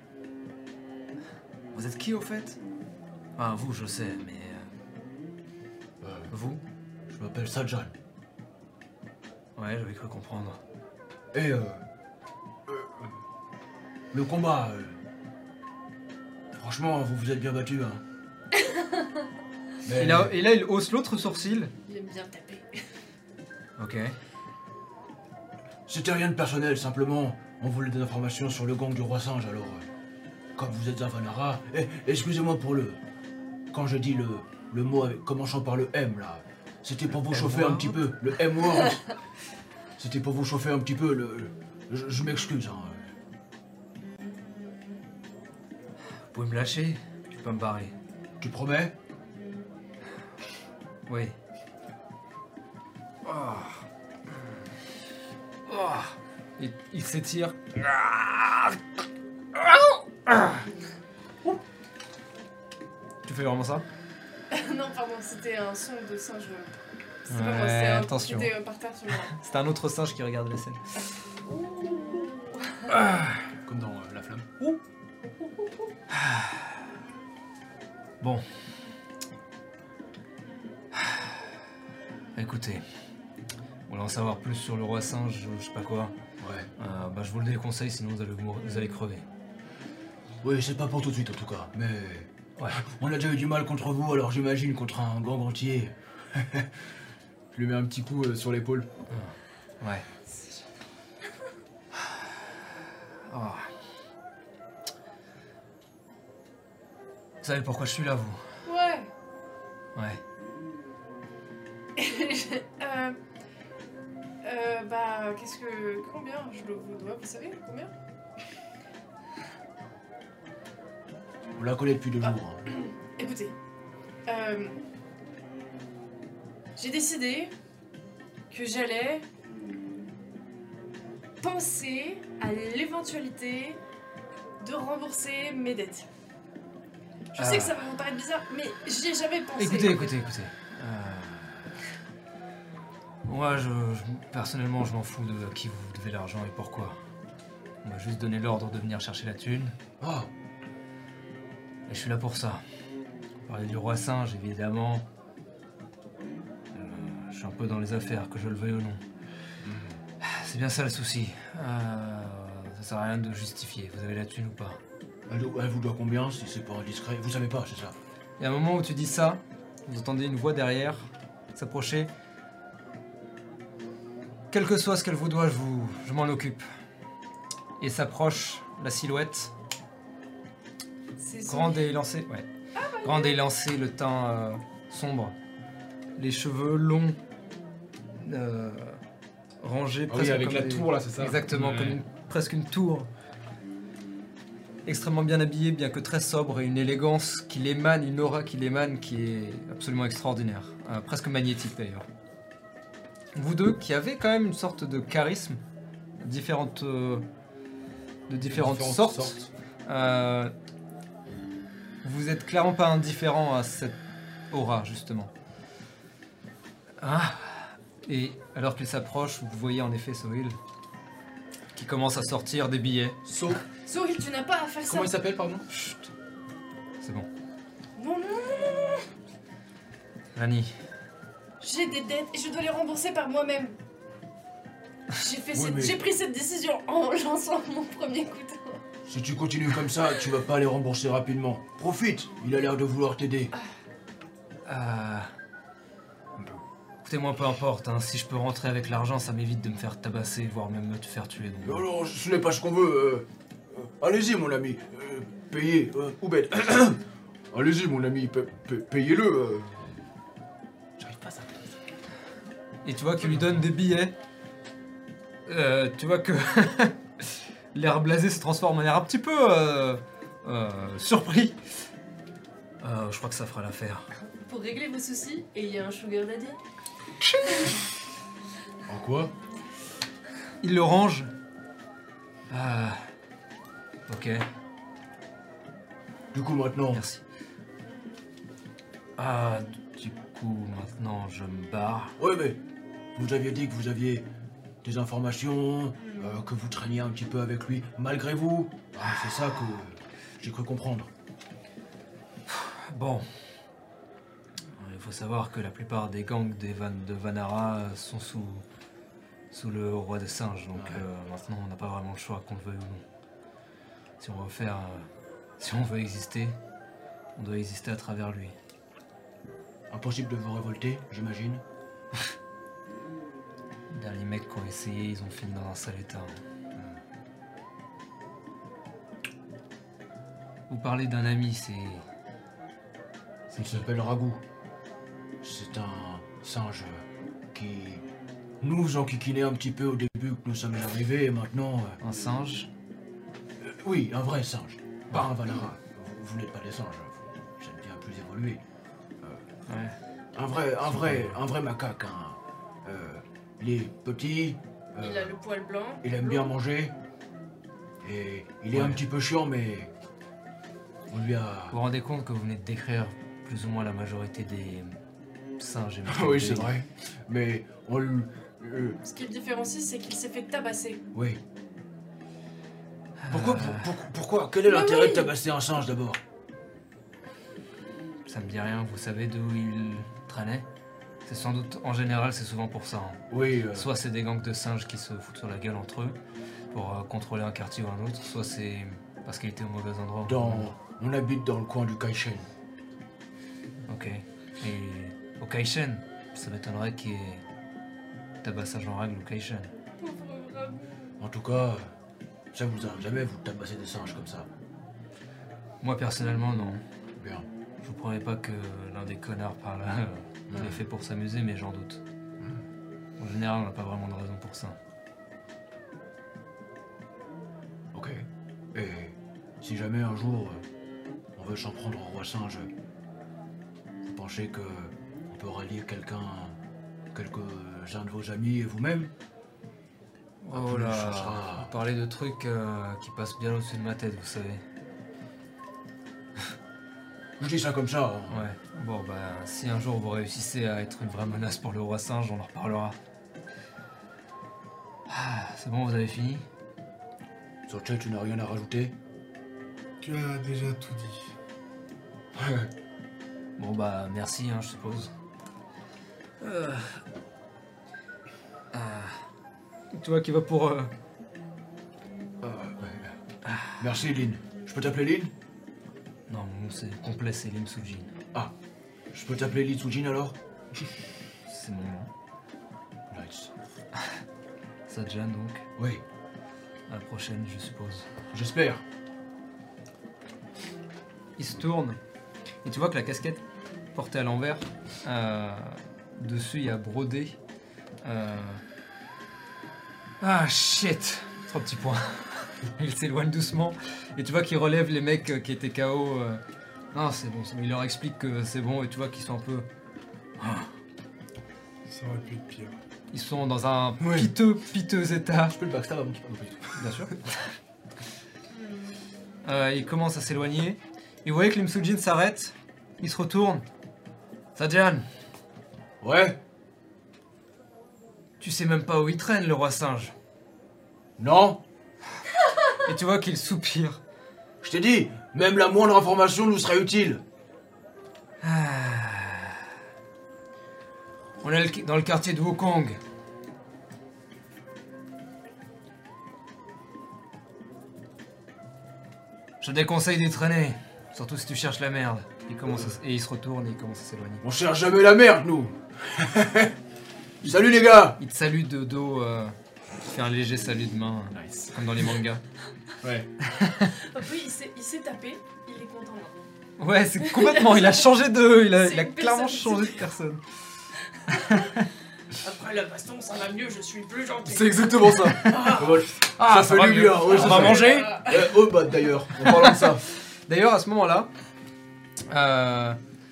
Vous êtes qui au fait? Enfin vous je sais, mais... euh, Euh, vous? je m'appelle Sajan. Ouais, j'avais cru comprendre. Et euh, euh, le combat, euh, franchement, vous vous êtes bien battu, hein. Mais Et là, et là il hausse l'autre sourcil. Il aime bien taper. Ok. c'était rien de personnel, simplement, on voulait des informations sur le gang du roi singe, alors, euh, comme vous êtes un Vanara, et excusez-moi pour le, quand je dis le, le mot avec, commençant par le M, là, c'était pour vous chauffer un M-word. petit peu, le M-word, c'était pour vous chauffer un petit peu, le, le- je, je m'excuse, hein. Vous pouvez me lâcher? Je peux me barrer. Tu promets? Oui. Oh. Oh. Il, il s'étire. Tu fais vraiment ça? Non, pardon, c'était un son de singe. C'était pas Ouais, moi, c'était un attention. C'était euh, par terre sur moi. C'était un autre singe qui regarde la scène. Comme dans euh, La Flamme. Bon. Écoutez, vous voulez en savoir plus sur le roi singe, je sais pas quoi. Ouais. Euh, bah, je vous le déconseille, sinon vous allez, mourir- vous allez crever. Oui, c'est pas pour tout de suite en tout cas, mais Ouais. on a déjà eu du mal contre vous, alors j'imagine contre un gang entier. Je lui mets un petit coup euh, sur l'épaule. Ouais. Oh. Vous savez pourquoi je suis là, vous? Ouais. Ouais. euh, euh, bah, qu'est-ce que. Combien je le- vous dois, vous savez combien? On la connaît depuis deux jours. hein. Écoutez, euh, j'ai décidé que j'allais penser à l'éventualité de rembourser mes dettes. Je sais Ah. que ça va vous paraître bizarre, mais j'y ai jamais pensé. Écoutez, écoutez, écoutez. Euh, Moi, je, je- personnellement, je m'en fous de à qui vous devez l'argent et pourquoi. On m'a juste donné l'ordre de venir chercher la thune, Ah, et je suis là pour ça. On parlait du roi singe, évidemment. Euh, je suis un peu dans les affaires, que je le veuille ou non. C'est bien ça le souci. Euh, ça sert à rien de justifier. Vous avez la thune ou pas? elle, elle vous doit combien si c'est pas indiscret? Vous savez pas, c'est ça? Il y a un moment où tu dis ça, vous entendez une voix derrière s'approcher. Quel que soit ce qu'elle vous doit, je, vous, je m'en occupe. Et s'approche la silhouette, C'est grande et élancée, ouais. Grande et élancée, le teint euh, sombre. les cheveux longs, euh, rangés Ah oui, presque avec comme la des- tour là, c'est ça? Exactement, Ouais. comme une- presque une tour. Extrêmement bien habillé, bien que très sobre, et une élégance qui l'émane, une aura qui l'émane qui est absolument extraordinaire. Euh, presque magnétique d'ailleurs. Vous deux, qui avez quand même une sorte de charisme, différentes, euh, de différentes, sortes, euh, vous êtes clairement pas indifférent à cette aura, justement. Ah. Et alors qu'il s'approche, vous voyez en effet Sohil qui commence à sortir des billets. So, Sohil, tu n'as pas à faire ça. comment il s'appelle, pardon? Chut. C'est bon. Non, non, Rani, j'ai des dettes et je dois les rembourser par moi-même. J'ai fait Oui, cette- mais- j'ai pris cette décision en lançant mon premier couteau. Si tu continues comme ça, tu vas pas les rembourser rapidement. Profite, il a l'air de vouloir t'aider. euh... écoutez-moi, peu importe, hein, si je peux rentrer avec l'argent, ça m'évite de me faire tabasser, voire même me faire tuer. donc- Non, non, ce n'est pas ce qu'on veut. euh, euh, Allez-y, mon ami. Euh, payez. Euh, Oubed. Allez-y, mon ami. pa- pa- Payez-le. euh. J'arrive pas à ça. Et tu vois qu'il lui donne des billets. Euh, tu vois que l'air blasé se transforme en air un petit peu euh, euh, surpris. Euh, je crois que ça fera l'affaire. Pour régler vos soucis, et il y a un sugar daddy. En quoi? Il le range. Ah. Ok, Du coup, maintenant. merci. Ah, du coup, maintenant je me barre. Ouais, mais vous aviez dit que vous aviez des informations, euh, que vous traîniez un petit peu avec lui, malgré vous. Ah, c'est ça que j'ai cru comprendre. Bon. Il faut savoir que la plupart des gangs des Van- de Vanara sont sous, sous le roi des singes, donc Ouais. euh, maintenant on n'a pas vraiment le choix, qu'on le veuille ou non. Si on veut faire, euh, si on veut exister, on doit exister à travers lui. Impossible de vous révolter, j'imagine. Les derniers mecs qui ont essayé, ils ont fini dans un sale état. Vous parlez d'un ami, c'est... C'est Il qui? s'appelle Ragout. C'est un singe qui nous enquiquinait un petit peu au début que nous sommes arrivés et maintenant... euh, Un singe? euh, oui, un vrai singe. Pas un Valara. Vous, vous n'êtes pas des singes, vous, vous êtes bien plus évolués. Ouais. Un vrai, un vrai, un vrai macaque. Un, euh, il est petit, euh, Il a le poil blanc. il aime bien manger. Et il est Ouais. un petit peu chiant, mais on lui a... Vous vous rendez compte que vous venez de décrire plus ou moins la majorité des singes et oui, c'est vrai. Mais on lui... euh, Ce qui le différencie, c'est qu'il s'est fait tabasser. oui. Pourquoi, Euh, pour- pour- pourquoi Quel est Mais l'intérêt oui. de tabasser un singe d'abord? Ça me dit rien, vous savez d'où il traînait? C'est sans doute, en général, c'est souvent pour ça. hein. Oui, euh, Soit c'est des gangs de singes qui se foutent sur la gueule entre eux pour euh, contrôler un quartier ou un autre, soit c'est parce qu'il était au mauvais endroit. au dans... mauvais moment. on habite dans le coin du Kaishen. Ok. Et au Kaishen, ça m'étonnerait qu'il y ait tabassage en règle au Kaishen. Pauvre Ragout. En tout cas, ça vous arrive jamais, vous tabassez des singes comme ça. Moi personnellement, non. Bien. Je vous promets pas que l'un des connards par là euh, Mm. l'ait fait pour s'amuser, mais j'en doute. En général, on n'a pas vraiment de raison pour ça. Ok. Et si jamais un jour euh, on veut s'en prendre au roi singe, vous pensez que on peut rallier quelqu'un, quelques-uns de vos amis et vous-même? Oh plus, là, ça sera- vous parlez de trucs euh, qui passent bien au-dessus de ma tête, vous savez. Je dis ça comme ça. hein. Ouais. Bon, bah, si un jour vous réussissez à être une vraie menace pour le roi singe, on en reparlera. Ah, c'est bon, vous avez fini? Sorche, tu n'as rien à rajouter? Tu as déjà tout dit. Bon, bah, merci, hein, je suppose. Euh. Ah. Tu vois qu'il va pour... euh, Euh, ouais. Merci, Lynn. Je peux t'appeler Lynn? Non, mon nom c'est complet, c'est Lim Sujin. Ah, je peux t'appeler Lynn Sujin alors? C'est mon nom. Nice. Sajan, donc. Oui, À la prochaine, je suppose. j'espère. Il se tourne et tu vois que la casquette portée à l'envers, euh, Dessus, il y a brodé. Euh... Ah shit, trois petits points. Il s'éloigne doucement et tu vois qu'il relève les mecs euh, qui étaient K O. euh. Non, c'est bon, c'est bon. Il leur explique que c'est bon et tu vois qu'ils sont un peu. Ça aurait pu être pire. Ils sont dans un Ouais. piteux, piteux état. Je peux le backstab avant qu'il parle. Non, pas du tout. Bien sûr. Euh, il commence à s'éloigner. Et vous voyez que Limsujin s'arrête. Il se retourne. Sadjan, Ouais. tu sais même pas où il traîne, le roi singe. Non. Et tu vois qu'il soupire. Je t'ai dit, même la moindre information nous serait utile. On est le- dans le quartier de Wukong. Je te déconseille d'y traîner. Surtout si tu cherches la merde. Il commence à s- et il se retourne et il commence à s'éloigner. On cherche jamais la merde, nous. Salut les gars. Il te salue de dos. Euh, il fait un léger salut de main. Nice. Comme dans les mangas. Ouais. Hop, oui, il s'est- il s'est tapé, il est content maintenant. Ouais, c'est complètement. Il a changé de. Il a, C'est il a une clairement personne, changé de personne. Après la baston, ça va mieux, je suis plus gentil. C'est exactement ça. Ah, ça fait va du mieux. bien. Ouais, On ça va fait- manger. Euh, oh bah d'ailleurs, en parlant de ça. D'ailleurs, à ce moment-là, euh,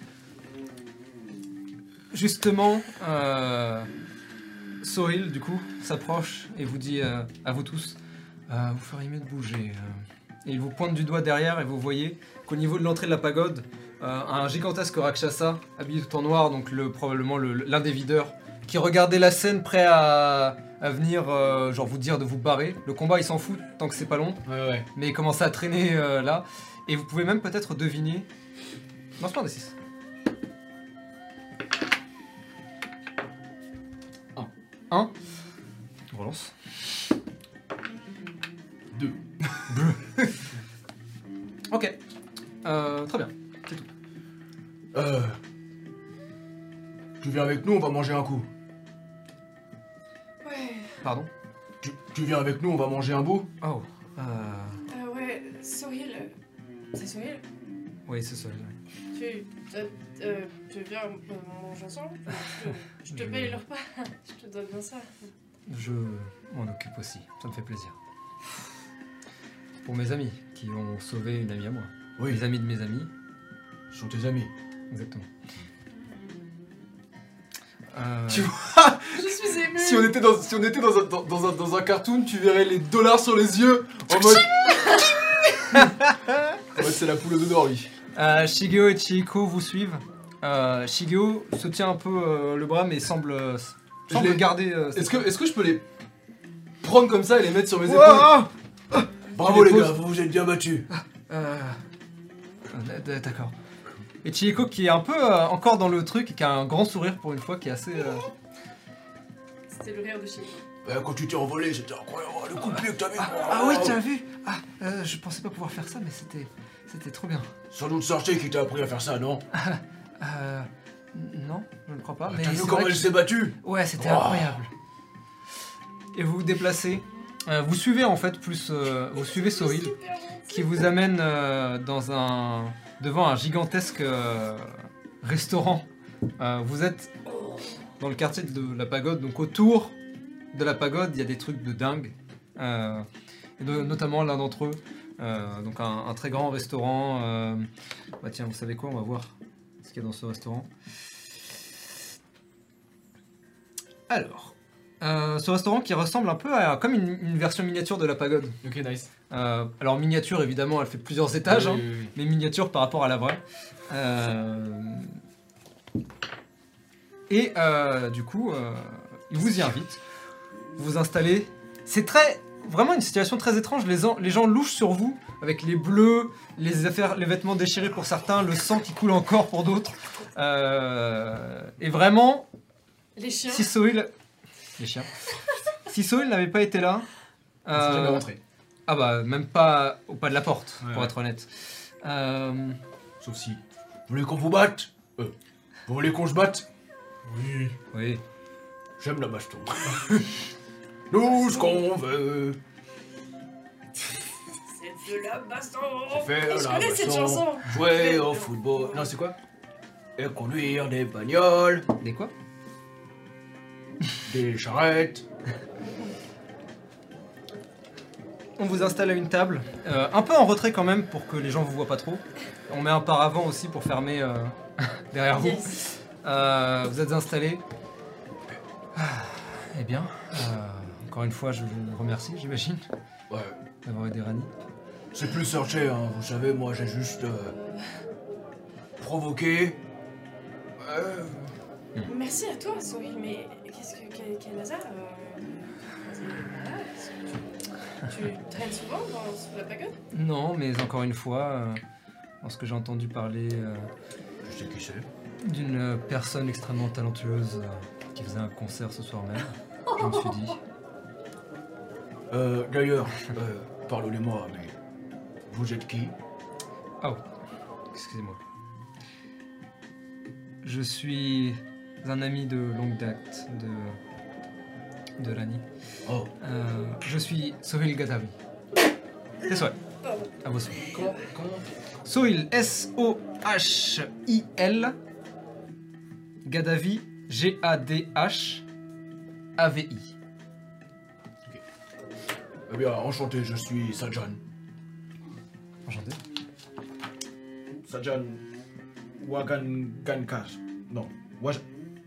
justement, euh, Sohil, du coup, s'approche et vous dit euh, à vous tous, euh, vous feriez mieux de bouger. euh. Et il vous pointe du doigt derrière et vous voyez qu'au niveau de l'entrée de la pagode, euh, un gigantesque Rakshasa, habillé tout en noir, donc le, probablement le- l'un des videurs, qui regardait la scène prêt à, à venir euh, genre vous dire de vous barrer. Le combat, il s'en fout tant que c'est pas long. Ouais, ouais. Mais il commence à traîner euh, là. Et vous pouvez même peut-être deviner. Non, c'est pas un D six. un. un. On relance. Deux. Ok. Euh, très bien. Euh. Tu viens avec nous, on va manger un coup. Ouais, Pardon. Tu, tu viens avec nous, on va manger un bout. Oh. Euh, euh, ouais, Sohil. euh, C'est Sohil? oui, c'est ça. Tu, euh, euh, tu viens euh, manger ensemble? Je te, je te paye le repas, je te donne bien ça. Je m'en occupe aussi. Ça me fait plaisir. Pour mes amis qui ont sauvé une amie à moi. Oui, Les amis de mes amis. ce sont tes amis. Exactement. Euh, Tu Je suis émue. Si on était dans, si on était dans, un, dans, dans un, dans un cartoon, tu verrais les dollars sur les yeux en mode. Ouais, c'est la poule aux œufs d'or, lui. Euh, Shigeo et Chihiko vous suivent. Euh, Shigeo se tient un peu euh, le bras mais semble, euh, semble Je l'ai- garder. euh, Est-ce que, est-ce que je peux les prendre comme ça et les mettre sur mes épaules? Ouah Bravo les les poses. gars, vous vous êtes bien battus. Euh, euh, d- D'accord. Et Chihiko qui est un peu euh, encore dans le truc et qui a un grand sourire pour une fois qui est assez. euh, C'était le rire de Chihiko. Bah, quand tu t'es envolé, c'était incroyable. Le coup de pied que t'as mis. Ah oui, tu as vu. Ah, euh, je pensais pas pouvoir faire ça mais c'était, c'était trop bien. Sans doute Sarché qui t'a appris à faire ça, non? Euh, non, je ne crois pas. Mais T'as vu c'est comment vrai elle que- s'est battue? Ouais, c'était Oh. incroyable. Et vous vous déplacez. Euh, vous suivez en fait plus. euh, vous suivez Sohil qui vous amène euh, dans un devant un gigantesque euh, restaurant. Euh, vous êtes dans le quartier de la pagode, donc autour de la pagode, il y a des trucs de dingue. Euh, et de- notamment l'un d'entre eux, euh, donc un, un très grand restaurant. euh, Bah tiens, vous savez quoi? On va voir ce qu'il y a dans ce restaurant. Alors, euh, ce restaurant qui ressemble un peu à comme une, une version miniature de la pagode. Ok, nice. Euh, alors miniature évidemment, elle fait plusieurs étages, hein, Oui, oui, oui. mais miniature par rapport à la vraie. Euh, Et euh, du coup, euh, il vous y invite. Vous vous installez. C'est très, vraiment une situation très étrange. Les, gens- les gens louchent sur vous avec les bleus, les affaires, les vêtements déchirés pour certains, le sang qui coule encore pour d'autres. Euh, et vraiment, Les chiens. si Sohil, les chiens. Si Sohil n'avait pas été là, On s'est jamais euh, rentré. ah bah même pas au pas de la porte, Ouais, pour ouais. être honnête. Euh, Sauf si. Vous voulez qu'on vous batte? Euh. Vous voulez qu'on se batte? Oui. oui. J'aime la baston. Nous, ce qu'on veut. C'est de la baston. Faire Je la connais cette baston, chanson. Jouer au football. Non, c'est quoi? Et conduire des bagnoles. Des quoi? des charrettes. On vous installe à une table, euh, un peu en retrait quand même pour que les gens vous voient pas trop. On met un paravent aussi pour fermer euh, derrière vous. Yes. Euh, vous êtes installés. Ah, eh bien, euh, encore une fois, je vous remercie, j'imagine, Ouais. d'avoir aidé Rani. C'est plus searché, hein. Vous savez, moi j'ai juste euh, provoqué. Euh, Merci à toi, Zoé, mais qu'est-ce que quel, quel hasard euh, c'est- voilà, est-ce que tu, tu traînes souvent dans, sous la pagode? Non, mais encore une fois, euh, lorsque j'ai entendu parler euh, je sais qui c'est. d'une euh, personne extrêmement talentueuse euh, qui faisait un concert ce soir même, je me suis dit... Euh, d'ailleurs, euh, pardonnez-moi, mais vous êtes qui? Oh, excusez-moi. Je suis un ami de longue date de, de Rani. Oh, Euh, je suis Sohil Gadavi. C'est ça, Pardon. à vos souhaits. Comment, comment Sohil, S O H I L. Gadavi, G A D H A V I. eh bien, enchanté, je suis Sajan. Enchanté. Sajan Wagangankar. Non, Waj...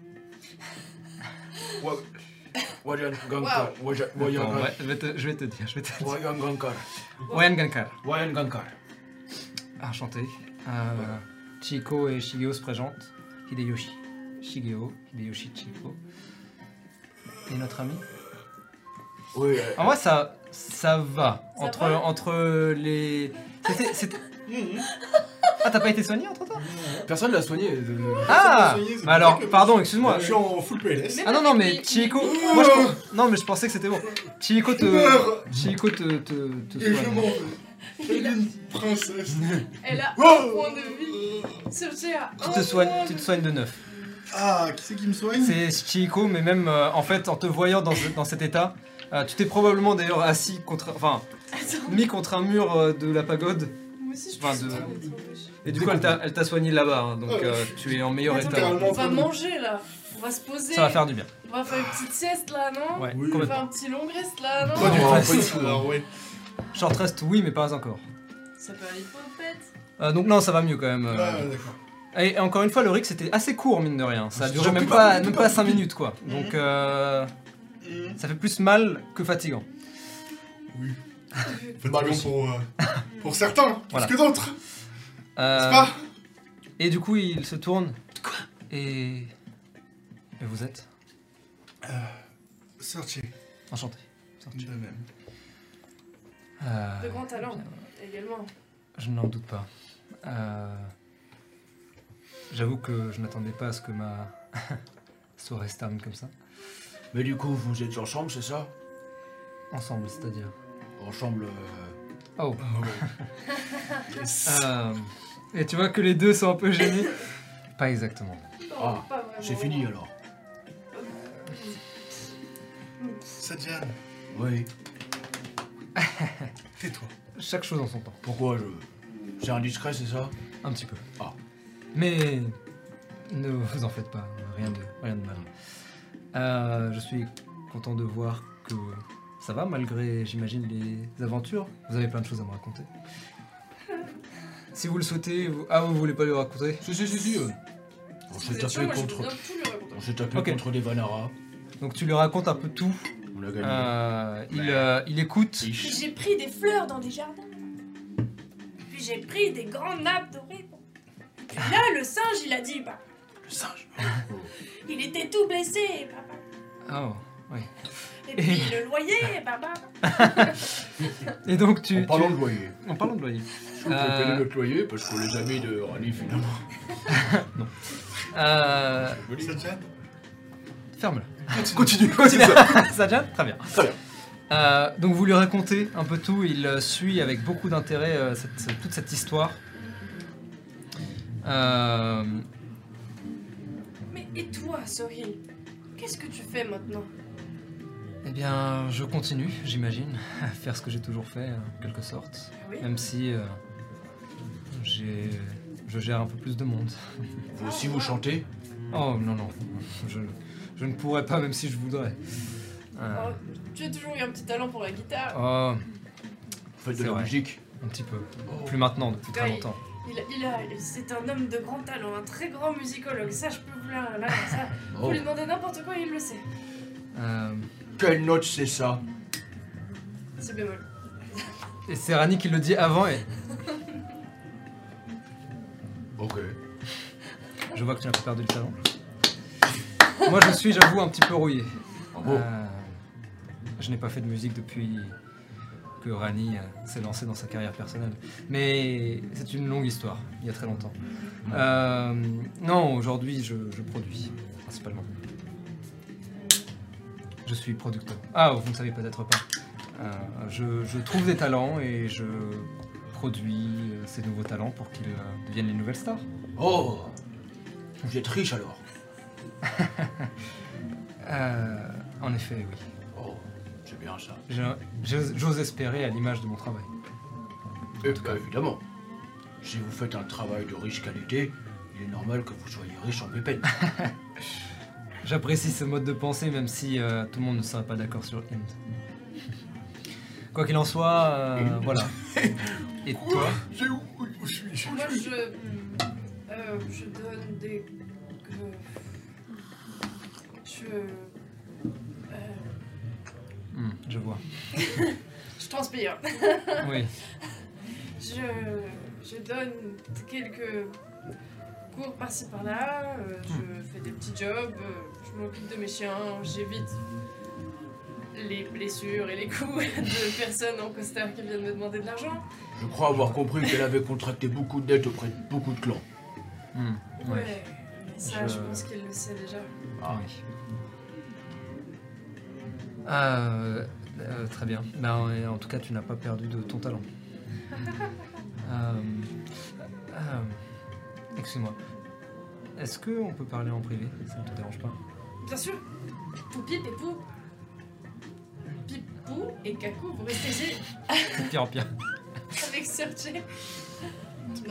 Wa- Wajan Gankar. Waja- Attends, Wayan- ouais, je, vais te, je vais te dire, je vais te dire. Wayan Gankar. Wayan Gankar. Wayan Gankar. Enchanté. Euh, Chiko et Shigeo se présentent. Hideyoshi. Shigeo, Hideyoshi, Chiko. Et notre ami. Oui, euh, En vrai, ça, ça va. Ça entre, va entre les. C'était. c'était- Ah, t'as pas été soigné entre temps personne l'a soigné. euh, Ah soigné, c'est bah pour alors, ça que- pardon, excuse-moi. Je suis en full P L S. Ah non, non, mais Chihiko. Moi, je pense- Non, mais je pensais que c'était bon. Chihiko te. Meurs. Chihiko te. te, te Et je soigne. m'en vais. Elle est une princesse. Elle a Oh un point de vie. Searché à Tu un te soignes, point tu de te soignes de neuf. Ah, qui c'est qui me soigne? C'est Chihiko, mais même euh, en fait, en te voyant dans, ce- dans cet état, euh, tu t'es probablement d'ailleurs assis contre. Enfin, Attends, mis contre un mur euh, de la pagode. moi aussi je Enfin, pense de- que c'est trop moche. Et du coup, elle t'a elle t'a soigné là-bas. hein, donc, euh, tu es en meilleur Attends, état. on va manger là. On va se poser. Ça va faire du bien. On va faire une petite sieste là, non? Ouais, Oui. On va faire complètement. un petit long rest là, non? Pas du Ouais, tout. pas du tout. Alors, ouais. Short rest, oui, mais pas encore. Ça peut aller popette. Euh, donc, non, ça va mieux quand même. euh. Ah, d'accord. Et encore une fois, le rig c'était assez court, mine de rien. Ça a J'en duré même peux pas, pas, même pas pas cinq plus. minutes, quoi. Donc, euh, Mmh. ça fait plus mal que fatigant. Oui. Fatigant pour, euh, pour certains, plus Voilà. que d'autres. Euh, C'est pas? Et du coup, il se tourne. Quoi Et. Et vous êtes Sorti. enchanté. De même. Euh, De grands talents également. Je n'en doute pas. Euh, J'avoue que je n'attendais pas à ce que ma soirée se termine comme ça. Mais du coup, vous êtes ensemble, c'est ça? Ensemble, c'est-à-dire. Ensemble. euh, Oh. Ah ouais. Yes. Euh, Et tu vois que les deux sont un peu gênés. Pas exactement. Non, Ah, pas vraiment. C'est fini alors. Sadjan, Oui. tais-toi. Chaque chose en son temps. Pourquoi je. C'est indiscret, c'est ça? Un petit peu. Ah. Mais ne vous en faites pas, rien de, rien de mal. Euh, je suis content de voir que ça va malgré, j'imagine, les aventures. Vous avez plein de choses à me raconter. Si vous le souhaitez, vous... ah vous voulez pas lui raconter? Si, si, si, si. euh. On Vous s'est êtes sûr, tapé moi je veux contre. bien tout lui raconter. On s'est tapé Ok. contre des Vanara. Donc tu lui racontes un peu tout. On a gagné. Euh, il, euh, il écoute. Puis Ish. j'ai pris des fleurs dans des jardins. Puis j'ai pris des grandes nappes dorées. Puis là, le singe, il a dit, bah, Le singe. il était tout blessé, papa. Oh, oui. Et puis le loyer, papa. Et donc tu. En parlant tu- de loyer. En parlant de loyer. Je peux Euh, payer notre loyer parce qu'on les a mis de Rani finalement. Euh, Sadjan, Ferme-le. continue. Continue. Ça déjà Très bien. Très bien. Euh, donc vous lui racontez un peu tout, il euh, suit avec beaucoup d'intérêt euh, cette- toute cette histoire. Euh, Mais et toi, Sohil, qu'est-ce que tu fais maintenant? eh bien, je continue, j'imagine, à faire ce que j'ai toujours fait, en quelque sorte. Oui. Même si euh, j'ai, je gère un peu plus de monde. Vous aussi vous chantez? Oh non, non, je, Je ne pourrais pas, même si je voudrais. Euh, Oh, tu as toujours eu un petit talent pour la guitare. Oh, Faites C'est de la vrai. musique. un petit peu. Plus maintenant, depuis très Ouais. longtemps. Il, a- il a, c'est un homme de grand talent, un très grand musicologue. Ça, je peux vous la, la- ça. Oh. Vous lui demandez n'importe quoi, il le sait. Euh, Quelle note c'est ça? C'est bémol. et c'est Rani qui le dit avant et Ok. je vois que tu n'as pas perdu le talent. Moi, je suis, j'avoue, un petit peu rouillé. Bravo. Euh, je n'ai pas fait de musique depuis que Rani euh, s'est lancé dans sa carrière personnelle. Mais c'est une longue histoire, il y a très longtemps. Euh, non, aujourd'hui, je, je produis, principalement. Je suis producteur. Ah, vous ne savez peut-être pas. Euh, je, je trouve des talents et je produis euh, ces nouveaux talents pour qu'ils euh, deviennent les nouvelles stars. Oh. Vous êtes riche alors? Euh, en effet, oui. Oh, c'est bien ça. Je- j'ose j'ose espérer à l'image de mon travail. Et bah, évidemment. Si vous faites un travail de riche qualité, il est normal que vous soyez riche en pépène. J'apprécie ce mode de pensée, même si euh, tout le monde ne serait pas d'accord sur Int. Quoi qu'il en soit, euh, Int. voilà. Et toi? C'est où où je suis, je Moi, suis. je, euh, je donne des, euh, je, euh, Hmm, je vois. je transpire. Oui. Je, je donne quelques cours par-ci par-là, euh, je fais des petits jobs, euh, je m'occupe de mes chiens, j'évite les blessures et les coups de personnes en costard qui viennent me demander de l'argent. Je crois avoir compris qu'elle avait contracté beaucoup de dettes auprès de beaucoup de clans. Hmm, Ouais, ouais. mais ça, je, Je- pense qu'elle le sait déjà. Ah. Oui. Euh, euh, très bien. Ben, et en tout cas, tu n'as pas perdu de ton talent. Euh, euh, Excuse-moi. Est-ce qu'on peut parler en privé? Ça ne te dérange pas? Bien sûr, Poupi, Pépou, Pipou et Kakou, vous restez ici C'est de pire en pire. avec Sergei. Non.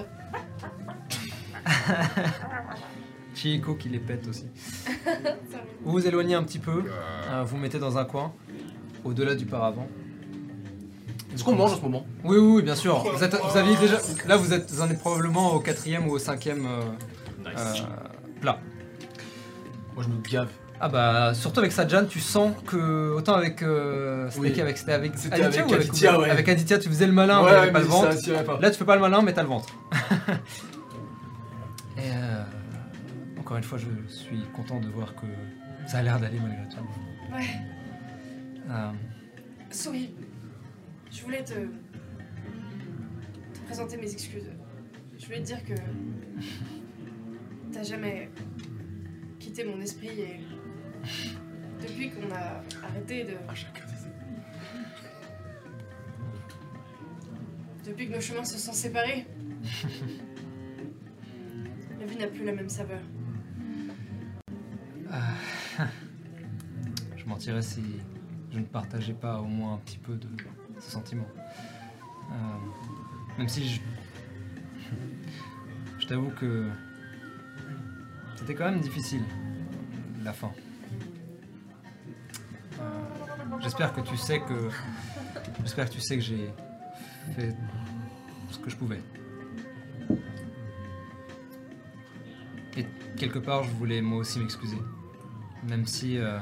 Chieko qui les pète aussi. Ça va. Vous vous éloignez un petit peu, euh, vous mettez dans un coin, au-delà du paravent. Est-ce qu'on mange en ce moment? Oui, oui, oui, bien sûr. Vous, êtes, vous aviez déjà. Là, vous êtes, vous en êtes probablement au quatrième ou au cinquième euh, euh, plat. Moi je me gave. Ah bah, surtout avec Sajan, tu sens que autant avec euh, c'était Oui. qui avec c'était avec C'était Aditya avec ou avec Aditya, Uber ouais. Avec Aditya, tu faisais le malin, mais t'avais pas le ventre. tirait pas. Là, tu fais pas le malin, mais t'as le ventre. Et euh, encore une fois, je suis content de voir que ça a l'air d'aller malgré tout. Ouais, Euh, souris. Je voulais te... te présenter mes excuses. Je voulais te dire que t'as jamais quitté mon esprit et depuis qu'on a arrêté de... Depuis que nos chemins se sont séparés, la vie n'a plus la même saveur. je mentirais si je ne partageais pas au moins un petit peu de ce sentiment. Euh, même si je, je t'avoue que c'était quand même difficile, la fin. Euh, J'espère que tu sais que j'espère que tu sais que j'ai fait ce que je pouvais. Et quelque part, je voulais moi aussi m'excuser, même si euh,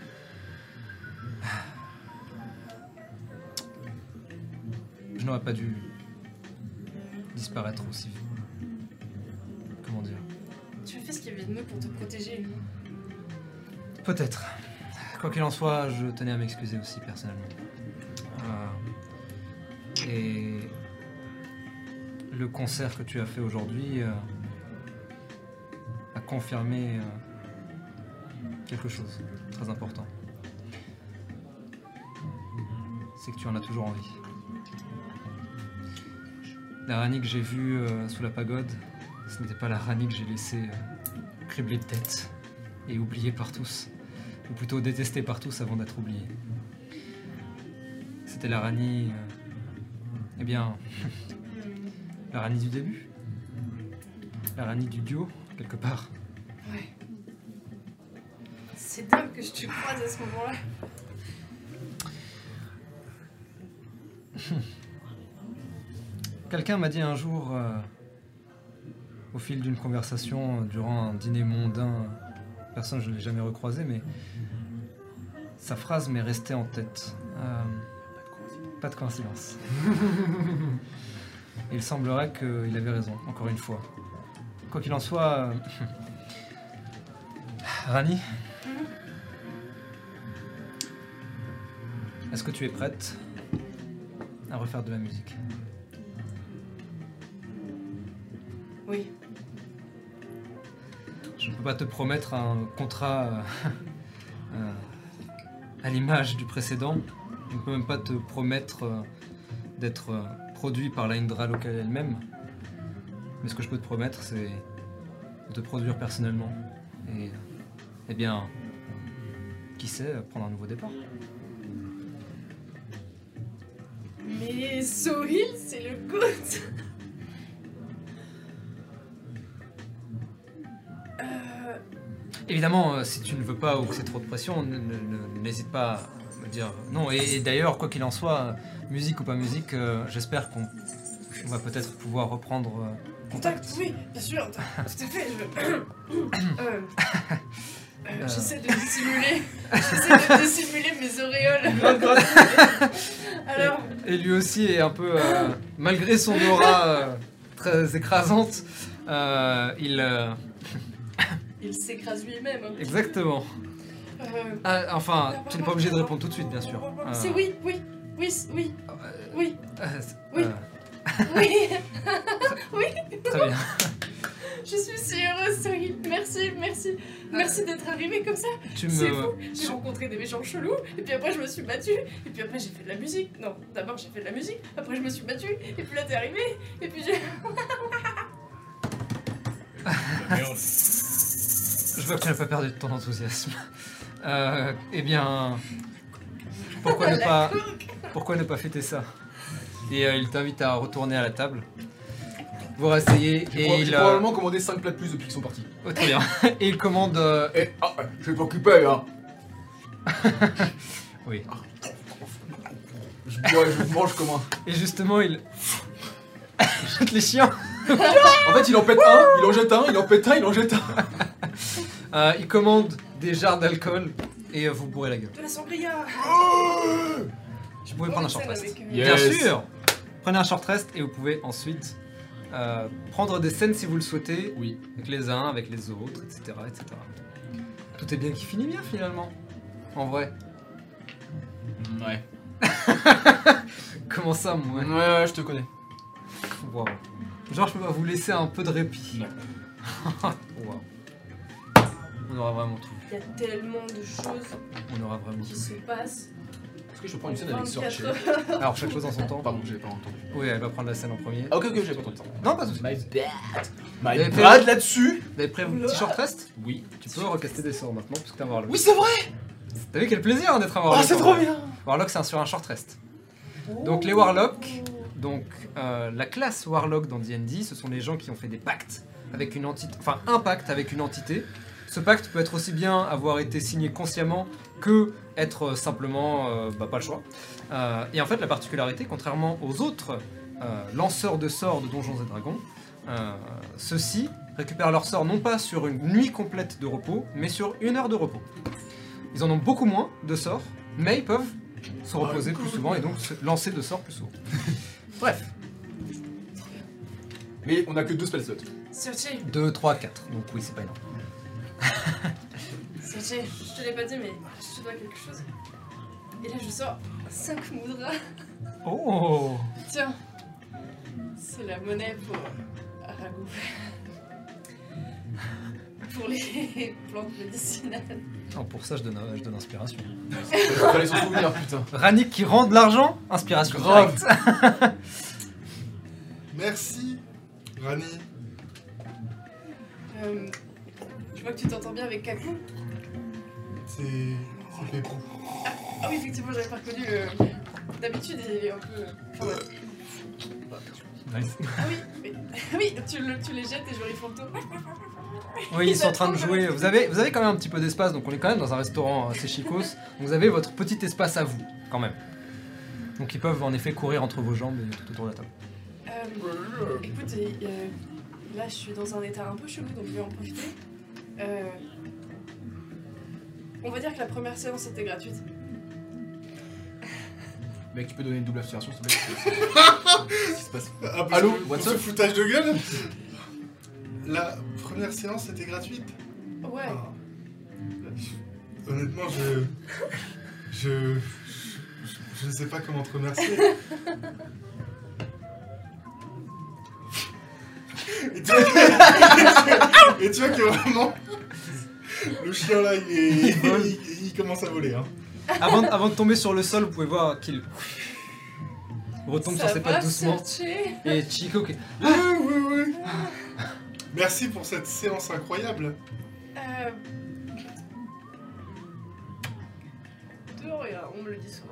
je n'aurais pas dû disparaître aussi. Comment dire? Tu as fait ce qu'il y avait de mieux pour te protéger. Peut-être. Quoi qu'il en soit, je tenais à m'excuser aussi personnellement. Euh, et le concert que tu as fait aujourd'hui euh, a confirmé euh, quelque chose de très important. C'est que tu en as toujours envie. La Rani que j'ai vue euh, sous la pagode, ce n'était pas la Rani que j'ai laissée euh, criblée de tête et oubliée par tous, ou plutôt détestée par tous avant d'être oubliée. C'était la Rani, euh, eh bien, la Rani du début, la Rani du duo, quelque part. Ouais. C'est C'est dingue que je te croise à ce moment-là. Quelqu'un m'a dit un jour, euh, au fil d'une conversation, euh, durant un dîner mondain, personne je ne l'ai jamais recroisé, mais sa phrase m'est restée en tête. Euh, pas de coïncidence. Et il semblerait qu'il avait raison, encore une fois. Quoi qu'il en soit, euh, Rani, est-ce que tu es prête à refaire de la musique? Oui. Je ne peux pas te promettre un contrat euh, euh, à l'image du précédent. Je ne peux même pas te promettre euh, d'être euh, produit par la Indra locale elle-même. Mais ce que je peux te promettre, c'est de te produire personnellement. Et, eh bien, qui sait, prendre un nouveau départ. Mais Sohil, c'est le goût. euh... Évidemment, euh, si tu ne veux pas ou que c'est trop de pression, n- n- n- n'hésite pas à me dire non. Et, et d'ailleurs, quoi qu'il en soit, euh, musique ou pas musique, euh, j'espère qu'on on va peut-être pouvoir reprendre euh, Contact, contact. oui, bien sûr, tout à fait. Je... euh... Euh, j'essaie de dissimuler, j'essaie de dissimuler mes auréoles. Alors, Et lui aussi est un peu, euh, malgré son aura euh, très écrasante, euh, il... euh, il s'écrase lui-même. hein. exactement. Euh, Ah, enfin, tu n'es pas obligé de répondre tout de suite, bien sûr. Euh, C'est oui, oui, oui, c- oui, euh, oui, euh, c'est- Oui. euh, oui. très bien. Je suis si heureuse, Sohil. Merci, merci, merci d'être arrivé comme ça. Tu C'est me... fou. J'ai rencontré des méchants chelous, et puis après je me suis battue, et puis après j'ai fait de la musique. Non, d'abord j'ai fait de la musique, après je me suis battue, et puis là t'es arrivé, et puis j'ai. Je vois que tu n'as pas perdu de ton enthousiasme. Euh, eh bien, pourquoi ne La pas, coque. pourquoi ne pas fêter ça? Et euh, il t'invite à retourner à la table. Vous rasseyez J'ai et pro- il... j'ai euh, probablement commandé cinq plats de plus depuis qu'ils sont partis. oh, très bien. Et il commande... euh, Eh, ah, je vais t'occuper, hein. Oui. Je bois, je mange comme un. Et justement, il... jette les chiens. En fait, il en pète un, il en jette un, il en pète un, il en jette un. Euh, il commande des jarres d'alcool et euh, vous bourrez la gueule. De la sangria. Vous pouvez prendre un short Scène rest. avec, euh, Yeah. Bien Yes. sûr. Prenez un short rest et vous pouvez ensuite euh, prendre des scènes si vous le souhaitez, Oui. avec les uns, avec les autres, et cetera, et cetera. Tout est bien qui finit bien finalement, en vrai. Ouais. Comment ça, moi? Ouais, ouais, je te connais. Wow. Genre, je peux pas vous laisser un peu de répit. Non. Wow. On aura vraiment tout. Il y a tellement de choses On aura vraiment qui tout. se passent. Est-ce que je peux prendre une scène avec Sorche? vingt-quatre heures. Alors, chaque chose en son temps. Pardon, j'avais pas entendu. Oui, elle va prendre la scène en premier. Ah, ok, ok, j'avais pas entendu. Non, pas de soucis. My bad. Vous My avez bad là-dessus. Vous avez pris un petit short rest? Oui. Tu peux recaster des sorts maintenant, puisque t'as Warlock. Oui, c'est vrai. T'as vu quel plaisir hein, d'être un Oh, Warlock? c'est en trop vrai. bien. Warlock, c'est un- sur un short rest. Donc, les Warlocks, donc euh, la classe Warlock dans D and D, ce sont les gens qui ont fait des pactes avec une entité, enfin un pacte avec une entité. Ce pacte peut être aussi bien avoir été signé consciemment que être simplement euh, bah, pas le choix. Euh, et en fait, la particularité, contrairement aux autres euh, lanceurs de sorts de Donjons et Dragons, euh, ceux-ci récupèrent leur sort non pas sur une nuit complète de repos, mais sur une heure de repos. Ils en ont beaucoup moins de sorts, mais ils peuvent se reposer plus souvent et donc se lancer de sorts plus souvent. Bref, Mais on a que deux spell slots. Sergi, deux, trois, quatre, donc oui, c'est pas énorme. Sergi, je te l'ai pas dit, mais je te dois quelque chose. Et là, je sors cinq moudras. Oh! Tiens, c'est la monnaie pour Ragout. Pour les plantes médicinales. Oh, pour ça, je donne, je donne inspiration. Fallait s'en souvenir, putain. Rannick qui rend de l'argent, inspiration. Grave. directe. Merci, Rani. Euh, je vois que tu t'entends bien avec Kaku. C'est. C'est Pépou. Ah oui, effectivement, j'avais pas reconnu le. D'habitude, il est un peu. Enfin, ouais. Nice. Ah oui, mais... oui, tu, le- tu les jettes, tes jolis fantômes. Oui, ils sont en train de jouer. Vous avez, vous avez quand même un petit peu d'espace, donc on est quand même dans un restaurant assez chicos. Donc vous avez votre petit espace à vous, quand même. Donc ils peuvent en effet courir entre vos jambes et tout autour de la table. Euh, écoute, euh, là je suis dans un état un peu chelou, donc je vais en profiter. Euh, on va dire que la première séance était gratuite. Mec, tu peux donner une double affirmation, s'il te plaît? Qu'est-ce qui se passe? Ah, parce Allô, que pour what's ce up? foutage de gueule, la première séance était gratuite. Ouais. Ah. Honnêtement, je... je... Je ne sais pas comment te remercier. Et tu vois que, et tu vois que vraiment, le chien là, il, est- Il vole. il- il commence à voler. Hein. Avant, avant de tomber sur le sol, vous pouvez voir qu'il retombe Ça sur ses va, pattes doucement. Sergei Et Chico qui... Ouais, ouais, ouais. Merci pour cette séance incroyable. Euh... De rien, on me le dit souvent.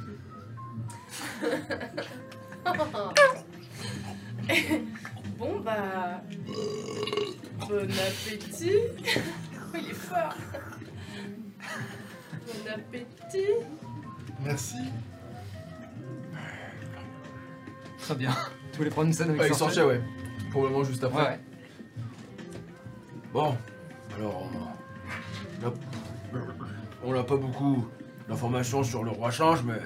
Bon bah... Bon appétit. Oh, il est fort. Bon appétit. Merci. Très bien. Tu voulais prendre une scène avec Ouais, il Sorcier? sortait, ouais. Probablement juste après. Ouais, ouais. Bon, alors... On a- on n'a pas beaucoup d'informations sur le roi change, mais...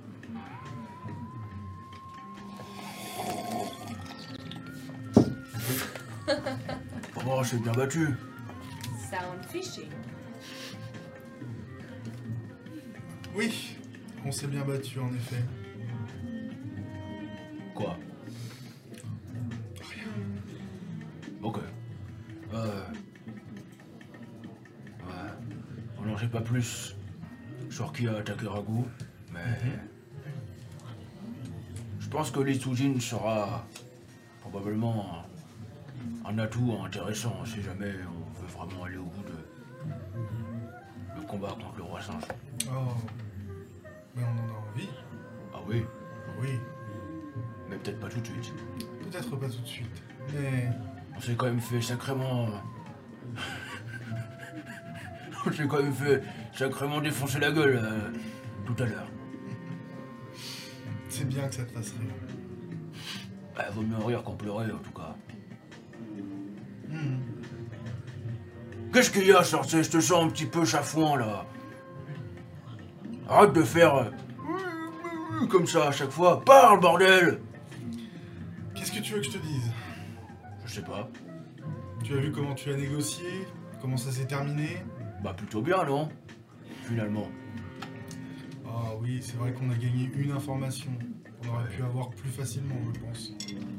Pour moi, c'est bien battu. Sound fishy. Oui, on s'est bien battu en effet. Quoi? Ok. Euh... Ouais. On n'en sait pas plus sur qui a attaqué Ragout, mais... Je pense que l'Itsujin sera probablement un, un atout intéressant si jamais on veut vraiment aller au bout de le combat contre le roi singe. Oh. Mais on en a envie. Ah oui, Oui. mais peut-être pas tout de suite. Peut-être pas tout de suite. Mais... On s'est quand même fait sacrément... On s'est quand même fait sacrément défoncer la gueule euh, tout à l'heure. C'est bien que ça te fasse rire. Bah, vaut mieux rire qu'en pleurer en tout cas. Hmm. Qu'est-ce qu'il y a, sorcier? Je te sens un petit peu chafouin là. Arrête de faire... euh, comme ça à chaque fois. Parle, bordel! Qu'est-ce que tu veux que je te dise? Je sais pas. Tu as vu comment tu as négocié? Comment ça s'est terminé? Bah plutôt bien, non? Finalement. Ah oui, c'est vrai qu'on a gagné une information. On aurait pu avoir plus facilement, je pense.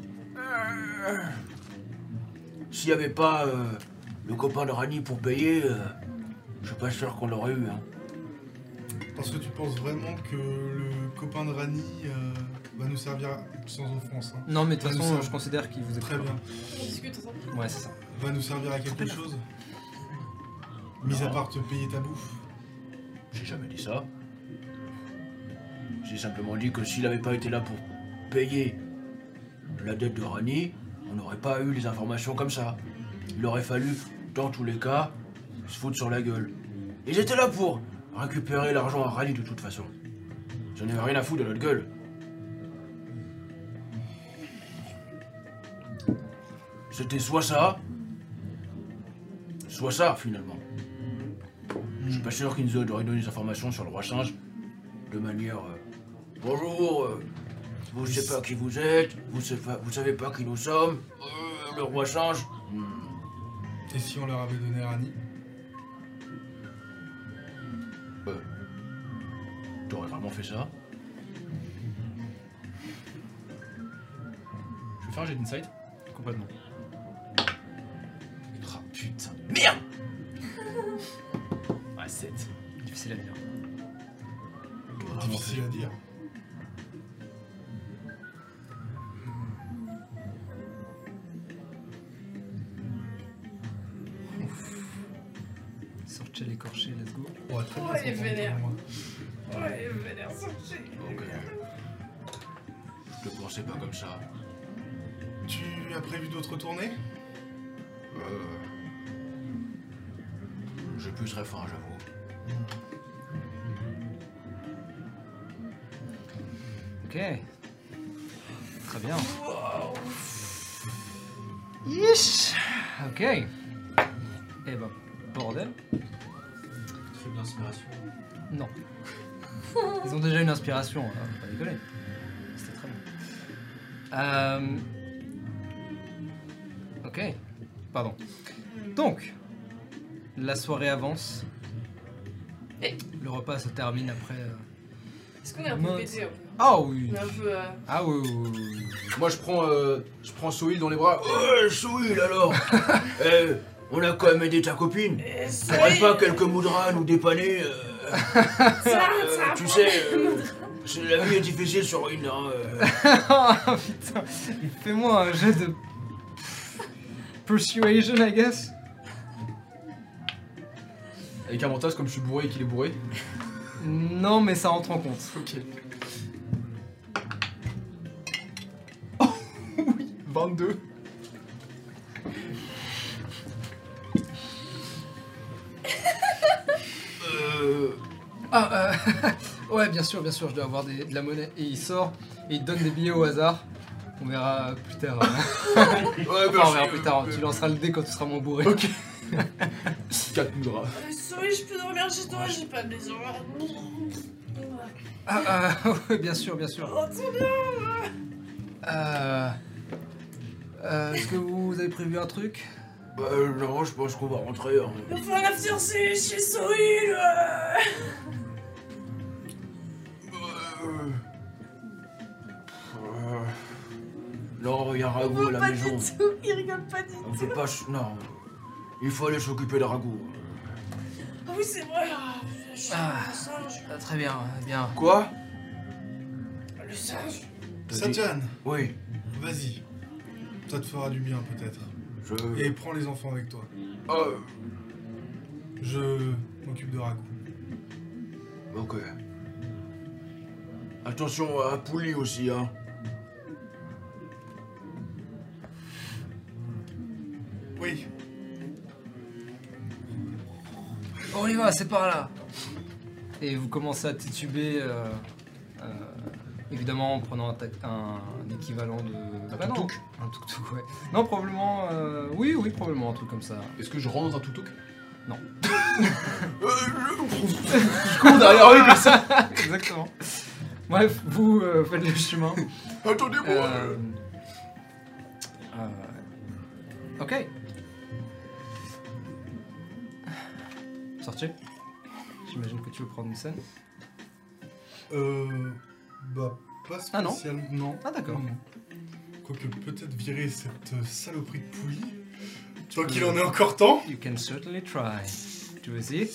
S'il n'y avait pas euh, le copain de Rani pour payer, euh, je suis pas sûr qu'on l'aurait eu. Hein. Parce que tu penses vraiment que le copain de Rani euh, va nous servir, sans offense, hein, Non, mais de toute Ouais, façon, ça- je considère qu'il vous est très bien, On discute ensemble. Ouais, c'est ça. va nous servir à quelque chose? Mis à Non. part te payer ta bouffe. J'ai jamais dit ça. J'ai simplement dit que s'il n'avait pas été là pour payer la dette de Rani, on n'aurait pas eu les informations comme ça. Il aurait fallu, dans tous les cas, se foutre sur la gueule. Et j'étais là pour récupérer l'argent à Rani de toute façon. J'en avais rien à foutre de notre gueule. C'était soit ça, soit ça finalement. Je suis pas sûr qu'ils nous auraient donné des informations sur le roi singe de manière... euh, Bonjour, euh, vous savez pas qui vous êtes, vous savez pas, vous savez pas qui nous sommes, euh, le roi singe. Hmm. Et si on leur avait donné Rani? Euh, T'aurais vraiment fait ça? Je vais faire un jet d'insight. Complètement. Ah putain, merde! Ouais, sept. Difficile à dire. T'aurais vraiment Difficile fait- à dire. Sortez l'écorché, let's go. On va très bien Oh, il est s'entendre, vénère. toi et moi. Ouais, il a l'air sorti. Ok. Je te pensais pas comme ça. Tu as prévu d'autres tournées? Euh... plus très fin, j'avoue. Ok. Très bien. Yeesh. Ok. Eh ben, bordel. Très bien inspiration. Non. Ils ont déjà une inspiration, hein, faut pas déconner. C'était très bien. Euh... Ok. Pardon. Donc, la soirée avance. Et- Le repas se termine après. euh, Est-ce qu'on est un peu Mince. pété un peu Ah oui. On est un peu. euh, Ah oui, oui, oui, oui. Moi, je prends, euh, je prends Sohil dans les bras. Ouais, Souil alors. Eh, on a quand même aidé ta copine. eh, Faudrait Sohil, pas quelques moudras nous dépanner. euh, ça, euh, ça, tu sais, euh, c'est- la vie est difficile sur une. Hein, euh. Ah putain. Fais-moi un jet de. Persuasion, I guess. Avec avantage, comme je suis bourré et qu'il est bourré. Non, mais ça rentre en compte. Ok. Oh oui, vingt-deux. Euh, Ah, euh, ouais, bien sûr, bien sûr, je dois avoir des- de la monnaie. Et il sort et il te donne des billets au hasard. On verra plus tard. hein. ouais, Enfin, on merci, verra plus tard. euh, Tu lanceras le dé quand tu seras moins bourré. Ok. quatre moudras. euh, Sohil, je peux dormir chez toi, j'ai pas de maison. Ah, ah, ouais, bien sûr, bien sûr. Oh, trop bien. Euh, euh, Est-ce que vous avez prévu un truc? Bah, non, je pense qu'on va rentrer. Hein. On fait un after chez chez Sohil. euh. Euh, euh, Non, il y a Ragout à la Pas maison. du tout, il rigole pas du On tout. peut pas. ch- Non. Il faut aller s'occuper de Ragout. Ah oui, c'est vrai. ah, Le chien, Ah. le singe. Ah, Très bien, bien. Quoi? Le singe. T'as dit- Sadjan, Oui. vas-y. Ça te fera du bien peut-être. Je. Et prends les enfants avec toi. Oh, Je m'occupe de Ragout. ok. Attention à Pouli aussi, hein. Oui. On y va, c'est par là. Et vous commencez à tituber, euh, euh, évidemment en prenant un, tac- un équivalent de... Un Bah non, tuk-tuk. Un tuk-tuk, ouais. Non, probablement... euh, Oui, oui, probablement un truc comme ça. Est-ce que je rentre dans un toutouk? Non. Je cours derrière lui comme ça. Exactement. Bref, vous euh, faites le chemin. Attendez-moi. Euh, euh, ok. Sorti. J'imagine que tu veux prendre une scène. Euh. Bah, pas Ah non. spécialement. non. Ah, d'accord. Non, non. Quoique peut-être virer cette euh, saloperie de poulie. Tant peux- qu'il en est encore temps. You can certainly try. Tu veux essayer?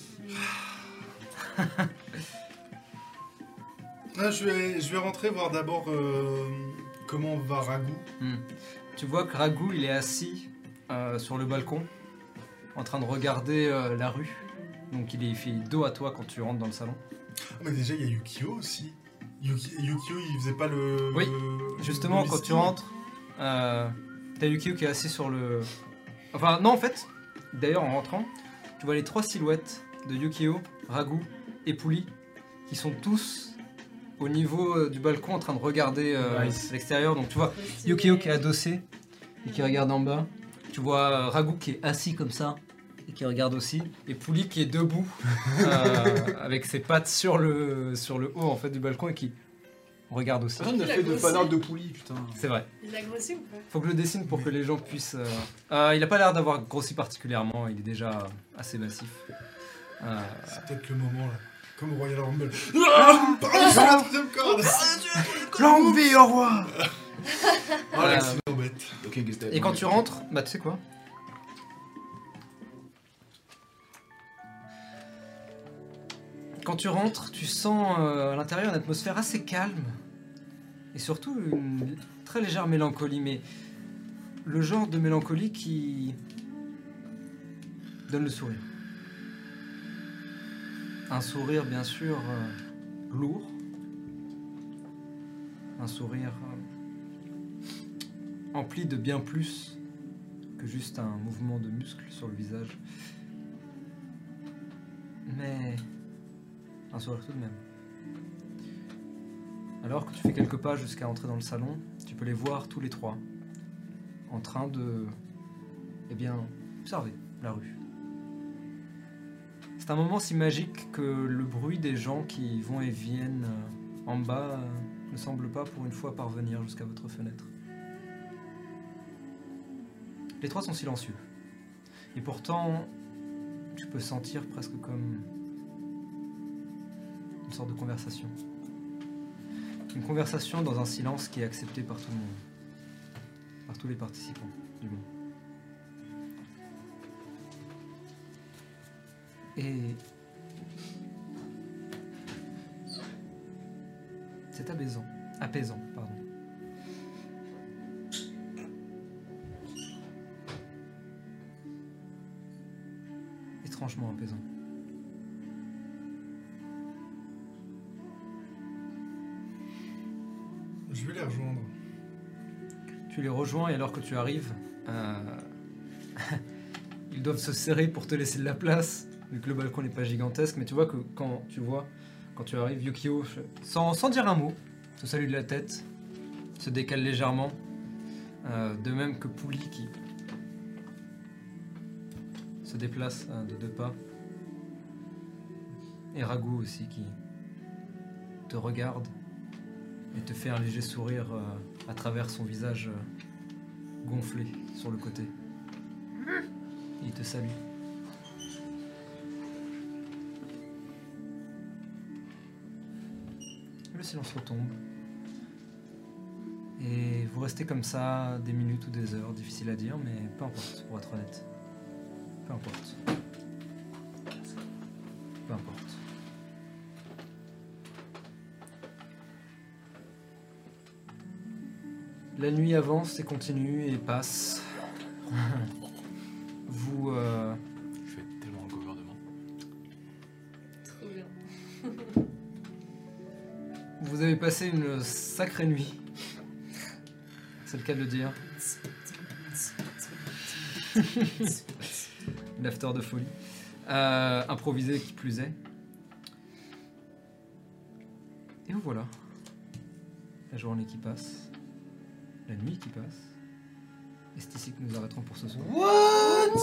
Ah, je, vais, je vais rentrer voir d'abord euh, comment va Ragout. Hmm. Tu vois que Ragout, il est assis euh, sur le balcon, en train de regarder euh, la rue. Donc il est il fait dos à toi quand tu rentres dans le salon. Ah, mais déjà, il y a Yukio aussi. Yuki- Yukio, il faisait pas le. Oui, le- Justement, le quand tu listing. rentres, euh, t'as Yukio qui est assis sur le... Enfin, non, en fait, d'ailleurs, en rentrant, tu vois les trois silhouettes de Yukio, Ragout et Pouli, qui sont tous au niveau euh, du balcon en train de regarder euh, Nice. l'extérieur. Donc tu vois Yukio qui est adossé et qui regarde en bas. Tu vois euh, Ragout qui est assis comme ça et qui regarde aussi. Et Pouli qui est debout euh, avec ses pattes sur le, sur le haut en fait, du balcon et qui regarde aussi. Personne n'a Il a fait de grossi. fanart de poulie, putain. C'est vrai. Il l'a grossi ou pas? Faut que je le dessine pour que les gens puissent... euh, euh, il a pas l'air d'avoir grossi particulièrement, il est déjà assez massif. Euh, C'est peut-être le moment là. Comme au Royal Rumble. Ah Pardon, sur la troisième corde. Longue vie au roi. Oh, l'accident bête. Ok, guess that. Et quand tu rentres, bah tu sais quoi? Quand tu rentres, tu sens euh, à l'intérieur une atmosphère assez calme et surtout une très légère mélancolie, mais le genre de mélancolie qui donne le sourire. Un sourire bien sûr euh, lourd, un sourire euh, empli de bien plus que juste un mouvement de muscles sur le visage. mais un sourire tout de même. Alors que tu fais quelques pas jusqu'à entrer dans le salon, tu peux les voir tous les trois en train de, eh bien, observer la rue. C'est un moment si magique que le bruit des gens qui vont et viennent euh, en bas euh, ne semble pas pour une fois parvenir jusqu'à votre fenêtre. Les trois sont silencieux. Et pourtant, tu peux sentir presque comme une sorte de conversation. Une conversation dans un silence qui est accepté par tout le monde. Par tous les participants du monde. Et c'est apaisant, apaisant, pardon. Étrangement apaisant. Je vais les rejoindre. Tu les rejoins et alors que tu arrives, euh... ils doivent se serrer pour te laisser de la place, vu que le balcon n'est pas gigantesque, mais tu vois que quand tu vois, quand tu arrives, Yukio, sans, sans dire un mot, te salue de la tête, se décale légèrement, euh, de même que Pouli qui se déplace euh, de deux pas, et Ragu aussi qui te regarde et te fait un léger sourire euh, à travers son visage euh, gonflé sur le côté. Il te salue. Le silence retombe. Et vous restez comme ça des minutes ou des heures, difficile à dire, mais peu importe, pour être honnête. Peu importe. Peu importe. La nuit avance et continue et passe. Vous... Euh... Je fais tellement un gouvernement. Trop bien. Vous avez passé une sacrée nuit. C'est le cas de le dire. Une after de folie. Euh, improvisé qui plus est. Et vous voilà. La journée qui passe. La nuit qui passe. Et c'est ici que nous arrêterons pour ce soir. What?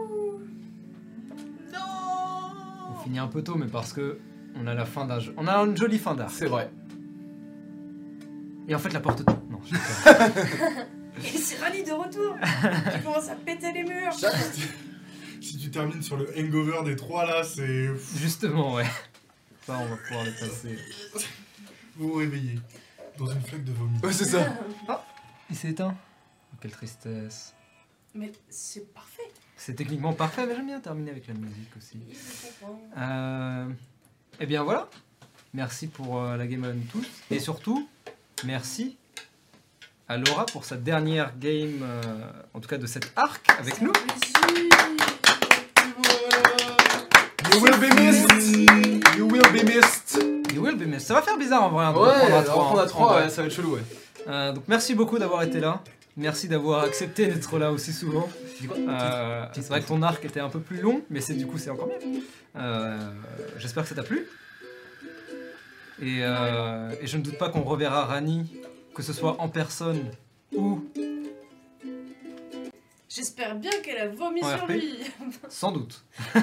On finit un peu tôt, mais parce que on a la fin d'un jeu. On a une jolie fin d'art. C'est vrai. Et en fait, la porte. Non, je sais pas. Et c'est Rani de retour. Tu commences à péter les murs. Si tu termines sur le hangover des trois là, c'est. Justement, ouais. Ça, on va pouvoir le passer. Vous vous réveillez dans une flaque de vomi. Ouais, c'est ça. Il s'est éteint. Oh, quelle tristesse. Mais c'est parfait. C'est techniquement parfait, mais j'aime bien terminer avec la musique aussi. Il faut comprendre. Euh, eh bien voilà. Merci pour euh, la game à nous tous. Et surtout, merci à Laura pour sa dernière game, euh, en tout cas de cet arc avec nous. You will be missed. You will be missed. You will be missed. Ça va faire bizarre en vrai. Hein, de Ouais, reprendre à on trois, prend hein, à en trois, vrai. ouais, ça va être chelou, ouais. Euh, donc merci beaucoup d'avoir été là. Merci d'avoir accepté d'être là aussi souvent. Euh, c'est vrai que ton arc était un peu plus long, mais c'est du coup c'est encore mieux. Euh, J'espère que ça t'a plu. Et, euh, et je ne doute pas qu'on reverra Rani, que ce soit en personne ou J'espère bien qu'elle a vomi En sur R P. lui. sans doute.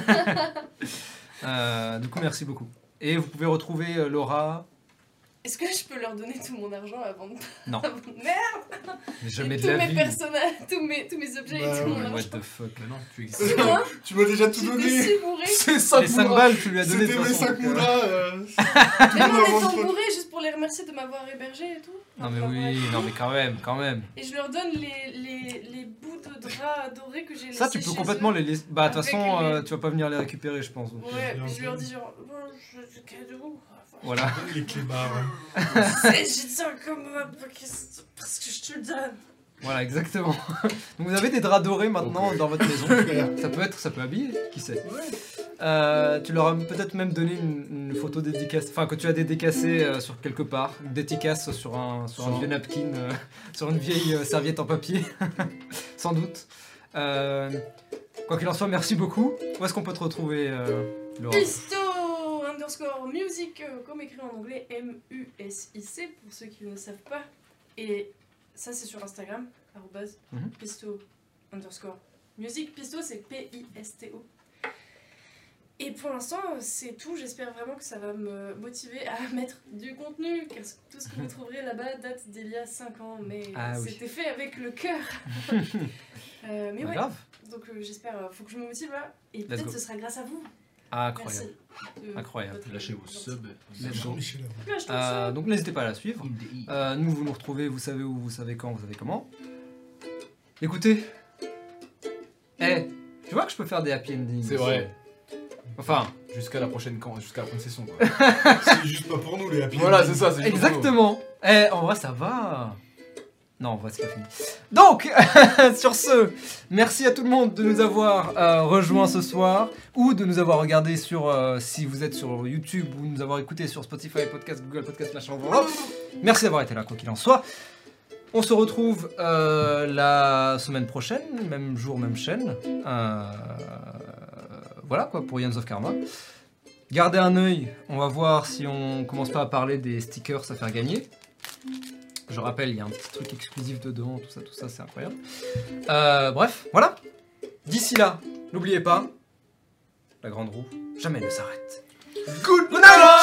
euh, du coup merci beaucoup. Et vous pouvez retrouver euh, Laura. Est-ce que je peux leur donner tout mon argent avant de... Non, avant de- Merde. jamais de tous la mes vie. personnages, tous mes, tous mes objets Bah et tout mon ouais, argent. What the fuck. Mais non, tu existes. C'est moi. Tu m'as déjà tout J'étais donné. si bourrée. C'est ça, Les cinq balles tu lui as donné de C'était toute mes façon. cinq donc, euh, moulas. Euh... Même en avant étant de- bourrée, juste pour les remercier de m'avoir hébergé et tout. Non mais Enfin, oui, bref. non mais quand même, quand même. Et je leur donne les, les, les bouts de drap dorés que j'ai laissés Ça tu peux chez complètement eux. les laisser. Bah de toute Avec façon les- euh, tu vas pas venir les récupérer je pense. donc, euh, Ouais, bien puis je leur sûr. dis genre, bon, je je cadeau. Voilà. Les clébards. C'est j'ai tiens comme euh, parce que je te le donne. Voilà, exactement. Donc vous avez des draps dorés maintenant Ok. dans votre maison. Super. Ça peut être, ça peut habiller, qui sait. Euh, tu leur as peut-être même donné une, une photo dédicacée, enfin que tu as dédicacée euh, sur quelque part, une dédicace sur un, sur un Sur- vieux napkin, euh, sur une vieille euh, serviette en papier, sans doute. Euh, quoi qu'il en soit, merci beaucoup. Où est-ce qu'on peut te retrouver, euh, Laura. Pisto underscore music, euh, comme écrit en anglais, M U S I C, pour ceux qui ne le savent pas. Et ça, c'est sur Instagram, arrobase, Mhm. pisto underscore music. Pisto, c'est P I S T O. Et pour l'instant, c'est tout. J'espère vraiment que ça va me motiver à mettre du contenu, car tout ce que vous trouverez là-bas date d'il y a cinq ans, mais Ah oui. c'était fait avec le cœur. Euh, mais Pas ouais, grave. donc euh, j'espère, euh, faut que je me motive là, et Let's peut-être go. ce sera grâce à vous. Incroyable. Merci. de Incroyable. votre- Lâchez vos subs. Let's go. Jean-Michel Abrault. Lâche ton Euh, sub. donc n'hésitez pas à la suivre. In the E. Euh, nous, vous nous retrouvez, vous savez où, vous savez quand, vous savez comment. Écoutez. Eh, tu vois que je peux faire des happy endings. C'est vrai. Enfin, Jusqu'à la prochaine camp, jusqu'à la prochaine session. Quoi. C'est juste pas pour nous, les happy Voilà, endings. c'est ça. c'est juste exactement. Eh, en vrai, ça va. Non, en vrai, c'est pas fini. Donc, sur ce, merci à tout le monde de nous avoir euh, rejoints ce soir ou de nous avoir regardé sur, euh, si vous êtes sur YouTube ou nous avoir écouté sur Spotify, Podcast, Google Podcast, machin, voilà. Merci d'avoir été là, quoi qu'il en soit. On se retrouve euh, la semaine prochaine, même jour, même chaîne. Euh, voilà quoi pour Ions of Karma. Gardez un œil, on va voir si on commence pas à parler des stickers à faire gagner. Je rappelle, il y a un petit truc exclusif dedans, tout ça, tout ça, c'est incroyable. Euh, bref, voilà. D'ici là, n'oubliez pas, la grande roue jamais ne s'arrête. Good night.